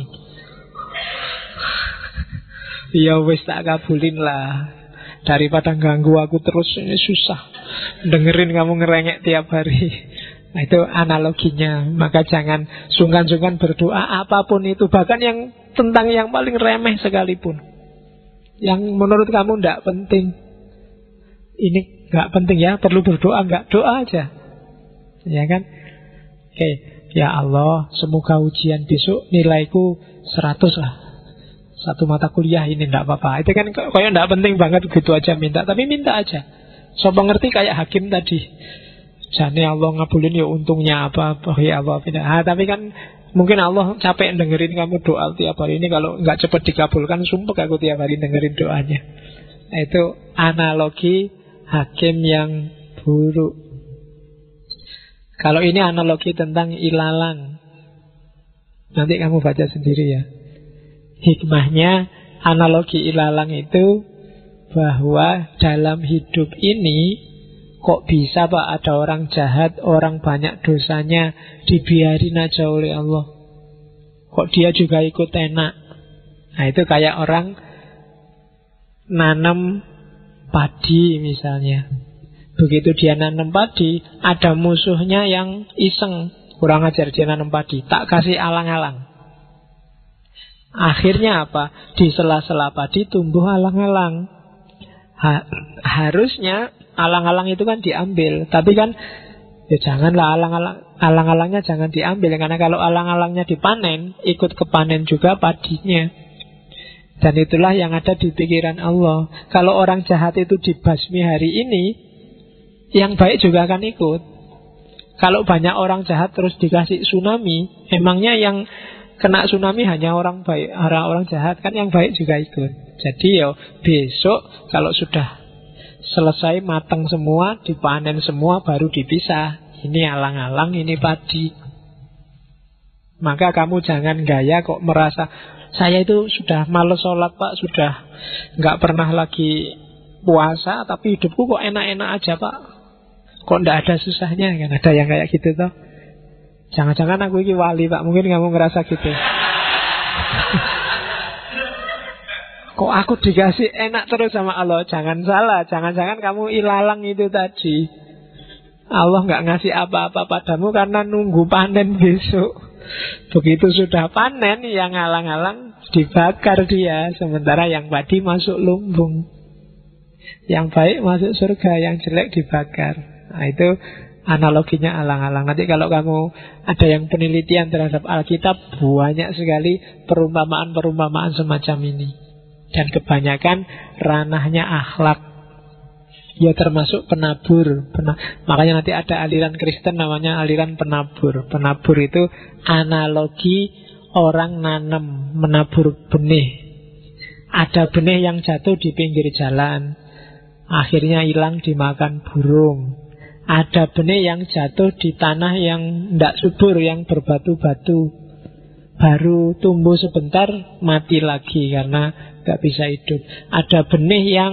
Ya wis tak kabulin lah. Daripada ganggu aku terus, ini susah dengerin kamu ngerengek tiap hari. Nah, itu analoginya. Maka jangan sungkan-sungkan berdoa apapun itu, bahkan yang tentang yang paling remeh sekalipun, yang menurut kamu tidak penting. Ini nggak penting ya, perlu berdoa nggak? Doa aja, ya kan? Oke, ya Allah, semoga ujian besok nilaiku seratus lah. Satu mata kuliah ini tidak apa-apa. Itu kan kayak tidak penting banget gitu aja minta. Tapi minta aja. Sapa ngerti kayak hakim tadi. Jane Allah ngabulin ya untungnya apa, apa ya apa tidak. Ah, tapi kan mungkin Allah capek dengerin kamu doa tiap hari ini. Kalau nggak cepat dikabulkan, sumpah aku tiap hari dengerin doanya. Nah, itu analogi hakim yang buruk. Kalau ini analogi tentang ilalang, nanti kamu baca sendiri ya. Hikmahnya analogi ilalang itu bahwa dalam hidup ini kok bisa Pak ada orang jahat, orang banyak dosanya, dibiarin aja oleh Allah. Kok dia juga ikut enak. Nah itu kayak orang nanam padi misalnya. Begitu dia nanam padi, ada musuhnya yang iseng, kurang ajar dia nanam padi, tak kasih alang-alang. Akhirnya apa? Di sela-sela padi tumbuh alang-alang. Ha, harusnya alang-alang itu kan diambil, tapi kan ya janganlah alang-alang, alang-alangnya jangan diambil, karena kalau alang-alangnya dipanen, ikut kepanen juga padinya. Dan itulah yang ada di pikiran Allah. Kalau orang jahat itu dibasmi hari ini, yang baik juga akan ikut. Kalau banyak orang jahat terus dikasih tsunami, emangnya yang kena tsunami hanya orang baik, orang-orang jahat, kan yang baik juga ikut. Jadi ya besok kalau sudah selesai matang semua, dipanen semua, baru dipisah. Ini alang-alang, ini padi. Maka kamu jangan gaya kok merasa saya itu sudah males sholat Pak, sudah nggak pernah lagi puasa, tapi hidupku kok enak-enak aja Pak. Kok ndak ada susahnya, kan ada yang kayak gitu toh. Jangan-jangan aku ini wali Pak, mungkin kamu ngerasa gitu. Kok aku dikasih enak terus sama Allah. Jangan salah, jangan-jangan kamu ilalang itu tadi. Allah nggak ngasih apa-apa padamu karena nunggu panen besok. Begitu sudah panen, yang alang-alang dibakar dia, sementara yang padi masuk lumbung. Yang baik masuk surga, yang jelek dibakar. Nah itu analoginya alang-alang. Nanti kalau kamu ada yang penelitian terhadap Alkitab, banyak sekali perumpamaan-perumpamaan semacam ini. Dan kebanyakan ranahnya akhlak. Ya termasuk penabur. Pena- Makanya nanti ada aliran Kristen namanya aliran penabur. Penabur itu analogi orang nanam, menabur benih. Ada benih yang jatuh di pinggir jalan, akhirnya hilang dimakan burung. Ada benih yang jatuh di tanah yang tidak subur, yang berbatu-batu, baru tumbuh sebentar, mati lagi karena nggak bisa hidup. Ada benih yang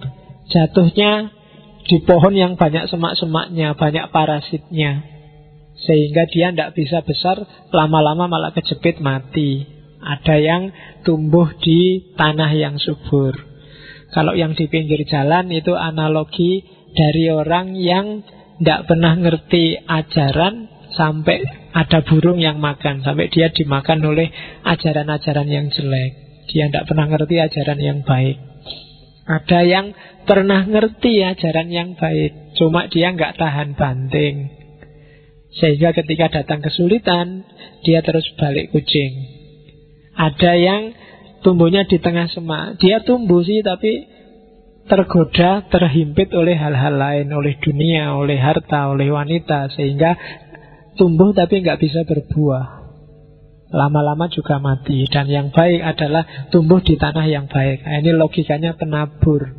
jatuhnya di pohon yang banyak semak-semaknya, banyak parasitnya, sehingga dia tidak bisa besar, lama-lama malah kejepit mati. Ada yang tumbuh di tanah yang subur. Kalau yang di pinggir jalan itu analogi dari orang yang tidak pernah ngerti ajaran, sampai ada burung yang makan, sampai dia dimakan oleh ajaran-ajaran yang jelek. Dia tidak pernah ngerti ajaran yang baik. Ada yang pernah ngerti ajaran yang baik, cuma dia nggak tahan banting, sehingga ketika datang kesulitan, dia terus balik kucing. Ada yang tumbuhnya di tengah semak, dia tumbuh sih tapi tergoda, terhimpit oleh hal-hal lain, oleh dunia, oleh harta, oleh wanita, sehingga tumbuh tapi nggak bisa berbuah. Lama-lama juga mati. Dan yang baik adalah tumbuh di tanah yang baik. Nah, ini logikanya penabur.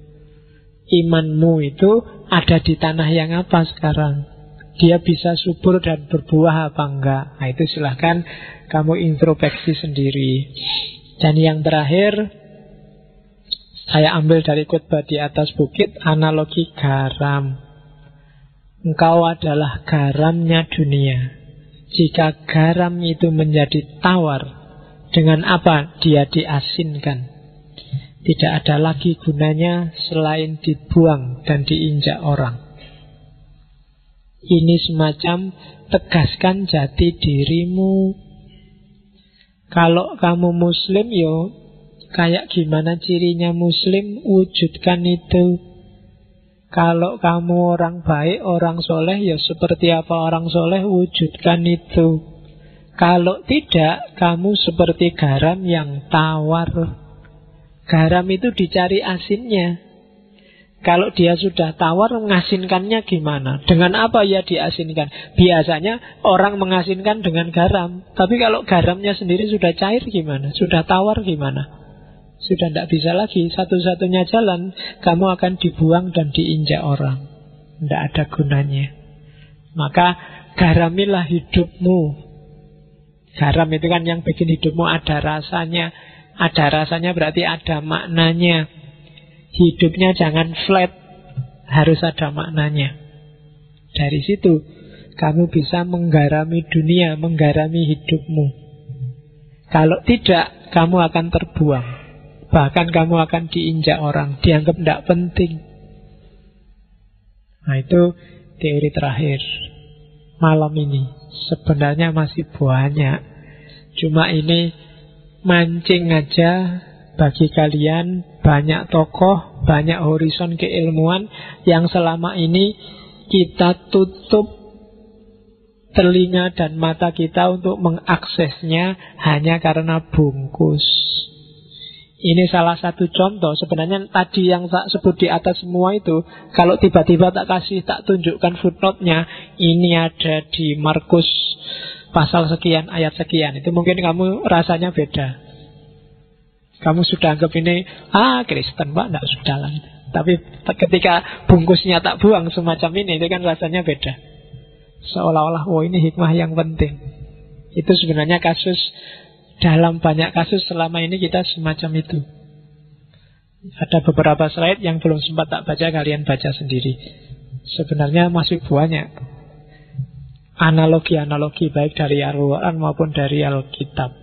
Imanmu itu ada di tanah yang apa sekarang? Dia bisa subur dan berbuah apa enggak? Nah itu silahkan kamu introspeksi sendiri. Dan yang terakhir, saya ambil dari khotbah di atas bukit, analogi garam. Engkau adalah garamnya dunia. Jika garam itu menjadi tawar, dengan apa dia diasinkan? Tidak ada lagi gunanya selain dibuang dan diinjak orang. Ini semacam tegaskan jati dirimu. Kalau kamu muslim, yo kayak gimana cirinya muslim, wujudkan itu. Kalau kamu orang baik, orang soleh, ya seperti apa orang soleh, wujudkan itu. Kalau tidak, kamu seperti garam yang tawar. Garam itu dicari asinnya. Kalau dia sudah tawar, mengasinkannya gimana? Dengan apa ya diasinkan? Biasanya orang mengasinkan dengan garam. Tapi kalau garamnya sendiri sudah cair gimana? Sudah tawar gimana? Sudah tidak bisa lagi. Satu-satunya jalan, kamu akan dibuang dan diinjak orang. Tidak ada gunanya. Maka garamilah hidupmu. Garam itu kan yang bikin hidupmu ada rasanya. Ada rasanya berarti ada maknanya. Hidupnya jangan flat, harus ada maknanya. Dari situ kamu bisa menggarami dunia, menggarami hidupmu. Kalau tidak, kamu akan terbuang. Bahkan kamu akan diinjak orang, dianggap tidak penting. Nah itu teori terakhir malam ini. Sebenarnya masih banyak, cuma ini mancing aja bagi kalian. Banyak tokoh, banyak horizon keilmuan yang selama ini kita tutup telinga dan mata kita untuk mengaksesnya hanya karena bungkus. Ini salah satu contoh. Sebenarnya tadi yang tak sebut di atas semua itu, kalau tiba-tiba tak kasih, tak tunjukkan footnote-nya, ini ada di Markus pasal sekian, ayat sekian, itu mungkin kamu rasanya beda. Kamu sudah anggap ini, ah Kristen pak, tidak sudah lah. Tapi ketika bungkusnya tak buang semacam ini, itu kan rasanya beda. Seolah-olah, oh ini hikmah yang penting. Itu sebenarnya kasus, dalam banyak kasus selama ini kita semacam itu. Ada beberapa slide yang belum sempat tak baca, kalian baca sendiri. Sebenarnya masih banyak analogi-analogi baik dari Al-Quran maupun dari Alkitab.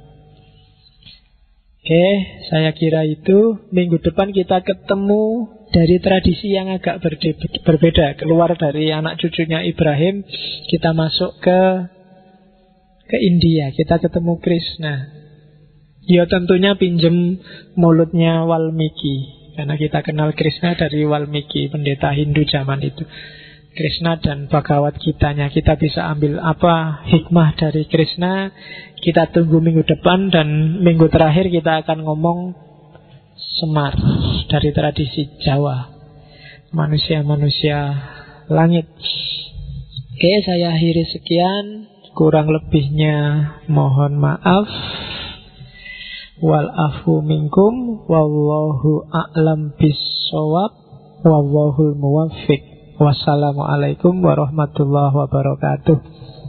Oke, saya kira itu. Minggu depan kita ketemu dari tradisi yang agak berbeda. Keluar dari anak cucunya Ibrahim, kita masuk ke ke India. Kita ketemu Krishna. Ya tentunya pinjem mulutnya Walmiki, karena kita kenal Krishna dari Walmiki, pendeta Hindu zaman itu. Krishna dan Bhagavad Gitanya, kita bisa ambil apa hikmah dari Krishna. Kita tunggu minggu depan, dan minggu terakhir kita akan ngomong Semar dari tradisi Jawa, manusia-manusia langit. Oke, saya akhiri sekian. Kurang lebihnya mohon maaf. Wal afu minkum wallahu a'lam bis-shawab wallahul muwaffiq. Wassalamualaikum warahmatullahi wabarakatuh.